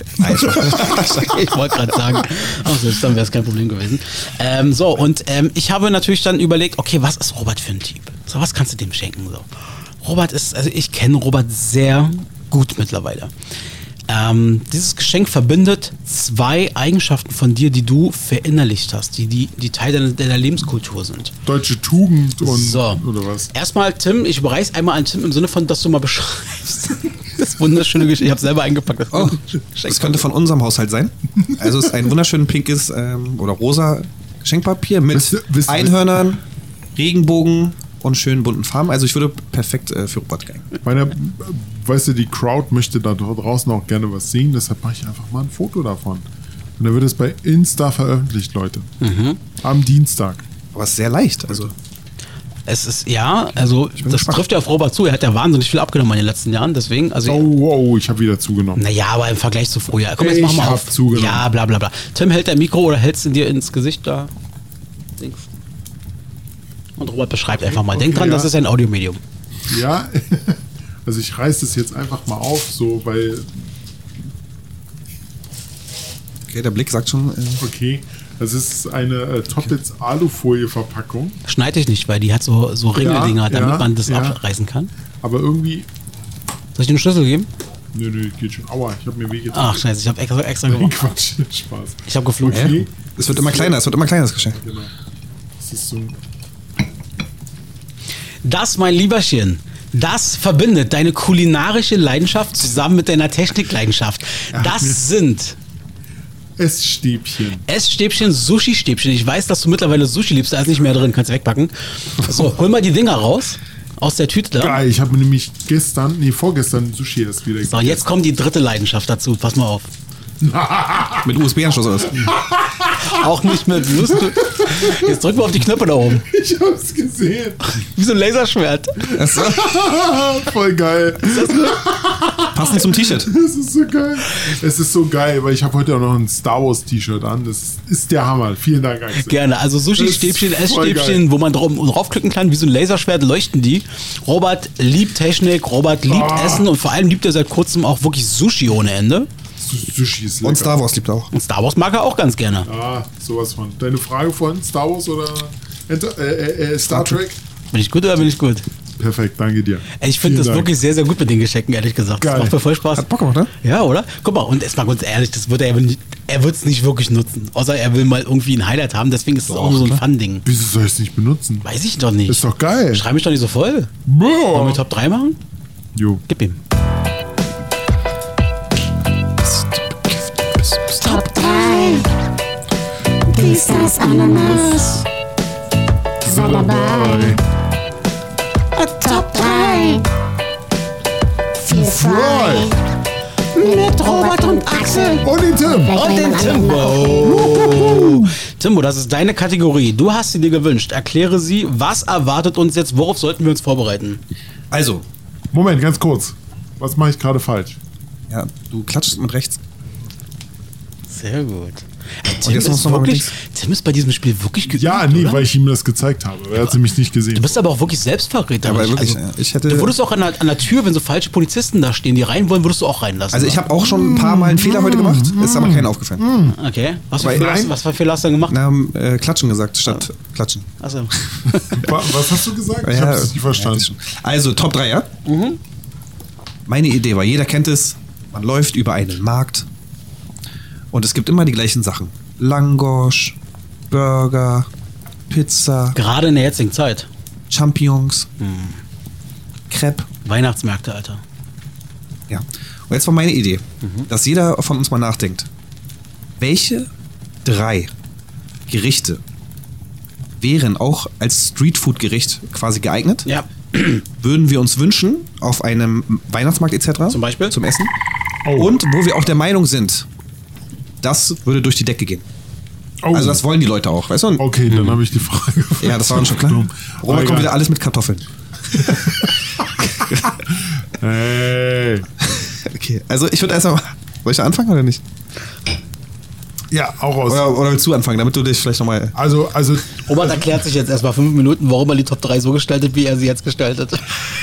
Ich wollte gerade sagen, ach, selbst dann wäre es kein Problem gewesen. Ähm, so, und ähm, ich habe natürlich dann überlegt, okay, was ist Robert für ein Typ? So, was kannst du dem schenken? So. Robert ist, also ich kenne Robert sehr gut mittlerweile. Ähm, dieses Geschenk verbindet zwei Eigenschaften von dir, die du verinnerlicht hast, die, die, die Teil deiner, deiner Lebenskultur sind. Deutsche Tugend und So. oder was? Erstmal, Tim, ich überreiche einmal an Tim im Sinne von, dass du mal beschreibst. Das wunderschöne Geschenk. Ich habe selber eingepackt. Das Oh, Geschenk. das könnte von unserem Haushalt sein. Also es ist ein wunderschön pinkes ähm, oder rosa Geschenkpapier mit Wisst ihr- wisst- Einhörnern, Regenbogen und schönen bunten Farben. Also ich würde perfekt äh, für Robert geeignen. Meine, weißt du, die Crowd möchte da draußen auch gerne was sehen, deshalb mache ich einfach mal ein Foto davon. Und dann wird es bei Insta veröffentlicht, Leute. Mhm. Am Dienstag. Aber es ist sehr leicht. Also Es ist, ja, also das gespannt. trifft ja auf Robert zu. Er hat ja wahnsinnig viel abgenommen in den letzten Jahren, deswegen, also. Oh, wow, ich habe wieder zugenommen. Naja, aber im Vergleich zu früher. Komm, jetzt Ich mach mal hab auf. zugenommen. Ja, bla bla bla. Tim hält der Mikro oder hältst du dir ins Gesicht da? Links. Und Robert beschreibt einfach mal. Denk Okay, dran, ja. das ist ein Audiomedium. Ja, also ich reiß das jetzt einfach mal auf, so, weil, okay, der Blick sagt schon. Äh, okay. Das ist eine äh, Toppitz Alufolie-Verpackung. Schneide ich nicht, weil die hat so, so Ringeldinger, Ja, damit ja, man das ja. abreißen kann. Aber irgendwie. Soll ich dir einen Schlüssel geben? Nö, nö, geht schon. Aua, ich habe mir wehgetan. Ach, scheiße, ich habe extra, extra Nein, gemacht. Quatsch, Spaß. Ich habe geflucht. Okay. Es wird immer kleiner, es wird immer kleiner, das Geschenk. Genau. Das ist so ein. Das, mein Lieberchen, das verbindet deine kulinarische Leidenschaft zusammen mit deiner Technikleidenschaft. Das sind Essstäbchen. Essstäbchen, Sushi-Stäbchen. Ich weiß, dass du mittlerweile Sushi liebst, da ist nicht mehr drin, kannst du wegpacken. So, hol mal die Dinger raus aus der Tüte da. Geil, ich habe mir nämlich gestern, nee, vorgestern Sushi erst wieder So, jetzt kommt die dritte Leidenschaft dazu. Pass mal auf. Mit U S B-Anschluss oder was? Auch nicht mit Lust. Jetzt drücken wir auf die Knöpfe da oben. Ich hab's gesehen. Wie so ein Laserschwert. Achso. Voll geil. Passend zum T-Shirt. Das ist so geil. Es ist so geil, weil ich habe heute auch noch ein Star Wars T-Shirt an. Das ist der Hammer. Vielen Dank, Axel. Gerne. Also Sushi-Stäbchen, Das ist voll Essstäbchen, geil. wo man drauf, draufklicken kann, wie so ein Laserschwert leuchten die. Robert liebt Technik, Robert liebt Ah. Essen und vor allem liebt er seit kurzem auch wirklich Sushi ohne Ende. Sushi ist lecker. Und Star Wars liebt er auch. Und Star Wars mag er auch ganz gerne. Ah, sowas von. Deine Frage von Star Wars oder Enter, äh, äh, Star Trek? Bin ich gut oder bin ich gut? Perfekt, danke dir. Ey, Ich finde Vielen das Dank. wirklich sehr, sehr gut mit den Geschenken, ehrlich gesagt. Geil. Das macht mir voll Spaß. Hat Bock gemacht, ne? Ja, oder? Guck mal, und jetzt mal ganz ehrlich, das wird er, nicht- er wird es nicht wirklich nutzen. Außer er will mal irgendwie ein Highlight haben, deswegen ist es auch nur so ein Fun-Ding. Wieso soll ich es nicht benutzen? Weiß ich doch nicht. Ist doch geil. Schreib mich doch nicht so voll. Wollen wir Boah. Top drei machen? Jo. Gib ihm. Top drei. Dies, das, Ananas. Sei dabei. Top drei. Feel frei. Mit Robert und Axel. Und den Tim. Vielleicht Und will den man Timbo. Timbo, das ist deine Kategorie. Du hast sie dir gewünscht. Erkläre sie. Was erwartet uns jetzt? Worauf sollten wir uns vorbereiten? Also, Moment, ganz kurz. Was mache ich gerade falsch? ja, du klatschst mit rechts. Sehr gut. Tim, jetzt musst ist du noch mal wirklich, mit Tim ist bei diesem Spiel wirklich geübt, Ja, nee, oder? weil ich ihm das gezeigt habe. Er hat sie mich nicht gesehen. Du bist aber auch wirklich selbstverräter. Aber wirklich, ja, ich hätte- du würdest auch an der, an der Tür, wenn so falsche Polizisten da stehen, die rein wollen, würdest du auch reinlassen. Also ich habe auch schon ein paar Mal einen Fehler heute gemacht, ist aber keinen aufgefallen. Okay. Was für Weil- Fehler hast, Nein. was für Fehler hast du denn gemacht? Wir haben äh, klatschen gesagt statt klatschen. Achso. Wa- Was hast du gesagt? Ich Ja, habe es nicht verstanden. ja, das schon. Also Top drei, ja? Meine Idee war, jeder kennt es, man läuft über einen Markt und es gibt immer die gleichen Sachen. Langosch, Burger, Pizza, Gerade in der jetzigen Zeit. Champignons, Crepe. Weihnachtsmärkte, Alter. Ja. Und jetzt war meine Idee, dass jeder von uns mal nachdenkt, welche drei Gerichte wären auch als Streetfood-Gericht quasi geeignet? Ja. Würden wir uns wünschen auf einem Weihnachtsmarkt et cetera. Zum Beispiel? Zum Essen. Oh. Und wo wir auch der Meinung sind, das würde durch die Decke gehen. Oh. Also das wollen die Leute auch, weißt du? Und Okay, dann habe ich die Frage. ja, das war uns schon klar. Dumm. Robert kommt Egal. wieder alles mit Kartoffeln. Hey. Okay, also ich würde erstmal. Soll ich da anfangen oder nicht? Ja, auch aus. Oder, oder willst du anfangen, damit du dich vielleicht nochmal. Also, also, Robert erklärt sich jetzt erstmal fünf Minuten, warum er die Top drei so gestaltet, wie er sie jetzt gestaltet.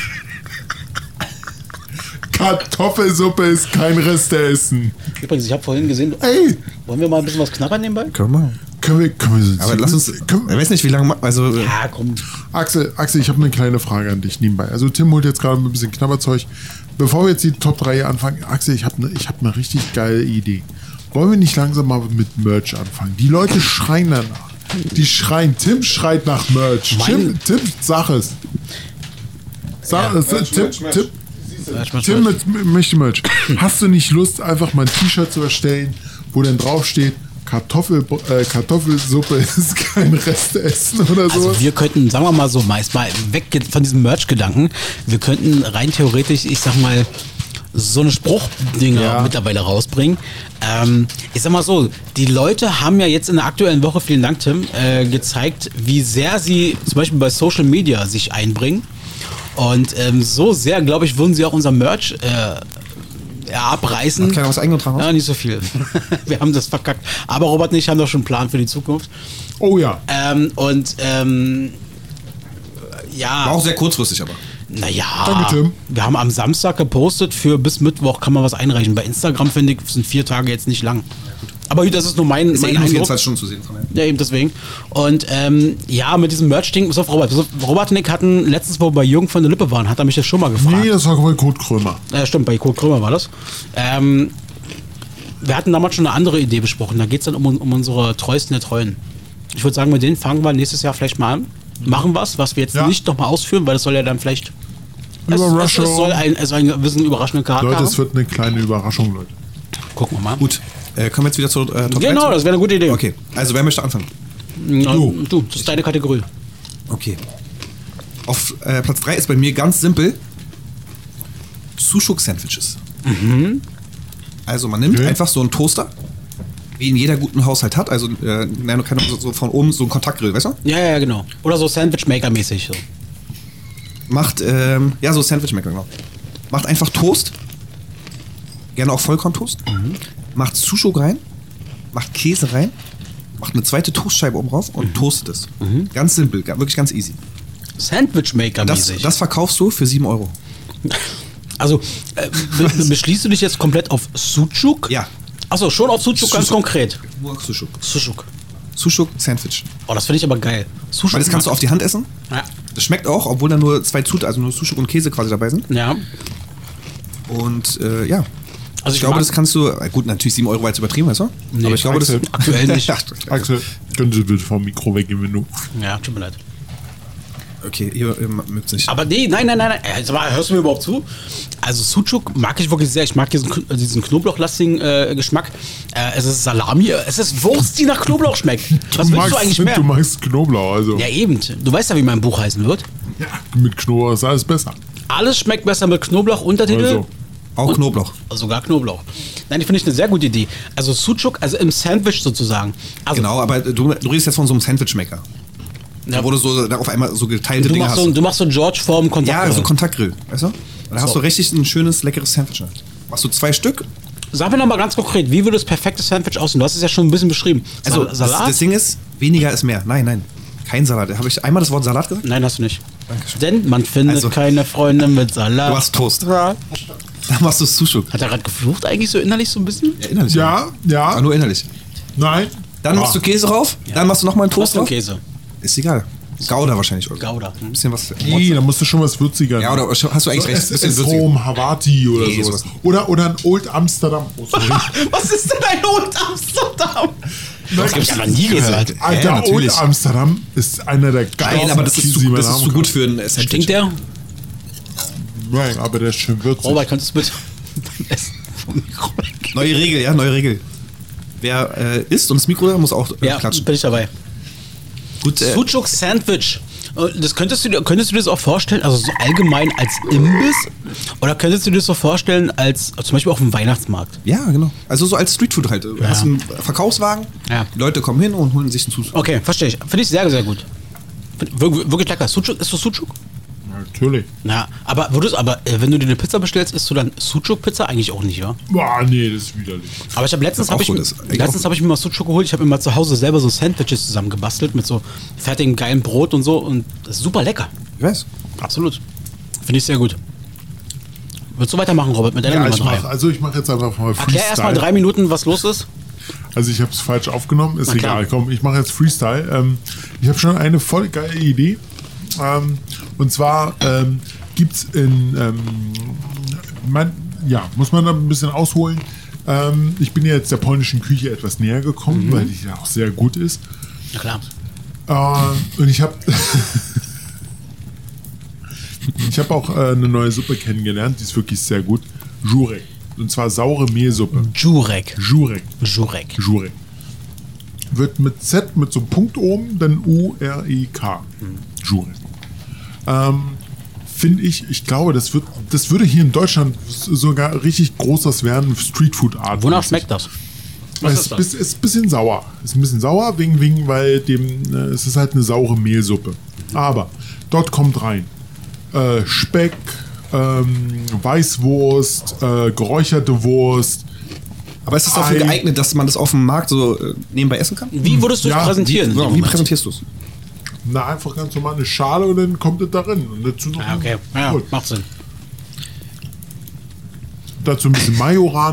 Kartoffelsuppe ist kein Resteessen. Übrigens, ich habe vorhin gesehen, Ey, wollen wir mal ein bisschen was knabbern nebenbei? Können wir machen. können wir, können wir so Aber lass uns. können, Ich weiß nicht, wie lange. ma- Also. Ja, komm. Axel, Axel, ich habe eine kleine Frage an dich nebenbei. Also Tim holt jetzt gerade ein bisschen Knabberzeug. Bevor wir jetzt die Top drei hier anfangen, Axel, ich habe eine ich hab ne richtig geile Idee. Wollen wir nicht langsam mal mit Merch anfangen? Die Leute schreien danach. Die schreien. Tim schreit nach Merch. Mein- Tim, Tim, sag es. Sag Ja. es. Tim, Tim, Merch, Merch, Tim Merch. mit, möchte Merch. Hast du nicht Lust, einfach mal ein T-Shirt zu erstellen, wo dann drauf steht, Kartoffel, äh, Kartoffelsuppe ist kein Restessen oder so? Also wir könnten, sagen wir mal so, meist mal weg von diesem Merch-Gedanken, wir könnten rein theoretisch, ich sag mal, so eine Spruchdinger Ja. mittlerweile rausbringen. Ähm, ich sag mal so, die Leute haben ja jetzt in der aktuellen Woche, vielen Dank Tim, äh, gezeigt, wie sehr sie zum Beispiel bei Social Media sich einbringen. Und ähm, so sehr, glaube ich, würden sie auch unser Merch äh, ja, abreißen. Hat keiner was eingetragen? Ja, nicht so viel. Wir haben das verkackt. Aber Robert und ich haben doch schon einen Plan für die Zukunft. Oh ja. Ähm, und ähm, ja. War auch sehr kurzfristig, aber. Naja, Danke, Tim. wir haben am Samstag gepostet, für bis Mittwoch kann man was einreichen. Bei Instagram, finde ich, sind vier Tage jetzt nicht lang. Aber das ist nur mein, Ist ja mein eh nur Eindruck. vierundzwanzig Stunden zu sehen. Von daher. Ja, eben deswegen. Und ähm, ja, mit diesem Merch-Ding, pass auf, Robert, pass auf, Robert und ich hatten letztens, wo wir bei Jürgen von der Lippe waren, hat er mich das schon mal gefragt. Nee, das war bei Kurt Krömer. Ja, stimmt, bei Kurt Krömer war das. Ähm, wir hatten damals schon eine andere Idee besprochen. Da geht es dann um, um unsere Treuesten der Treuen. Ich würde sagen, mit denen fangen wir nächstes Jahr vielleicht mal an. Machen was, was wir jetzt Ja. nicht nochmal ausführen, weil das soll ja dann vielleicht. Es, es, Überraschung. es soll ein, es soll einen gewissen überraschenden Charakter Leute, haben. es wird eine kleine Überraschung, Leute. Gucken wir mal. Gut, äh, kommen wir jetzt wieder zur äh, Top Genau, drei? das wäre eine gute Idee. Okay, also wer möchte anfangen? Ja, Du. du, das ist deine Kategorie. Okay. Auf äh, Platz drei ist bei mir ganz simpel Sushuk-Sandwiches. Also man nimmt Okay. einfach so einen Toaster, wie in jeder guten Haushalt hat. Also äh, nein, keine Ahnung, so, so von oben so ein Kontaktgrill, weißt du? Ja, ja, genau. Oder so Sandwich-Maker-mäßig. So. Macht, ähm, ja, so Sandwich-Maker, genau. Macht einfach Toast. Gerne auch Vollkorntoast. Macht Sushuk rein. Macht Käse rein. Macht eine zweite Toastscheibe oben drauf und toastet es. Ganz simpel, ga- wirklich ganz easy. Das, Sandwich-Maker-mäßig. das verkaufst du für sieben Euro. Also, äh, be be beschließt du dich jetzt komplett auf Sucuk? Ja. Achso, schon auf Sucuk ganz Sushuk. konkret. Nur Sushuk. Sucuk. Sushuk Sandwich. Oh, das finde ich aber geil. Sushuk. Weil das kannst du auf die Hand essen. Ja. Das schmeckt auch, obwohl da nur zwei Zutaten, also nur Sushuk und Käse quasi dabei sind. Ja. Und äh, ja. Also ich, glaube, mag- das kannst du, äh, gut, natürlich sieben Euro war jetzt übertrieben, weißt du? Nee, aber ich glaube, das Axel. Aktuell nicht. Axel, könntest du bitte vom Mikro weggehen, wenn du. Ja, tut mir leid. Okay, ihr, ihr mögt nicht. Aber nee, nein, nein, nein, nein. Äh, sag mal, hörst du mir überhaupt zu? Also Sucuk mag ich wirklich sehr. Ich mag diesen, Kn- diesen knoblauchlastigen äh, Geschmack. Äh, es ist Salami, es ist Wurst, die nach Knoblauch schmeckt. Was willst du eigentlich mehr? Du magst Knoblauch, also. Ja, eben. Du weißt ja, wie mein Buch heißen wird. Ja, mit Knoblauch ist alles besser. Alles schmeckt besser mit Knoblauch, Untertitel. Also, Auch Und- Knoblauch. Sogar Knoblauch. Nein, die finde ich eine sehr gute Idee. Also Sucuk, also im Sandwich sozusagen. Also, Genau, aber du, du redest jetzt von so einem Sandwich-Maker. Ja. Da wo du so da auf einmal so geteilte Du Dinge machst, hast. so, du machst so George-Form Kontakt. Ja, so Kontaktgrill, weißt du? Da hast So. du richtig ein schönes, leckeres Sandwich. Machst du zwei Stück. Sag mir noch mal ganz konkret, wie würde das perfekte Sandwich aussehen? Du hast es ja schon ein bisschen beschrieben. Also, Sal das, Salat? das Ding ist, weniger ist mehr. Nein, nein. Kein Salat. Habe ich einmal das Wort Salat gesagt? Nein, hast du nicht. Dankeschön. Denn man findet Also- keine Freunde mit Salat. Du hast Toast. Ja. Dann machst du Sushuk. Hat er gerade geflucht eigentlich so innerlich so ein bisschen? Ja, innerlich. ja, ja, Aber nur innerlich. nein. Dann Ah. machst du Käse rauf. Dann machst du nochmal einen Was Toast für ein drauf. Käse? Ist egal. Gouda wahrscheinlich. Oder? Gouda. Ein bisschen was. Nee, da musst du schon was würziger. Ja, oder hast du eigentlich recht. Es Ein bisschen ist würziger. Rom, Havati oder Nee, sowas. sowas. Oder, oder ein Old Amsterdam. Oh, sorry. Was ist denn ein Old Amsterdam? Das hab ich aber nie gehört. Alter, Ja, Old natürlich. Amsterdam ist einer der geilsten Nein, aber das ist Käse, zu, die man das ist haben zu kann. gut für ein Sandwich. Stinkt der? Nein, aber der ist schön würzig. Robert, könntest du bitte Essen vom Mikro weg? Neue Regel, ja, neue Regel. Wer äh, isst und das Mikro da muss auch äh, Ja, klatschen. bin ich dabei. Gut, äh, Sucuk Sandwich. Äh, Das könntest du dir, könntest du dir das auch vorstellen, also so allgemein als Imbiss? Oder könntest du dir das so vorstellen als zum Beispiel auf dem Weihnachtsmarkt? ja, genau. Also so als Streetfood halt. Du hast einen Verkaufswagen, Ja. die Leute kommen hin und holen sich einen Zus. Okay, verstehe ich. Finde ich sehr, sehr gut. Find, wirklich, wirklich lecker. Sucuk, isst du Sucuk? Natürlich. Na, aber würdest, aber äh, wenn du dir eine Pizza bestellst, isst du dann Sucuk-Pizza? Eigentlich auch nicht, ja? Boah, nee, das ist widerlich. Aber ich habe letztens Das habe auch ich, gut mir- ist. Ich letztens auch. habe ich mir mal Sucuk geholt. Ich habe mir mal zu Hause selber so Sandwiches zusammen gebastelt mit so fertigem geilen Brot und so und das ist super lecker. Ich weiß. Absolut. Finde ich sehr gut. Würdest du weitermachen, Robert, mit deiner Ja, Nummer ich drei? mach, also ich mache jetzt einfach mal Freestyle. Erklär erstmal drei Minuten, was los ist. Also ich habe es falsch aufgenommen, ist Na klar. egal. Komm, ich mache jetzt Freestyle. Ähm, ich habe schon eine voll geile Idee. Ähm, und zwar ähm, gibt es in, ähm, man, ja, muss man da ein bisschen ausholen. Ähm, ich bin ja jetzt der polnischen Küche etwas näher gekommen, weil die ja auch sehr gut ist. Ja klar. Äh, und ich habe ich habe auch äh, eine neue Suppe kennengelernt, die ist wirklich sehr gut. Jurek. Und zwar saure Mehlsuppe. Jurek. Jurek. Jurek. Jurek. Wird mit Z, mit so einem Punkt oben, dann U R E K. Jurek. Ähm, Finde ich, ich glaube, das, wird, das würde hier in Deutschland sogar richtig groß was werden, Streetfood-Art. Wonach schmeckt das? Was Es ist ist, das? bis- ist ein bisschen sauer. Ist ein bisschen sauer, wegen, wegen weil dem, äh, es ist halt eine saure Mehlsuppe. Aber dort kommt rein äh, Speck, ähm, Weißwurst, äh, geräucherte Wurst. Aber ist es dafür Ei. geeignet, dass man das auf dem Markt so äh, nebenbei essen kann? Wie würdest du es Ja, präsentieren? in Wie, dem wie Moment? präsentierst du es? Na, einfach ganz normal eine Schale und dann kommt es darin. Und dazu noch Ah, okay. Ja, Gut. macht Sinn. Dazu ein bisschen Majoran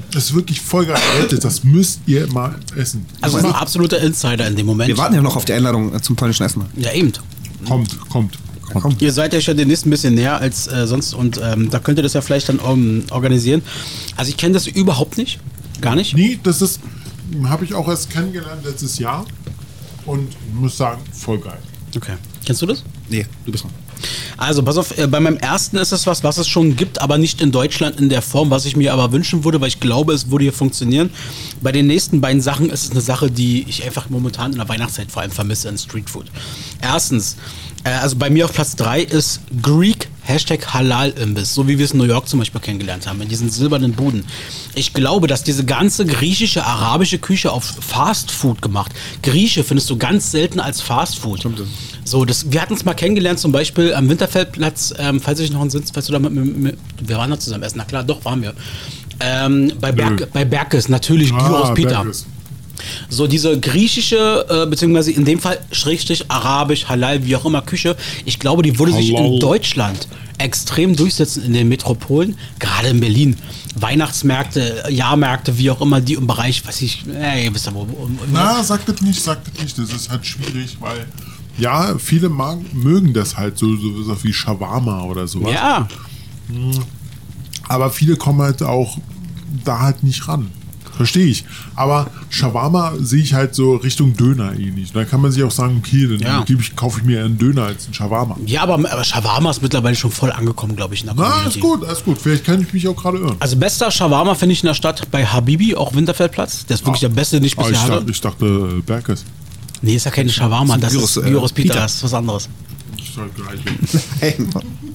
Das ist wirklich voll geil. Leute, das müsst ihr mal essen. Also ein absoluter Insider in dem Moment. Wir warten ja noch auf die Einladung äh, zum polnischen Essen. Ja, eben. Kommt, kommt. Kommt. Ihr seid ja schon demnächst ein bisschen näher als äh, sonst und ähm, da könnt ihr das ja vielleicht dann um, organisieren. Also ich kenne das überhaupt nicht. Gar nicht. Nee, das ist, habe ich auch erst kennengelernt letztes Jahr und muss sagen, voll geil. Okay. Kennst du das? Nee, du bist noch. Also, pass auf, äh, bei meinem ersten ist es was, was es schon gibt, aber nicht in Deutschland in der Form, was ich mir aber wünschen würde, weil ich glaube, es würde hier funktionieren. Bei den nächsten beiden Sachen ist es eine Sache, die ich einfach momentan in der Weihnachtszeit vor allem vermisse in Streetfood. Erstens, äh, also bei mir auf Platz drei ist Greek Hashtag Halal-Imbiss, so wie wir es in New York zum Beispiel kennengelernt haben, in diesen silbernen Buden. Ich glaube, dass diese ganze griechische, arabische Küche auf Fast Food gemacht. Grieche findest du ganz selten als Fast Food. So, das, wir hatten es mal kennengelernt, zum Beispiel am Winterfeldplatz, ähm, falls ich noch einen Sinn, falls du da mit, mit, mit, wir waren da zusammen essen, na klar, doch, waren wir. Ähm, bei, Berg, bei Berkes, natürlich, Ah, Gyros Pita. Berkes. So diese griechische, äh, beziehungsweise in dem Fall Schrägstrich arabisch, halal, wie auch immer Küche, ich glaube, die würde sich Halal. in Deutschland extrem durchsetzen in den Metropolen, gerade in Berlin. Weihnachtsmärkte, Jahrmärkte, wie auch immer, die im Bereich, weiß ich, äh, ihr wisst ja, wo. wo- Na, sagt das nicht, sagt das nicht. Das ist halt schwierig, weil ja, viele mag, mögen das halt so, so, so wie Shawarma oder sowas. Ja, Aber viele kommen halt auch da halt nicht ran. Verstehe ich. Aber Shawarma sehe ich halt so Richtung Döner ähnlich. Da kann man sich auch sagen, okay, dann Ja. gebe ich, kaufe ich mir eher einen Döner als einen Shawarma. ja, aber, aber Shawarma ist mittlerweile schon voll angekommen, glaube ich, in der Na, Community. ist gut, ist gut. Vielleicht kann ich mich auch gerade irren. Also bester Shawarma finde ich in der Stadt bei Habibi, auch Winterfeldplatz. Der ist wirklich der beste, den ich Ah, bisher ich, hatte. dachte, ich dachte, äh, Berkes. Nee, ist ja keine Shawarma, das Gyros, ist äh, Gyros Pita, Pita. das ist was anderes. Das ist halt gleich. Hey,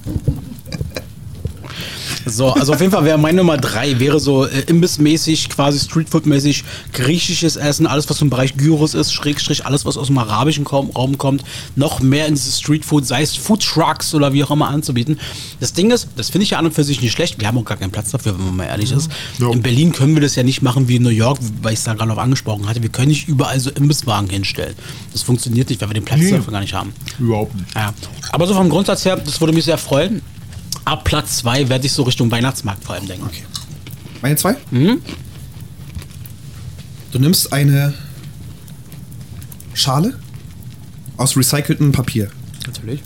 So, also auf jeden Fall wäre meine Nummer drei, wäre so äh, imbissmäßig, quasi Streetfood-mäßig, griechisches Essen, alles was im Bereich Gyros ist, Schrägstrich, alles was aus dem arabischen Raum Raum kommt, noch mehr in dieses Streetfood, sei es Food Trucks oder wie auch immer anzubieten. Das Ding ist, das finde ich ja an und für sich nicht schlecht, wir haben auch gar keinen Platz dafür, wenn man mal ehrlich ist. Ja. In Berlin können wir das ja nicht machen wie in New York, weil ich es da gerade noch angesprochen hatte, wir können nicht überall so Imbisswagen hinstellen. Das funktioniert nicht, weil wir den Platz Nee. dafür gar nicht haben. Überhaupt nicht. Ja. Aber so vom Grundsatz her, das würde mich sehr freuen. Ab Platz zwei werde ich so Richtung Weihnachtsmarkt vor allem denken. Okay. Meine zwei? Du nimmst eine Schale aus recyceltem Papier. Natürlich.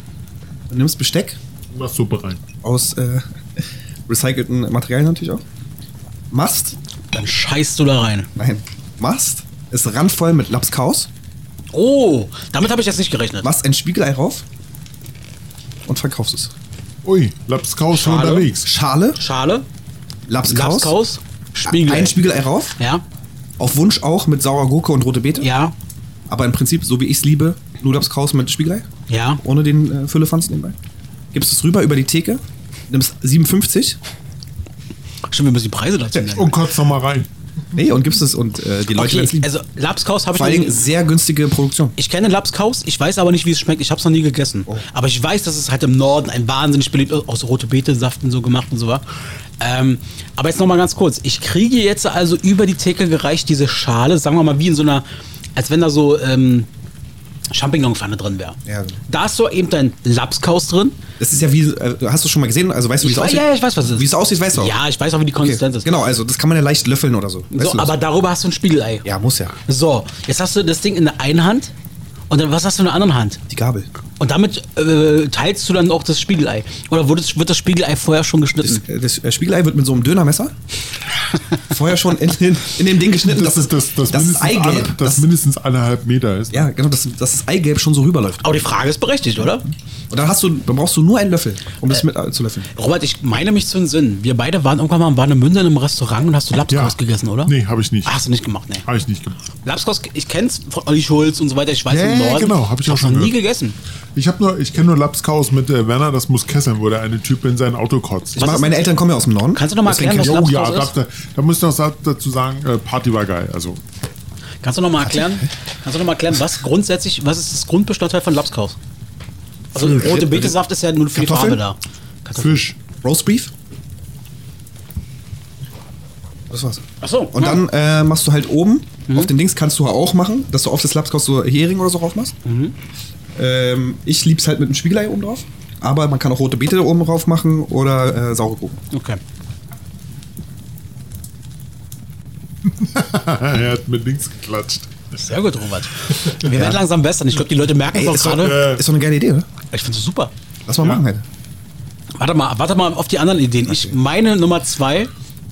Du nimmst Besteck Was Suppe rein. aus äh, recycelten Materialien natürlich auch. Machst, Dann scheißt du da rein. nein, machst, ist randvoll mit Lapskaus, Oh, damit habe ich jetzt nicht gerechnet. machst ein Spiegelei rauf und verkaufst es. Ui, Lapskaus schon Schale. unterwegs. Schale, Schale, Lapskaus, Lapskaus, Spiegelei. ein Spiegelei rauf, Ja, auf Wunsch auch mit saurer Gurke und rote Beete. ja, Aber im Prinzip, so wie ich es liebe, nur Lapskaus mit Spiegelei, ja. ohne den äh, Füllefanz nebenbei. Gibst es rüber über die Theke, nimmst siebenundfünfzig, Stimmt, wir müssen die Preise dazu nennen. Und kotzt noch mal rein. nee, und gibst es und äh, die Leute werden es Okay, lieben. also Lapskaus habe ich Vor noch allen nie, Dingen sehr günstige Produktion. ich kenne Lapskaus, ich weiß aber nicht, wie es schmeckt. Ich habe es noch nie gegessen. Oh. Aber ich weiß, dass es halt im Norden ein wahnsinnig beliebt ist, aus rote Beete-Saften so gemacht und so war. Ähm, aber jetzt noch mal ganz kurz. Ich kriege jetzt also über die Theke gereicht diese Schale, sagen wir mal wie in so einer, als wenn da so ähm, Champignonpfanne drin wäre. Ja. Da ist so eben dein Lapskaus drin. Das ist ja wie, äh, hast du schon mal gesehen? Also weißt du, wie Ich es weiß, aussieht? ja, ja, ich weiß, was es ist. Wie es aussieht, weißt du auch. Ja, ich weiß auch, wie die Okay. Konsistenz ist. Genau, also das kann man ja leicht löffeln oder so. Weißt So, du das? aber darüber hast du ein Spiegelei. Ja, muss ja. So, jetzt hast du das Ding in der einen Hand und dann was hast du in der anderen Hand? Die Gabel. Und damit äh, teilst du dann auch das Spiegelei. Oder wird das, wird das Spiegelei vorher schon geschnitten? Das, äh, das äh, Spiegelei wird mit so einem Dönermesser vorher schon in, in, in dem Ding geschnitten, Das dass ist das, das, das mindestens, Eigelb. alle, das das, mindestens eineinhalb Meter ist. ja, genau, dass, dass das Eigelb schon so rüberläuft. Aber die Frage ist berechtigt, oder? Und dann hast du, dann brauchst du nur einen Löffel, um das mit äh, zu löffeln. Robert, ich meine mich zu entsinnen. Wir beide waren irgendwann mal in Warnemünde in einem Restaurant und hast du Lapskaus gegessen, oder? Nee, habe ich nicht. Ach, hast du nicht gemacht, ne? Habe ich nicht gemacht. Lapskaus, ich kenn's von Olli Schulz und so weiter. Ich weiß Ja, im ja, Norden. genau, hab ich auch schon noch nie gehört. gegessen. Ich habe nur, ich kenne nur Lapskaus mit äh, Werner, das muss kesseln, wo der eine Typ in sein Auto kotzt. Was Ma- ist- Meine Eltern kommen ja aus dem Norden. Kannst du noch mal Deswegen erklären, kenn was ich- Oh ja, Lapskaus da, ist? da, da musst du noch dazu sagen, äh, Party war geil. Also Kannst du noch mal erklären? Kannst du noch mal erklären, was grundsätzlich, was ist das Grundbestandteil von Lapskaus? Also Fisch. rote Betesaft ist ja nur für die Kartoffeln? Farbe da. Kartoffeln. Fisch. Roastbeef. Das war's. Ach so. Und ja. dann äh, machst du halt oben, auf den Dings kannst du auch machen, dass du auf das Lapskaus so Hering oder so drauf machst. Ähm, ich lieb's halt mit einem Spiegelei oben drauf. Aber man kann auch rote Beete oben drauf machen oder äh, saure Gurken. Okay. Er hat mit links geklatscht. Sehr gut, Robert. Wir werden langsam besser. Ich glaube, die Leute merken Ey, es ist, auch doch, gerade. äh, ist doch eine geile Idee, oder? Ich finde es super. Lass mal Ja. machen, halt. Warte mal, warte mal auf die anderen Ideen. Ich Okay. meine Nummer zwei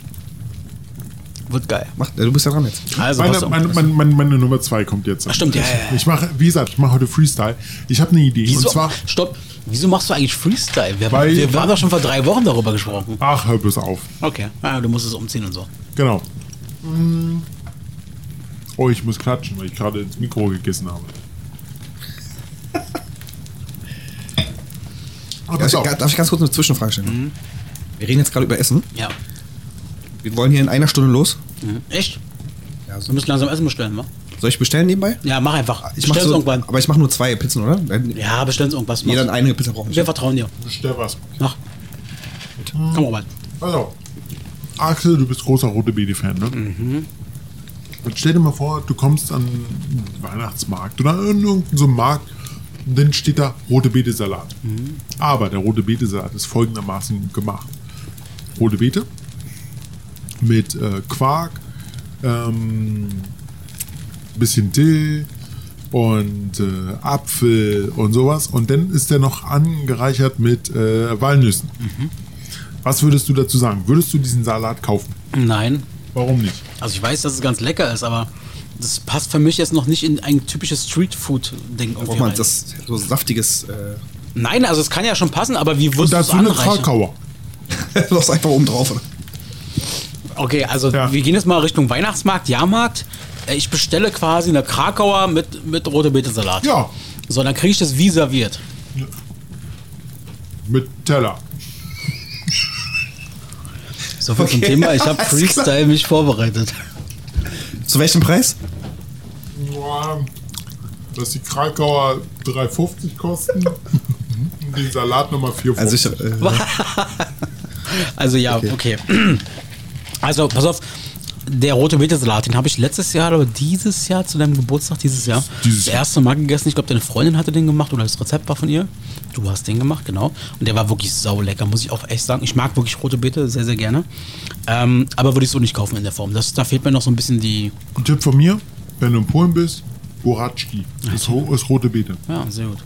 wird geil. Mach, äh, du bist ja dran jetzt. Also, Meine, was meine, meine, meine, meine Nummer zwei kommt jetzt. Ach, stimmt, ja, ja, ja. Ich mache, wie gesagt, ich mache heute Freestyle. Ich habe eine Idee. Wieso? Und zwar, Stopp. Wieso machst du eigentlich Freestyle? Wir, Weil- wir haben doch schon vor drei Wochen darüber gesprochen. ach, hör bloß auf. Okay. Ah, du musst es umziehen und so. Genau. Mm. Oh, ich muss klatschen, weil ich gerade ins Mikro gegessen habe. Aber Darf pass auf. ich, darf ich ganz kurz eine Zwischenfrage stellen? Wir reden jetzt gerade über Essen. Ja. Wir wollen hier in einer Stunde los. Mhm. Echt? Ja, Wir so. müssen langsam Essen bestellen, wa? Soll ich bestellen nebenbei? Ja, mach einfach. Ich mach Bestell's so, irgendwann. aber ich mache nur zwei Pizzen, oder? Ja, bestellen irgendwas. Jeder Mach's. eine Pizza brauchen. Wir vertrauen dir. Bestell was. Mach. Komm, Robert. Pass auf. Axel, du bist großer Rote Beete-Fan, ne? Mhm. Und stell dir mal vor, du kommst an einen Weihnachtsmarkt oder an irgendeinen so einen Markt und dann steht da Rote Beete-Salat. Mhm. Aber der Rote Beete-Salat ist folgendermaßen gemacht. Rote Beete mit äh, Quark, ähm, bisschen Dill und äh, Apfel und sowas. Und dann ist der noch angereichert mit äh, Walnüssen. Mhm. Was würdest du dazu sagen? Würdest du diesen Salat kaufen? Nein. Warum nicht? Also ich weiß, dass es ganz lecker ist, aber das passt für mich jetzt noch nicht in ein typisches Streetfood-Ding. Braucht irgendwie man rein. das so saftiges. Äh, Nein, also es kann ja schon passen, aber wie Und wirst du es dazu eine anreichen? Krakauer. du hast einfach oben drauf, oder? Okay, also Ja. wir gehen jetzt mal Richtung Weihnachtsmarkt, Jahrmarkt. Äh, Ich bestelle quasi eine Krakauer mit, mit rote Beete-Salat. Ja, So, dann kriege ich das wie serviert. mit Teller. So viel zum Okay. Thema. Ich habe Alles Freestyle mich vorbereitet. Zu welchem Preis? Boah, dass die Krakauer drei fünfzig kosten und den Salat nochmal vier Also ich, fünfzig. äh, Also ja, okay. Also pass auf, der rote Beete-Salat, den habe ich letztes Jahr oder dieses Jahr zu deinem Geburtstag, dieses Jahr, Dieses das erste Mal gegessen. Ich glaube, deine Freundin hatte den gemacht oder das Rezept war von ihr. Du hast den gemacht, genau. Und der war wirklich saulecker, muss ich auch echt sagen. Ich mag wirklich rote Beete sehr, sehr gerne. Ähm, aber würde ich so nicht kaufen in der Form. Das, da fehlt mir noch so ein bisschen die... Ein Tipp von mir, wenn du in Polen bist, Boratschki. Das ro- ist rote Beete. Ja, sehr gut.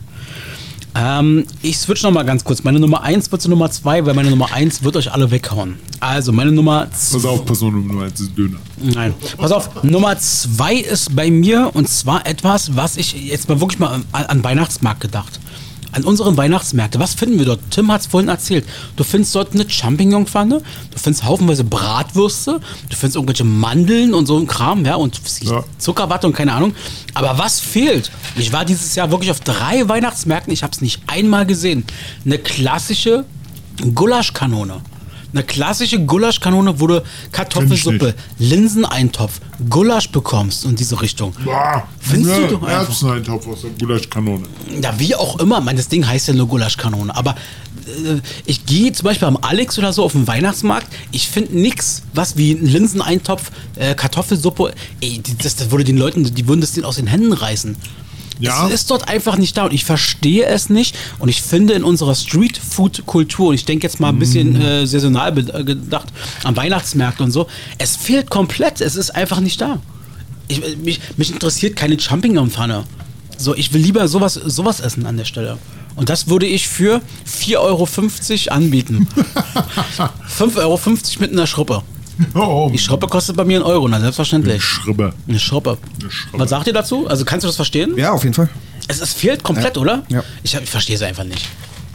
Ähm, ich switch noch mal ganz kurz. Meine Nummer eins wird zu Nummer zwei, weil meine Nummer eins wird euch alle weghauen. Also meine Nummer zwei. Pass auf, Person Nummer eins ist Döner. Nein. Pass auf, Nummer zwei ist bei mir und zwar etwas, was ich jetzt mal wirklich mal an, an Weihnachtsmarkt gedacht. An unseren Weihnachtsmärkten. Was finden wir dort? Tim hat es vorhin erzählt. Du findest dort eine Champignonpfanne, du findest haufenweise Bratwürste, du findest irgendwelche Mandeln und so ein Kram, ja, und Ja. Zuckerwatte und keine Ahnung. Aber was fehlt? Ich war dieses Jahr wirklich auf drei Weihnachtsmärkten, ich habe es nicht einmal gesehen. Eine klassische Gulaschkanone. Eine klassische Gulaschkanone, wo du Kartoffelsuppe, Linseneintopf, Gulasch bekommst in diese Richtung. Boah, Findest du ne, doch einfach. Erbseneintopf aus der Gulaschkanone. Ja, wie auch immer. Mein, das Ding heißt ja nur Gulaschkanone. Aber äh, ich gehe zum Beispiel am Alex oder so auf den Weihnachtsmarkt. Ich finde nichts, was wie ein Linseneintopf, äh, Kartoffelsuppe. Ey, die- das, das würde den Leuten, die würden das denen aus den Händen reißen. Ja. Es ist dort einfach nicht da und ich verstehe es nicht. Und ich finde in unserer Street-Food-Kultur, und ich denke jetzt mal ein bisschen äh, saisonal be- äh, gedacht, an Weihnachtsmärkte und so, es fehlt komplett. Es ist einfach nicht da. Ich, mich, mich interessiert keine Champignonpfanne. So, ich will lieber sowas, sowas essen an der Stelle. Und das würde ich für vier Euro fünfzig anbieten. fünf Euro fünfzig mit einer Schruppe. Oh, Die Schruppe kostet bei mir einen Euro, na selbstverständlich. Schribbe. Eine Schruppe. Eine Schruppe. Was sagt ihr dazu? Also kannst du das verstehen? ja, auf jeden Fall. Es, es fehlt komplett, Ja. oder? Ja. Ich, hab- ich verstehe es einfach nicht.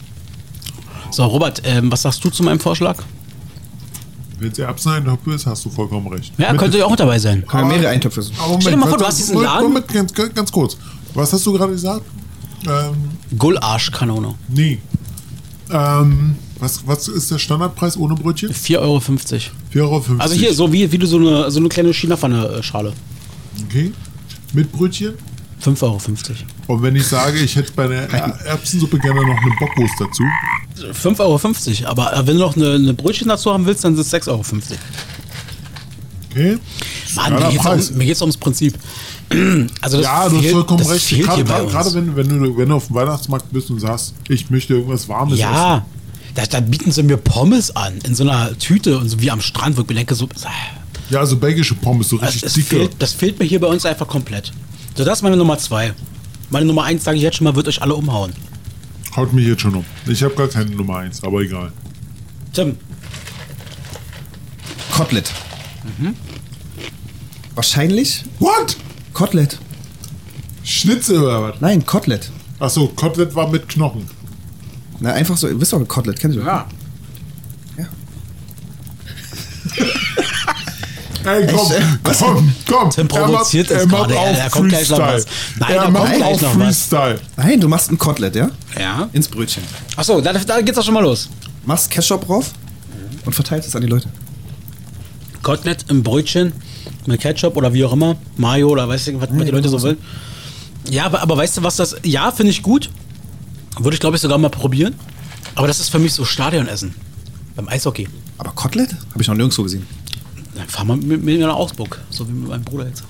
So, Robert, ähm, was sagst du zu meinem Vorschlag? Wenn es Erbseneintopf ist, hast du vollkommen recht. Ja, Mit- könnte ja auch dabei sein. Können wir mehrere Eintöpfe essen. Aber Moment, Stell dir mal vor, was- du hast diesen Moment, Laden- Moment, ganz, ganz kurz. Was hast du gerade gesagt? Ähm, Gulaschkanone. nee. Ähm, was, was ist der Standardpreis ohne Brötchen? vier Euro fünfzig. vier Euro fünfzig. Also hier, so wie, wie du so eine, so eine kleine China-Pfanne-Schale. Okay. Mit Brötchen? fünf Euro fünfzig. Und wenn ich sage, ich hätte bei der Er- Erbsensuppe gerne noch eine Bockwurst dazu. fünf Euro fünfzig. Aber äh, wenn du noch eine, eine Brötchen dazu haben willst, dann sind es sechs Euro fünfzig. Okay. Mann, Geiler mir geht's, Preis. um, mir geht's ums Prinzip. Also das Ja, du hast fehlt, vollkommen das recht. fehlt Gerade, hier bei gerade, uns. gerade wenn, wenn, du, wenn du auf dem Weihnachtsmarkt bist und sagst, ich möchte irgendwas Warmes essen. Ja, da, da bieten sie mir Pommes an, in so einer Tüte und so wie am Strand, wo ich mir denke, so, Ja, so belgische Pommes, so richtig Das dicke. fehlt, das fehlt mir hier bei uns einfach komplett. So, das ist meine Nummer zwei. Meine Nummer eins, sage ich jetzt schon mal, wird euch alle umhauen. Haut mich jetzt schon um. Ich habe gar keine Nummer eins, aber egal. Tim. Kotelett. Mhm. Wahrscheinlich What? Kotelett. Schnitzel oder was? Nein, Kotelett. Achso, Kotelett war mit Knochen. Na, einfach so, wisst ihr doch, Kotelett, kennt ihr doch? Ja. Ja. Ey, komm, Echt, äh, was? komm, komm. Tim provoziert er es macht, gerade. er Ja, macht da auf kommt gleich noch Freestyle. was. Nein, er da kommt macht gleich auf noch was. Freestyle. Nein, du machst ein Kotelett, ja? Ja. Ins Brötchen. Achso, da, da geht's auch schon mal los. Machst Ketchup drauf und verteilst es an die Leute. Kotelett im Brötchen mit Ketchup oder wie auch immer. Mayo oder weißt du, was, was die Leute so wollen. Ja, aber, aber weißt du, was das... Ja, finde ich gut. Würde ich, glaube ich, sogar mal probieren. Aber das ist für mich so Stadionessen. Beim Eishockey. Aber Kotelett? Habe ich noch nirgendwo gesehen. Dann fahren wir mit, mit mir nach Augsburg. So wie mit meinem Bruder jetzt.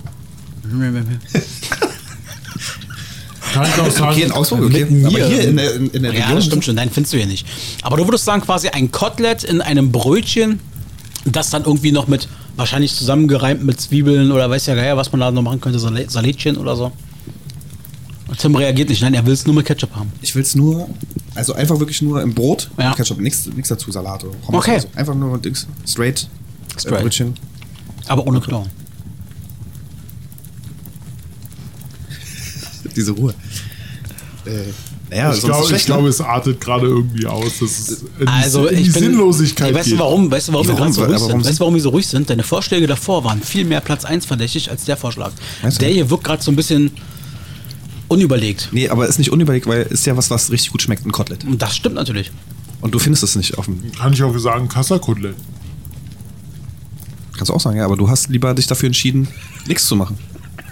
Kann ich auch sagen. Okay, in Augsburg, okay. Mit mir. Aber hier in der, in, in der Ja, Region. das stimmt schon. Nein, findest du hier nicht. Aber du würdest sagen, quasi ein Kotelett in einem Brötchen, das dann irgendwie noch mit, wahrscheinlich zusammengereimt mit Zwiebeln oder weiß ja gar nicht, was man da noch machen könnte, Sal- Salätchen oder so. Und Tim reagiert nicht. Nein, er will es nur mit Ketchup haben. Ich will es nur, also einfach wirklich nur im Brot. Ja. Ketchup, nichts dazu, Salat oder Pommes Okay. oder so. Einfach nur Dings, straight, Straight. Äh, Brötchen. Aber ohne Knochen. Diese Ruhe. Äh, naja, Ich sonst glaube, ist schlecht, ich glaube, ne? es artet gerade irgendwie aus, dass es in, Also die, in ich die bin, Sinnlosigkeit weißt du geht. warum? Weißt du, warum Ja, wir gerade so warum? ruhig Aber sind? warum Weißt du, warum wir so ruhig sind? Deine Vorschläge davor waren viel mehr Platz eins verdächtig als der Vorschlag. Weißt du? Der hier wirkt gerade so ein bisschen unüberlegt. Nee, aber ist nicht unüberlegt, weil ist ja was, was richtig gut schmeckt, ein Kotelett. Und das stimmt natürlich. Und du findest es nicht auf dem. Kann ich auch sagen, Kassakotelett. Kannst du auch sagen, ja, aber du hast lieber dich dafür entschieden, nichts zu machen.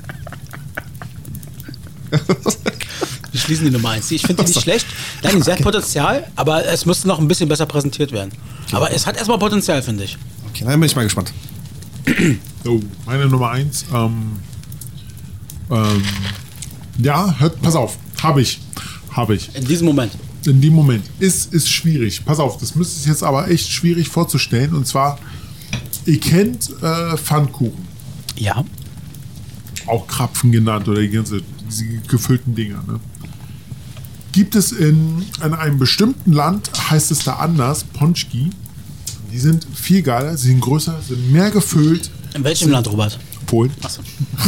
Wir schließen die Nummer eins. Ich finde die nicht schlecht. Nein, sie hat Potenzial, aber es müsste noch ein bisschen besser präsentiert werden. Aber es hat erstmal Potenzial, finde ich. Okay, dann bin ich mal gespannt. So, meine Nummer eins. Ähm, ähm, ja, hört, pass auf. Habe ich. Habe ich. In diesem Moment. In dem Moment. Ist, ist schwierig. Pass auf, das müsste ich jetzt aber echt schwierig vorzustellen. Und zwar, ihr kennt äh, Pfannkuchen. Ja. Auch Krapfen genannt oder die ganze, diese gefüllten Dinger. Ne? Gibt es in, in einem bestimmten Land, heißt es da anders, Ponchki. Die sind viel geiler, sie sind größer, sind mehr gefüllt. In welchem Land, Robert? Polen. Achso.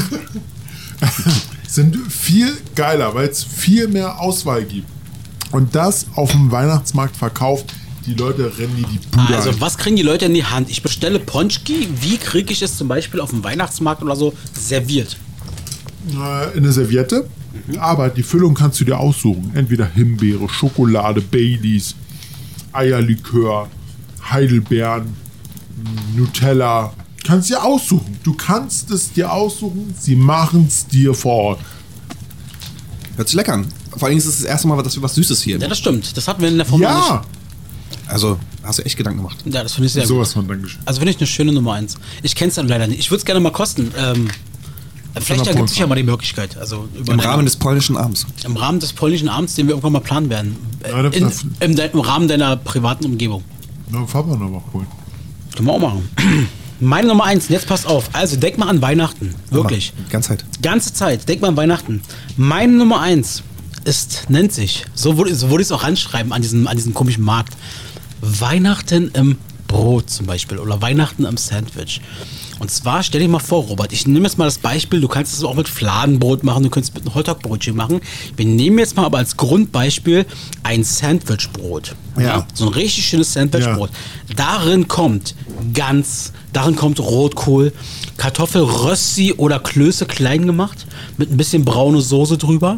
Sind viel geiler, weil es viel mehr Auswahl gibt. Und das auf dem Weihnachtsmarkt verkauft, die Leute rennen die die Bude Also, ein. was kriegen die Leute in die Hand? Ich bestelle Ponchki. Wie kriege ich es zum Beispiel auf dem Weihnachtsmarkt oder so serviert? Äh, in eine Serviette. Aber die Füllung kannst du dir aussuchen. Entweder Himbeere, Schokolade, Baileys, Eierlikör, Heidelbeeren, Nutella. Kannst dir aussuchen. Du kannst es dir aussuchen. Sie machen es dir vor Ort. Hört sich lecker an. Vor allem ist es das erste Mal, dass wir was Süßes hier. Ja, das stimmt. Das hatten wir in der Formel Ja, nicht. Also, hast du echt Gedanken gemacht. Ja, das finde ich sehr gut. sowas von Dankeschön. Also finde ich eine schöne Nummer eins. Ich kenne es dann leider nicht. Ich würde es gerne mal kosten. Ähm, vielleicht wir ergibt sich ja Polen mal die Möglichkeit. Also über Im deine- Rahmen des polnischen Abends. Im Rahmen des polnischen Abends, den wir irgendwann mal planen werden. Äh, Ja, da- in, da- im, de- Im Rahmen deiner privaten Umgebung. Na, fahren wir noch mal holen. Können wir auch machen. Meine Nummer eins, und jetzt passt auf. Also denk mal an Weihnachten. Wirklich. Die ganze Zeit. Ganze Zeit. Denk mal an Weihnachten. Meine Nummer eins ist, nennt sich, so würde, so würde ich es auch anschreiben an diesem, an diesem komischen Markt. Weihnachten im Brot zum Beispiel oder Weihnachten im Sandwich. Und zwar, stell dir mal vor, Robert, ich nehme jetzt mal das Beispiel, du kannst es auch mit Fladenbrot machen, du könntest mit einem Hotdog-Brötchen machen. Wir nehmen jetzt mal aber als Grundbeispiel ein Sandwichbrot. Ja. So ein richtig schönes Sandwichbrot. Darin kommt Gans, darin kommt Rotkohl, Kartoffelrössi oder Klöße klein gemacht, mit ein bisschen braune Soße drüber.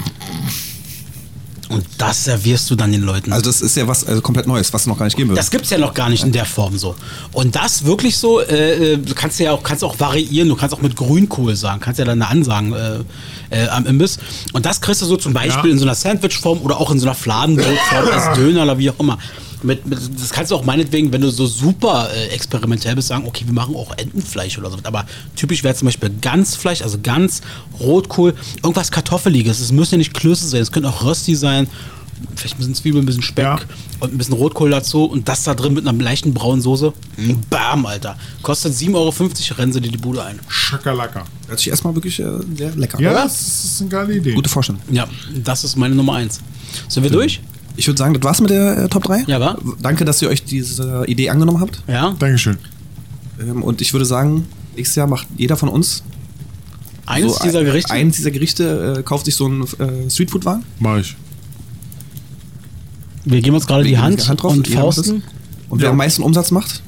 Und das servierst du dann den Leuten. Also das ist ja was also komplett Neues, was es noch gar nicht geben würde. Das gibt's ja noch gar nicht in der Form so. Und das wirklich so, äh, äh, du kannst ja auch, kannst auch variieren, du kannst auch mit Grünkohl sagen, kannst ja dann ansagen äh, äh, am Imbiss. Und das kriegst du so zum Beispiel Ja. in so einer Sandwichform oder auch in so einer Fladenbrotform als Döner oder wie auch immer. Mit, mit, das kannst du auch meinetwegen, wenn du so super äh, experimentell bist, sagen, okay, wir machen auch Entenfleisch oder so. Aber typisch wäre zum Beispiel Gansfleisch, also Gans, Rotkohl, irgendwas Kartoffeliges. Es müssen ja nicht Klöße sein, es können auch Rösti sein. vielleicht ein bisschen Zwiebeln, ein bisschen Speck Ja. und ein bisschen Rotkohl dazu und das da drin mit einer leichten braunen Soße. Bam, Alter. Kostet sieben Euro fünfzig, rennen sie dir die Bude ein. Schakalaka. Hört sich erstmal wirklich äh, sehr lecker. Ja, Oder? das ist eine geile Idee. Gute Vorstellung. Ja, das ist meine Nummer eins. Sind wir durch? Ich würde sagen, das war's mit der äh, Top drei. Ja, wa? Danke, dass ihr euch diese Idee angenommen habt. Ja. Dankeschön. Ähm, und ich würde sagen, nächstes Jahr macht jeder von uns Eines so dieser ein- Gerichte. Eins dieser Gerichte äh, kauft sich so einen äh, Streetfood-Wagen. Mach ich. Wir geben uns gerade Wir die geben Hand, die Hand drauf, und jeder macht Fausten. Und wer Ja. am meisten Umsatz macht,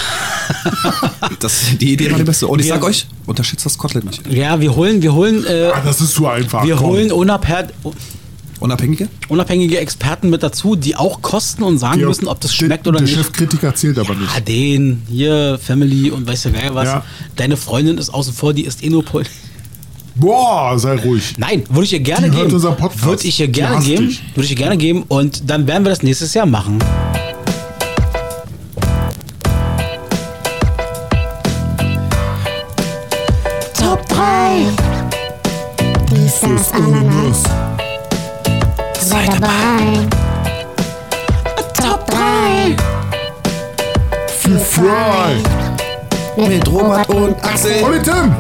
das, die Idee war die beste. Und ich Wir- sag euch, unterschätzt das Kotelett nicht. Ja, wir holen, wir holen, äh, Ah, das ist zu einfach. wir Komm. holen unabhängig, Unabhängige? unabhängige Experten mit dazu, die auch kosten und sagen Georg, müssen, ob das der- schmeckt oder der nicht. Der Chefkritiker zählt aber nicht. Ah, den, hier, Family und weiß der Geil was. Ja. Deine Freundin ist außen vor, die isst eh nur Pol. Boah, sei ruhig. Nein, würde ich ihr gerne Die hört geben. unseren Podcast. Würde ich ihr Die gerne hasst geben. dich. Würde ich ihr gerne geben und dann werden wir das nächstes Jahr machen. Top drei. Dies, das, Ananas. Sei dabei. Top drei. Für Fry. Mit Robert und Axel. Und mit Tim.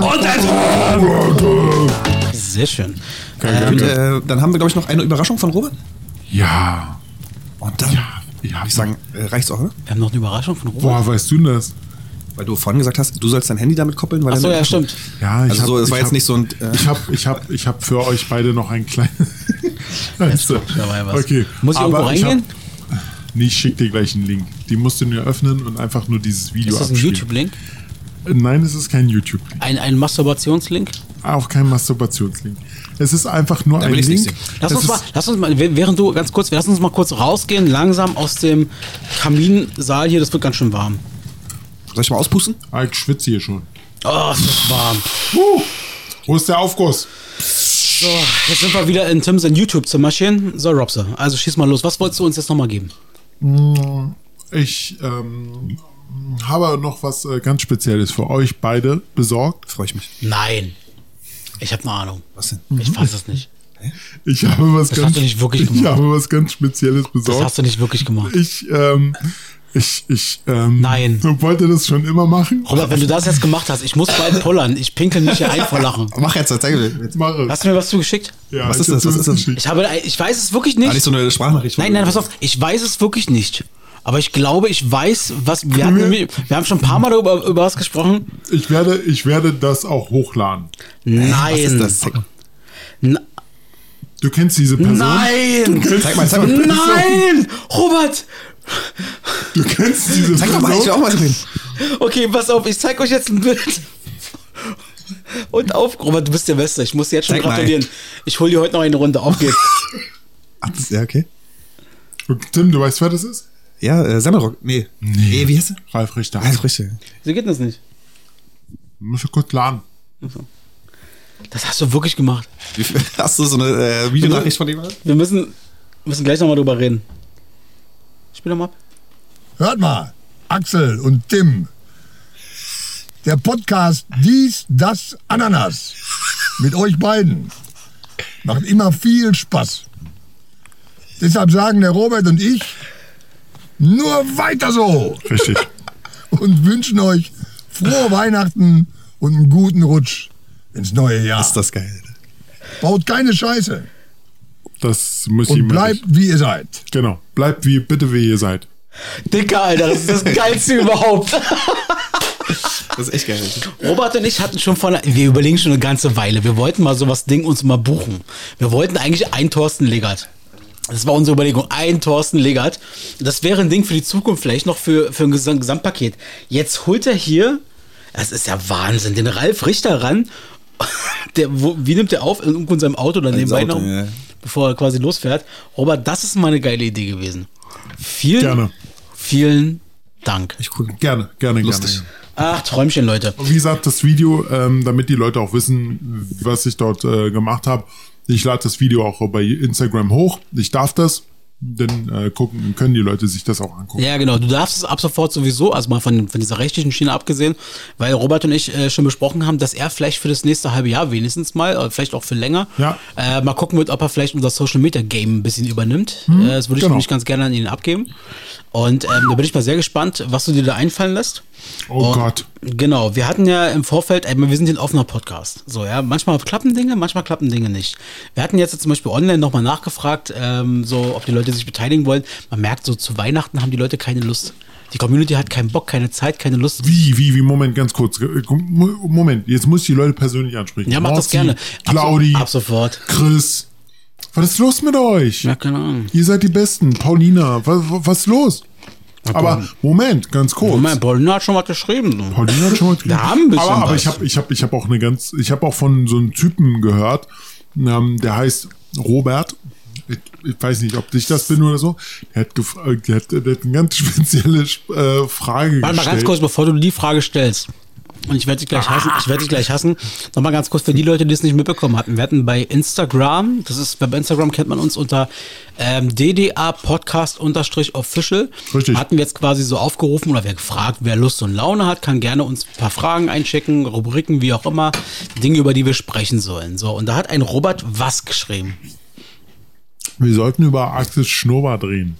Und Sehr schön. Und, äh, dann haben wir, glaube ich, noch eine Überraschung von Robert. Ja. Und dann, Ja. würde ich sagen, äh, reicht's auch, ne? Wir haben noch eine Überraschung von Robert. Woher weißt du denn das? Weil du vorhin gesagt hast, du sollst dein Handy damit koppeln. Weil Achso, dann- ja, stimmt. Ja, ich Also hab, so, es ich war jetzt hab, nicht so ein... Äh, Ich habe ich hab, ich hab für euch beide noch ein kleines... Weißt du? dabei was. Okay. Muss ich aber irgendwo ich hab- reingehen? Nee, ich schick dir gleich einen Link. Die musst du nur öffnen und einfach nur dieses Video Ist das ein abspielen. YouTube-Link? Nein, es ist kein YouTube-Link. Ein, ein Masturbationslink? Auch kein Masturbationslink. Es ist einfach nur ein will ich's nicht Link. sehen. Lass Es uns, ist- mal, lass uns mal, während du ganz kurz, lass uns mal kurz rausgehen, langsam aus dem Kaminsaal hier, das wird ganz schön warm. soll ich mal auspusten? Ah, ich schwitze hier schon. Oh, es ist warm. Uh, wo ist der Aufguss? So, jetzt sind wir wieder in Tims in YouTube-Zimmerchen. So, Robse, also schieß mal los. Was wolltest du uns jetzt nochmal geben? Ich ähm, habe noch was äh, ganz Spezielles für euch beide besorgt. Freue ich mich. Nein. Ich habe eine Ahnung. Was denn? Ich weiß es nicht. Ich habe was Das ganz, hast du nicht wirklich ich gemacht. habe was ganz Spezielles Das besorgt. hast du nicht wirklich gemacht. Ich, ähm, ich, ich, ähm, Nein. wollte das schon immer machen. Robert, wenn du das jetzt gemacht hast, ich muss bald pullern. Ich pinkel mich hier ein vor Lachen. Mach jetzt, zeig mir. Jetzt mach es. Hast du mir was zugeschickt? Ja, Was ich ist das? hab Was dir ist das? geschickt. Ich habe, ich weiß es wirklich Ah, nicht nicht. so eine Sprachnachricht. Nein, nein, pass auf. Ich weiß es wirklich nicht. Aber ich glaube, ich weiß, was wir, hatten, wir- nämlich- wir haben schon ein paar Mal darüber über was gesprochen. Ich werde, ich werde das auch hochladen. Nein. Was ist das? Zeig mal. N- Du kennst diese Person? Nein! Zeig mal, zeig mal. Nein! Robert! Du kennst diese Zeig doch mal, ich will Person? auch mal sehen. Okay, pass auf, ich zeig euch jetzt ein Bild. Und auf, Robert, du bist der Beste. Ich muss dir jetzt schon Zeig mal. gratulieren. Ich hol dir heute noch eine Runde. Auf geht's. Ach, das, ja, okay. Tim, du weißt, wer das ist? Ja, äh, Semmelrock. Nee. Nee, wie heißt der? Ralf Richter. Ah, ist richtig. So geht das nicht. Muss ich kurz laden. Das hast du wirklich gemacht. Wie viel- Hast du so eine äh, Videonachricht von dem? Wir müssen, müssen gleich nochmal drüber reden. Spiel doch mal ab. Hört mal, Axel und Tim. Der Podcast Dies, das, Ananas. Mit euch beiden. Macht immer viel Spaß. Deshalb sagen der Robert und ich, nur weiter so. Richtig. Und wünschen euch frohe Weihnachten und einen guten Rutsch ins neue Jahr. Ist das geil. Baut keine Scheiße Das muss ich und mal bleibt, wie ihr seid. Genau. Bleibt wie, bitte wie ihr seid. Dicker, Alter, das ist das Geilste überhaupt. Das ist echt geil. Robert und ich hatten schon vor, wir überlegen schon eine ganze Weile. Wir wollten mal sowas Ding uns mal buchen. Wir wollten eigentlich ein Thorsten Legert. Das war unsere Überlegung. Ein Thorsten Legert. Das wäre ein Ding für die Zukunft, vielleicht noch für, für ein Gesam- Gesamtpaket. Jetzt holt er hier, das ist ja Wahnsinn, den Ralf Richter ran. Der, wo, wie nimmt er auf? Irgendwo in seinem Auto oder nebenbei Auto, noch, ja. bevor er quasi losfährt. Robert, das ist mal eine geile Idee gewesen. Vielen, Gerne. vielen Dank. Echt cool. Gerne, gerne, Lustig. gerne. Ach, Träumchen, Leute. Und wie gesagt, das Video, ähm, damit die Leute auch wissen, was ich dort äh, gemacht habe. Ich lade das Video auch bei Instagram hoch. Ich darf das. dann äh, gucken, dann können die Leute sich das auch angucken. Ja, genau. Du darfst es ab sofort sowieso, also mal von, von dieser rechtlichen Schiene abgesehen, weil Robert und ich äh, schon besprochen haben, dass er vielleicht für das nächste halbe Jahr wenigstens mal, oder vielleicht auch für länger, Ja. äh, mal gucken wird, ob er vielleicht unser Social Media Game ein bisschen übernimmt. Mhm, äh, das würde ich genau. nämlich ganz gerne an ihn abgeben. Und ähm, da bin ich mal sehr gespannt, was du dir da einfallen lässt. Oh Und, Gott. Genau, wir hatten ja im Vorfeld, ey, wir sind ein offener Podcast. So, ja, manchmal klappen Dinge, manchmal klappen Dinge nicht. Wir hatten jetzt zum Beispiel online nochmal nachgefragt, ähm, so, ob die Leute sich beteiligen wollen. Man merkt, so zu Weihnachten haben die Leute keine Lust. Die Community hat keinen Bock, keine Zeit, keine Lust. Wie, wie, wie, Moment, ganz kurz. Moment, jetzt muss ich die Leute persönlich ansprechen. Ja, mach das Morzi, gerne. Ab, Claudi, ab sofort. Chris. Was ist los mit euch? Ja, keine Ahnung. Ihr seid die Besten. Paulina, was, was ist los? Aber Moment, ganz kurz. Moment, Paulina hat schon was geschrieben. Paulina hat schon was geschrieben. Wir haben ein bisschen aber, aber was. ich habe ich hab, ich hab auch eine ganz, ich habe auch von so einem Typen gehört, ähm, der heißt Robert. Ich, ich weiß nicht, ob ich das bin oder so. Der hat, gefragt, der hat, der hat eine ganz spezielle äh, Frage Warte mal ganz gestellt. kurz, bevor du die Frage stellst. Und ich werde dich gleich hassen. Ich werde dich gleich hassen. Nochmal ganz kurz für die Leute, die es nicht mitbekommen hatten. Wir hatten bei Instagram, das ist, bei Instagram kennt man uns unter ähm, D D A Podcast unterstrich Official. Richtig. Hatten wir jetzt quasi so aufgerufen oder wer gefragt, wer Lust und Laune hat, kann gerne uns ein paar Fragen einschicken, Rubriken, wie auch immer, Dinge, über die wir sprechen sollen. So, und da hat ein Robert was geschrieben. Wir sollten über Axels Schnurrbart reden.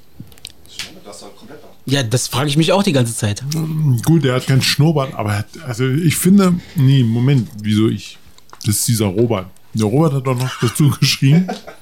Ja, das frage ich mich auch die ganze Zeit. Gut, der hat keinen Schnurrbart, aber er hat, also ich finde, nee, Moment, wieso ich? Das ist dieser Robert. Der Robert hat doch noch dazu geschrieben,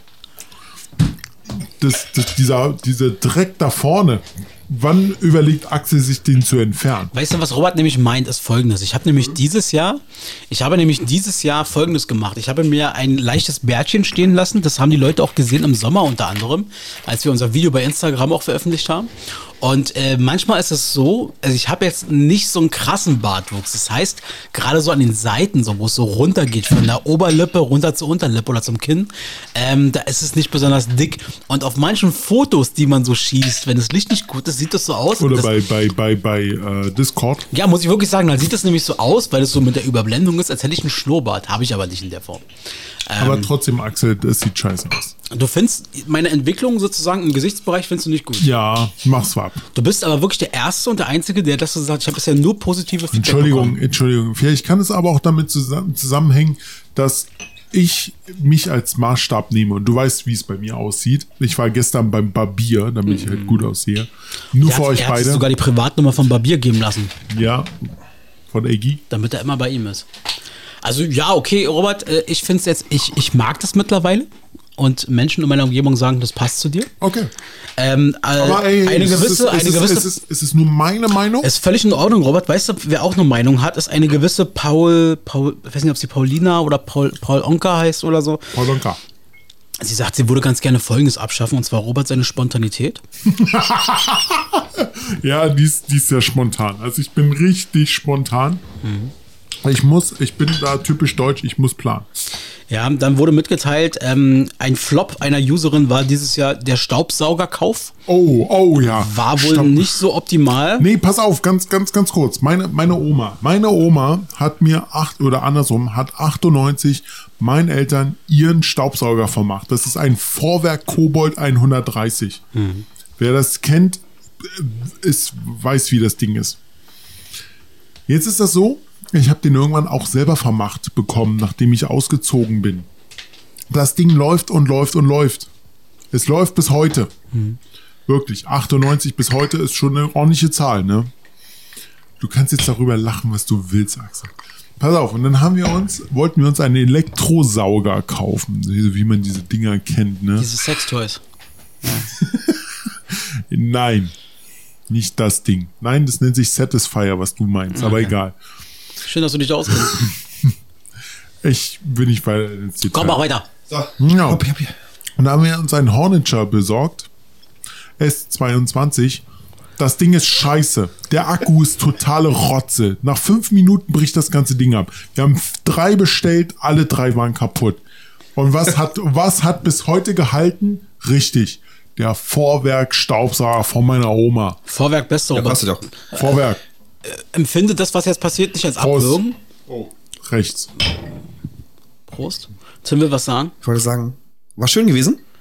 dass, dass dieser, dieser Dreck da vorne, wann überlegt Axel sich den zu entfernen? Weißt du, was Robert nämlich meint, ist folgendes. Ich habe nämlich dieses Jahr, ich habe nämlich dieses Jahr folgendes gemacht. Ich habe mir ein leichtes Bärtchen stehen lassen. Das haben die Leute auch gesehen im Sommer unter anderem, als wir unser Video bei Instagram auch veröffentlicht haben. Und äh, manchmal ist es so, also ich habe jetzt nicht so einen krassen Bartwuchs. Das heißt, gerade so an den Seiten, so wo es so runter geht, von der Oberlippe runter zur Unterlippe oder zum Kinn, ähm, da ist es nicht besonders dick. Und auf manchen Fotos, die man so schießt, wenn das Licht nicht gut ist, sieht das so aus. Oder das, bei, bei, bei, bei äh, Discord. Ja, muss ich wirklich sagen, dann sieht es nämlich so aus, weil es so mit der Überblendung ist, als hätte ich einen Schnurrbart. Habe ich aber nicht in der Form. Aber trotzdem, Axel, das sieht scheiße aus. Du findest meine Entwicklung sozusagen im Gesichtsbereich findest du nicht gut. Ja, mach's ab. Du bist aber wirklich der Erste und der Einzige, der das so sagt. Ich habe bisher nur positive Feedback Entschuldigung, bekommen. Entschuldigung. Vielleicht kann es aber auch damit zusammen, zusammenhängen, dass ich mich als Maßstab nehme und du weißt, wie es bei mir aussieht. Ich war gestern beim Barbier, damit ich halt gut aussehe. Nur Er für hat, euch er hat sich beide. sogar die Privatnummer vom Barbier geben lassen, Ja, von Eggy. damit er immer bei ihm ist. Also ja, okay, Robert, äh, ich finde es jetzt, ich, ich mag das mittlerweile. Und Menschen in meiner Umgebung sagen, das passt zu dir. Okay. Ähm, äh, Aber ey, eine es ist- gewisse, es eine ist, gewisse. es ist, es ist nur meine Meinung. Ist völlig in Ordnung, Robert. Weißt du, wer auch eine Meinung hat, ist eine gewisse Paul, Paul, ich weiß nicht, ob sie Paulina oder Paul, Paul Onka heißt oder so. Paul Donka. Sie sagt, sie würde ganz gerne Folgendes abschaffen, und zwar Robert seine Spontanität. Ja, die ist, die ist sehr spontan. Also ich bin richtig spontan. Ich muss, ich bin da typisch deutsch, ich muss planen. Ja, dann wurde mitgeteilt, ähm, ein Flop einer Userin war dieses Jahr der Staubsaugerkauf. Oh, oh ja. War wohl Stopp. nicht so optimal. Nee, pass auf, ganz, ganz, ganz kurz. Meine, meine Oma, meine Oma hat mir acht oder andersrum, hat achtundneunzig meinen Eltern ihren Staubsauger vermacht. Das ist ein Vorwerk Kobold hundertdreißig. Mhm. Wer das kennt, ist, weiß, wie das Ding ist. Jetzt ist das so, ich habe den irgendwann auch selber vermacht bekommen, nachdem ich ausgezogen bin. Das Ding läuft und läuft und läuft. Es läuft bis heute. Mhm. Wirklich, achtundneunzig bis heute ist schon eine ordentliche Zahl, ne? Du kannst jetzt darüber lachen, was du willst, Axel. Pass auf, und dann haben wir uns, wollten wir uns einen Elektrosauger kaufen, wie man diese Dinger kennt, ne? Diese Sextoys. Nein, nicht das Ding. Nein, das nennt sich Satisfier, was du meinst, aber Okay. egal. Schön, dass du dich auskennst. Ich will nicht weiter ins Detail. Komm, mach weiter. Ja. Und da haben wir uns einen Hornetscher besorgt. S zweiundzwanzig. Das Ding ist scheiße. Der Akku ist totale Rotze. Nach fünf Minuten bricht das ganze Ding ab. Wir haben drei bestellt, alle drei waren kaputt. Und was hat, was hat bis heute gehalten? Richtig. Der Vorwerk-Staubsauger von meiner Oma. Vorwerk beste, Ja, Robert. passt doch. Vorwerk. Empfinde das, was jetzt passiert, nicht als Prost. Abwürgen. Oh. Rechts. Prost. Tim will was sagen. Ich wollte sagen, war schön gewesen.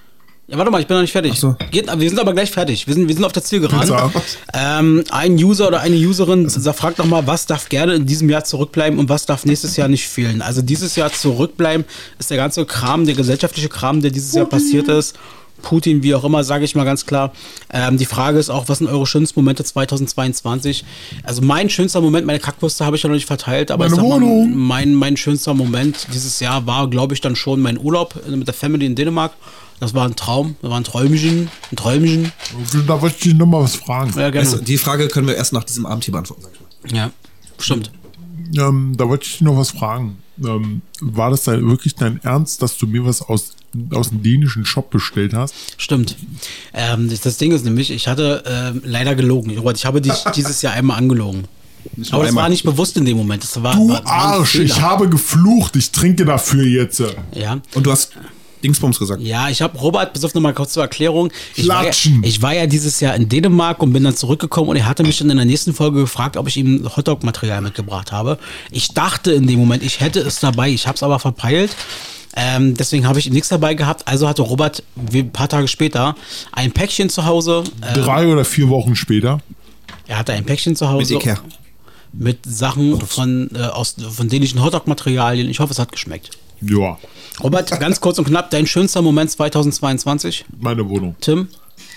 Ja, warte mal, ich bin noch nicht fertig. Ach so. Geht, wir sind aber gleich fertig. Wir sind, wir sind auf der Zielgeraden. Pizza. Ähm, ein User oder eine Userin fragt doch mal, was darf gerne in diesem Jahr zurückbleiben und was darf nächstes Jahr nicht fehlen. Also dieses Jahr zurückbleiben ist der ganze Kram, der gesellschaftliche Kram, der dieses Jahr passiert ist. Putin, wie auch immer, sage ich mal ganz klar. Ähm, die Frage ist auch, was sind eure schönsten Momente zweitausendzweiundzwanzig? Also mein schönster Moment, meine Kackwürste habe ich ja noch nicht verteilt, aber Meine ich sag mal, Wohnung. mein, mein schönster Moment dieses Jahr war, glaube ich, dann schon mein Urlaub mit der Family in Dänemark. Das war ein Traum, das war ein Träumchen, ein Träumchen. Da wollte ich dich noch mal was fragen. Ja, gerne. Also, die Frage können wir erst nach diesem Abend hier beantworten. Sag ich mal. Ja, stimmt. Ähm, da wollte ich dich noch was fragen. Ähm, war das dann wirklich dein Ernst, dass du mir was aus, aus dem dänischen Shop bestellt hast? Stimmt. Ähm, das, das Ding ist nämlich, ich hatte ähm, leider gelogen. Robert, ich habe dich dieses Jahr einmal angelogen. Aber das war nicht bewusst in dem Moment. Das war, Du war, das war ein Arsch, Fehler. ich habe geflucht, ich trinke dafür jetzt. Ja. Und du hast Dingsbums gesagt. Ja, ich habe Robert, bis auf nochmal kurz zur Erklärung. Ich war, ja, Klatschen. ich war ja dieses Jahr in Dänemark und bin dann zurückgekommen und er hatte mich dann in der nächsten Folge gefragt, ob ich ihm Hotdog-Material mitgebracht habe. Ich dachte in dem Moment, ich hätte es dabei, ich habe es aber verpeilt. Ähm, deswegen habe ich nichts dabei gehabt. Also hatte Robert wie ein paar Tage später ein Päckchen zu Hause. Ähm, Drei oder vier Wochen später. er hatte ein Päckchen zu Hause. Mit Ikea. Mit Sachen von, äh, aus, von dänischen Hotdog-Materialien. Ich hoffe, es hat geschmeckt. Ja, Robert, ganz kurz und knapp, dein schönster Moment zweitausendzweiundzwanzig? meine Wohnung. Tim?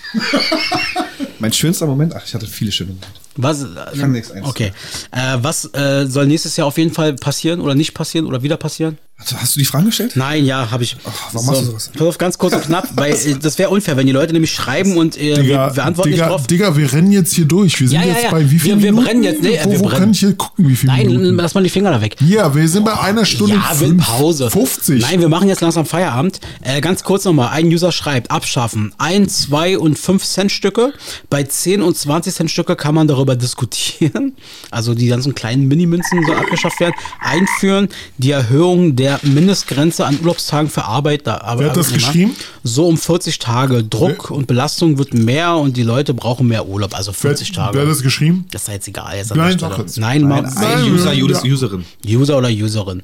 Mein schönster Moment? Ach, ich hatte viele schöne Momente. Was, Ich kann nichts eins. Okay. Äh, was äh, soll nächstes Jahr auf jeden Fall passieren oder nicht passieren oder wieder passieren? Hast, hast du die Fragen gestellt? Nein, ja, habe ich. warum machst du sowas? Pass auf, ganz kurz und knapp, weil äh, das wäre unfair, wenn die Leute nämlich schreiben und äh, Digga, wir, wir antworten Digga, nicht drauf. Digga, wir rennen jetzt hier durch. Wir sind Ja, ja, jetzt ja. bei wie viel Wir- wir Minuten? brennen jetzt. Nee, wo wir wo brennen. kann ich hier gucken, wie viele Nein, Minuten? lass mal die Finger da weg. Ja, wir sind bei einer Stunde Ja, wir fünf- Pause. fünfzig. Nein, wir machen jetzt langsam Feierabend. Äh, ganz kurz nochmal. Ein User schreibt, abschaffen. ein, zwei und fünf Cent Stücke. Bei zehn und zwanzig Cent Stücke kann man darüber diskutieren. Also die ganzen kleinen Minimünzen sollen abgeschafft werden. Einführen die Erhöhung der Mindestgrenze an Urlaubstagen für Arbeiter. Wer hat das geschrieben? So um vierzig Tage. Druck Wer- und Belastung wird mehr und die Leute brauchen mehr Urlaub. Also Wer, vierzig Tage. wer hat das geschrieben? Das ist ja jetzt egal. Jetzt an Nein, der Stelle. sag es. Nein, Nein, Ein, Nein, ein User, ja. User, Userin. User oder Userin.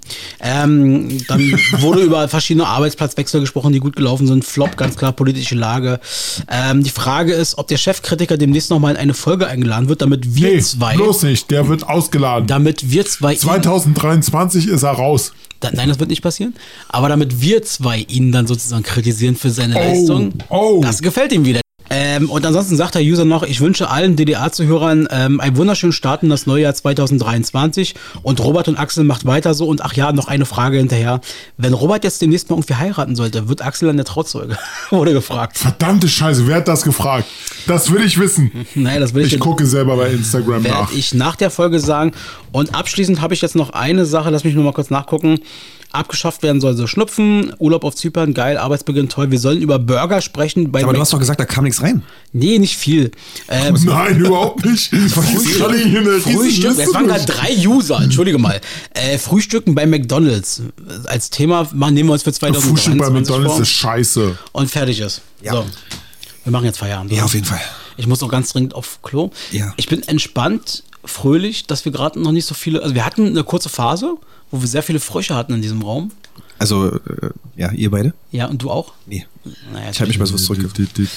Ähm, dann wurde über verschiedene Arbeitsplatzwechsel gesprochen, die gut gelaufen sind. Flop, ganz klar, politische Lage. Ähm, die Frage ist, ob der Chefkritiker demnächst nochmal in eine Folge eingeladen wird, damit wir Nee, zwei, bloß nicht. Der wird ausgeladen. damit wir zwei, ihn, zweitausenddreiundzwanzig ist er raus. da, nein, das wird nicht passieren, aber damit wir zwei ihn dann sozusagen kritisieren für seine Leistung, oh. das gefällt ihm wieder. Ähm, und ansonsten sagt der User noch, ich wünsche allen D D A-Zuhörern ähm, einen wunderschönen Start in das neue Jahr zweitausenddreiundzwanzig und Robert und Axel macht weiter so und ach ja, noch eine Frage hinterher. Wenn Robert jetzt demnächst mal irgendwie heiraten sollte, wird Axel dann der Trauzeuge? Wurde gefragt. Verdammte Scheiße, wer hat das gefragt? Das will ich wissen. Nein, das will ich Ich gucke selber bei Instagram werde nach. ich nach der Folge sagen. Und abschließend habe ich jetzt noch eine Sache, lass mich nur mal kurz nachgucken. Abgeschafft werden soll so Schnupfen, Urlaub auf Zypern, geil, Arbeitsbeginn toll. Wir sollen über Burger sprechen. Bei Aber du hast doch gesagt, da kam nichts rein. nee, nicht viel. Ähm, Nein, überhaupt nicht. Ich gerade hier eine riesen Frühstück, Liste es waren gerade durch. drei User, entschuldige mal. Äh, Frühstücken bei McDonalds. Als Thema machen, nehmen wir uns für Frühstück zweitausenddreiundzwanzig bei McDonalds vor ist scheiße. und fertig ist. Ja. So. Wir machen jetzt Feierabend. Ja, auf jeden Fall. Ich muss auch ganz dringend auf Klo. Ja. Ich bin entspannt, fröhlich, dass wir gerade noch nicht so viele, also wir hatten eine kurze Phase, wo wir sehr viele Frösche hatten in diesem Raum. Also, äh, ja, ihr beide? Ja, und du auch? Nee. Naja, Ich halte mich mal so zurück.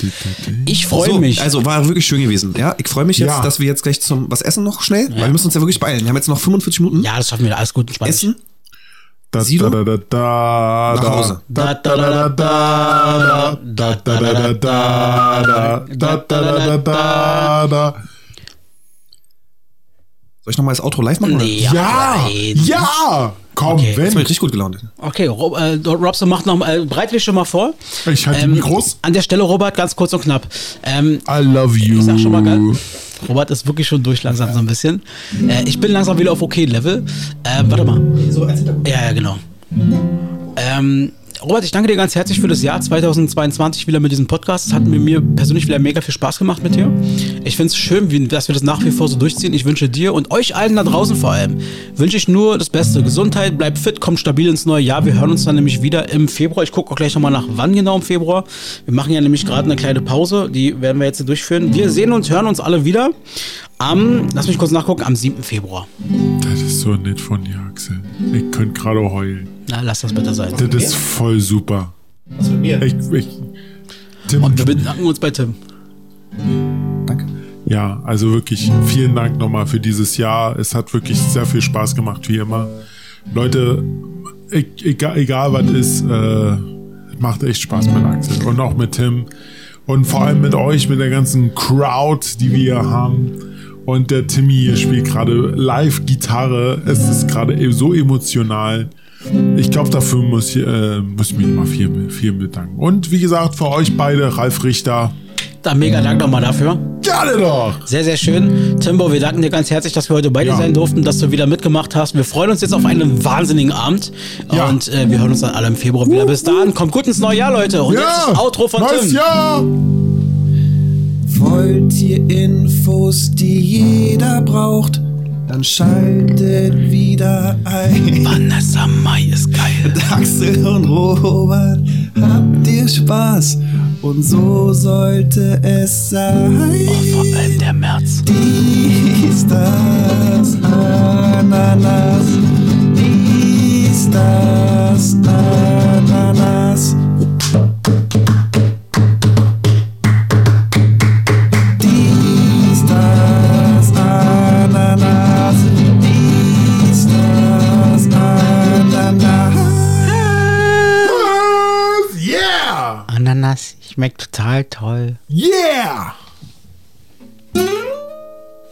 ich freue So, mich. Also war wirklich schön gewesen. Ja, ich freue mich jetzt, Ja. dass wir jetzt gleich zum was essen noch schnell, weil wir müssen uns ja wirklich beeilen. Wir haben jetzt noch fünfundvierzig Minuten. ja, das schaffen wir, alles gut. Entspannt. Essen. Da, Sido? da, da, da, Nach da, Hause. Da, da, da, da, da, da, da, da, da, da, da, da, da, da, da. Soll ich nochmal das Outro live machen? oder? Nee, Ja, nein. ja, komm, Okay. Jetzt bin ich wenn. richtig gut gelaunt. Okay, Rob, äh, Robson macht noch mal, äh, breit dich schon mal vor. Ich halte die Ähm, Mikros. an der Stelle, Robert, ganz kurz und knapp. Ähm, I love you. Ich sag schon mal ganz, Robert ist wirklich schon durch langsam so ein bisschen. Äh, ich bin langsam wieder auf okay-Level. Äh, warte mal. Ja, ja, genau. Ähm, Robert, ich danke dir ganz herzlich für das Jahr zweitausendzweiundzwanzig wieder mit diesem Podcast. Es hat mir, mir persönlich wieder mega viel Spaß gemacht mit dir. Ich finde es schön, wie, dass wir das nach wie vor so durchziehen. Ich wünsche dir und euch allen da draußen vor allem, wünsche ich nur das Beste. Gesundheit, bleibt fit, kommt stabil ins neue Jahr. Wir hören uns dann nämlich wieder im Februar. Ich gucke auch gleich nochmal nach, wann genau im Februar. Wir machen ja nämlich gerade eine kleine Pause. Die werden wir jetzt durchführen. Wir sehen uns, hören uns alle wieder am, lass mich kurz nachgucken, am siebten Februar. Das ist so nett von dir, Axel. Ich könnte gerade heulen. Na, lass das bitte sein. Das ist voll super. Was mit mir? Ich, ich, Tim. Und wir bedanken uns bei Tim. Danke. Ja, also wirklich vielen Dank nochmal für dieses Jahr. Es hat wirklich sehr viel Spaß gemacht, wie immer. Leute, e egal, egal was ist, äh, macht echt Spaß mit Axel und auch mit Tim. Und vor allem mit euch, mit der ganzen Crowd, die wir hier haben. Und der Timmy hier spielt gerade live Gitarre. Es ist gerade so emotional. Ich glaube, dafür muss ich, äh, muss ich mich mal viel, viel bedanken. Und wie gesagt, für euch beide, Ralf Richter. Da mega Dank nochmal dafür. Gerne doch! Sehr, sehr schön. Timbo, wir danken dir ganz herzlich, dass wir heute bei dir Ja. sein durften, dass du wieder mitgemacht hast. Wir freuen uns jetzt auf einen wahnsinnigen Abend. Ja. Und äh, wir hören uns dann alle im Februar wieder. Bis dahin, kommt gut ins neue Jahr, Leute. Und Ja. jetzt das Outro von Neues Tim. Jahr! Wollt ihr Infos, die jeder braucht, dann schaltet wieder ein. Vanessa Mai ist geil. Axel und Robert, habt ihr Spaß? Und so sollte es sein. Vor allem der März. Dies, das, Ananas. Dies, das, Ananas. Dies, das, Ananas. Dies, das, Ananas. Yeah! Ananas schmeckt total toll. Yeah!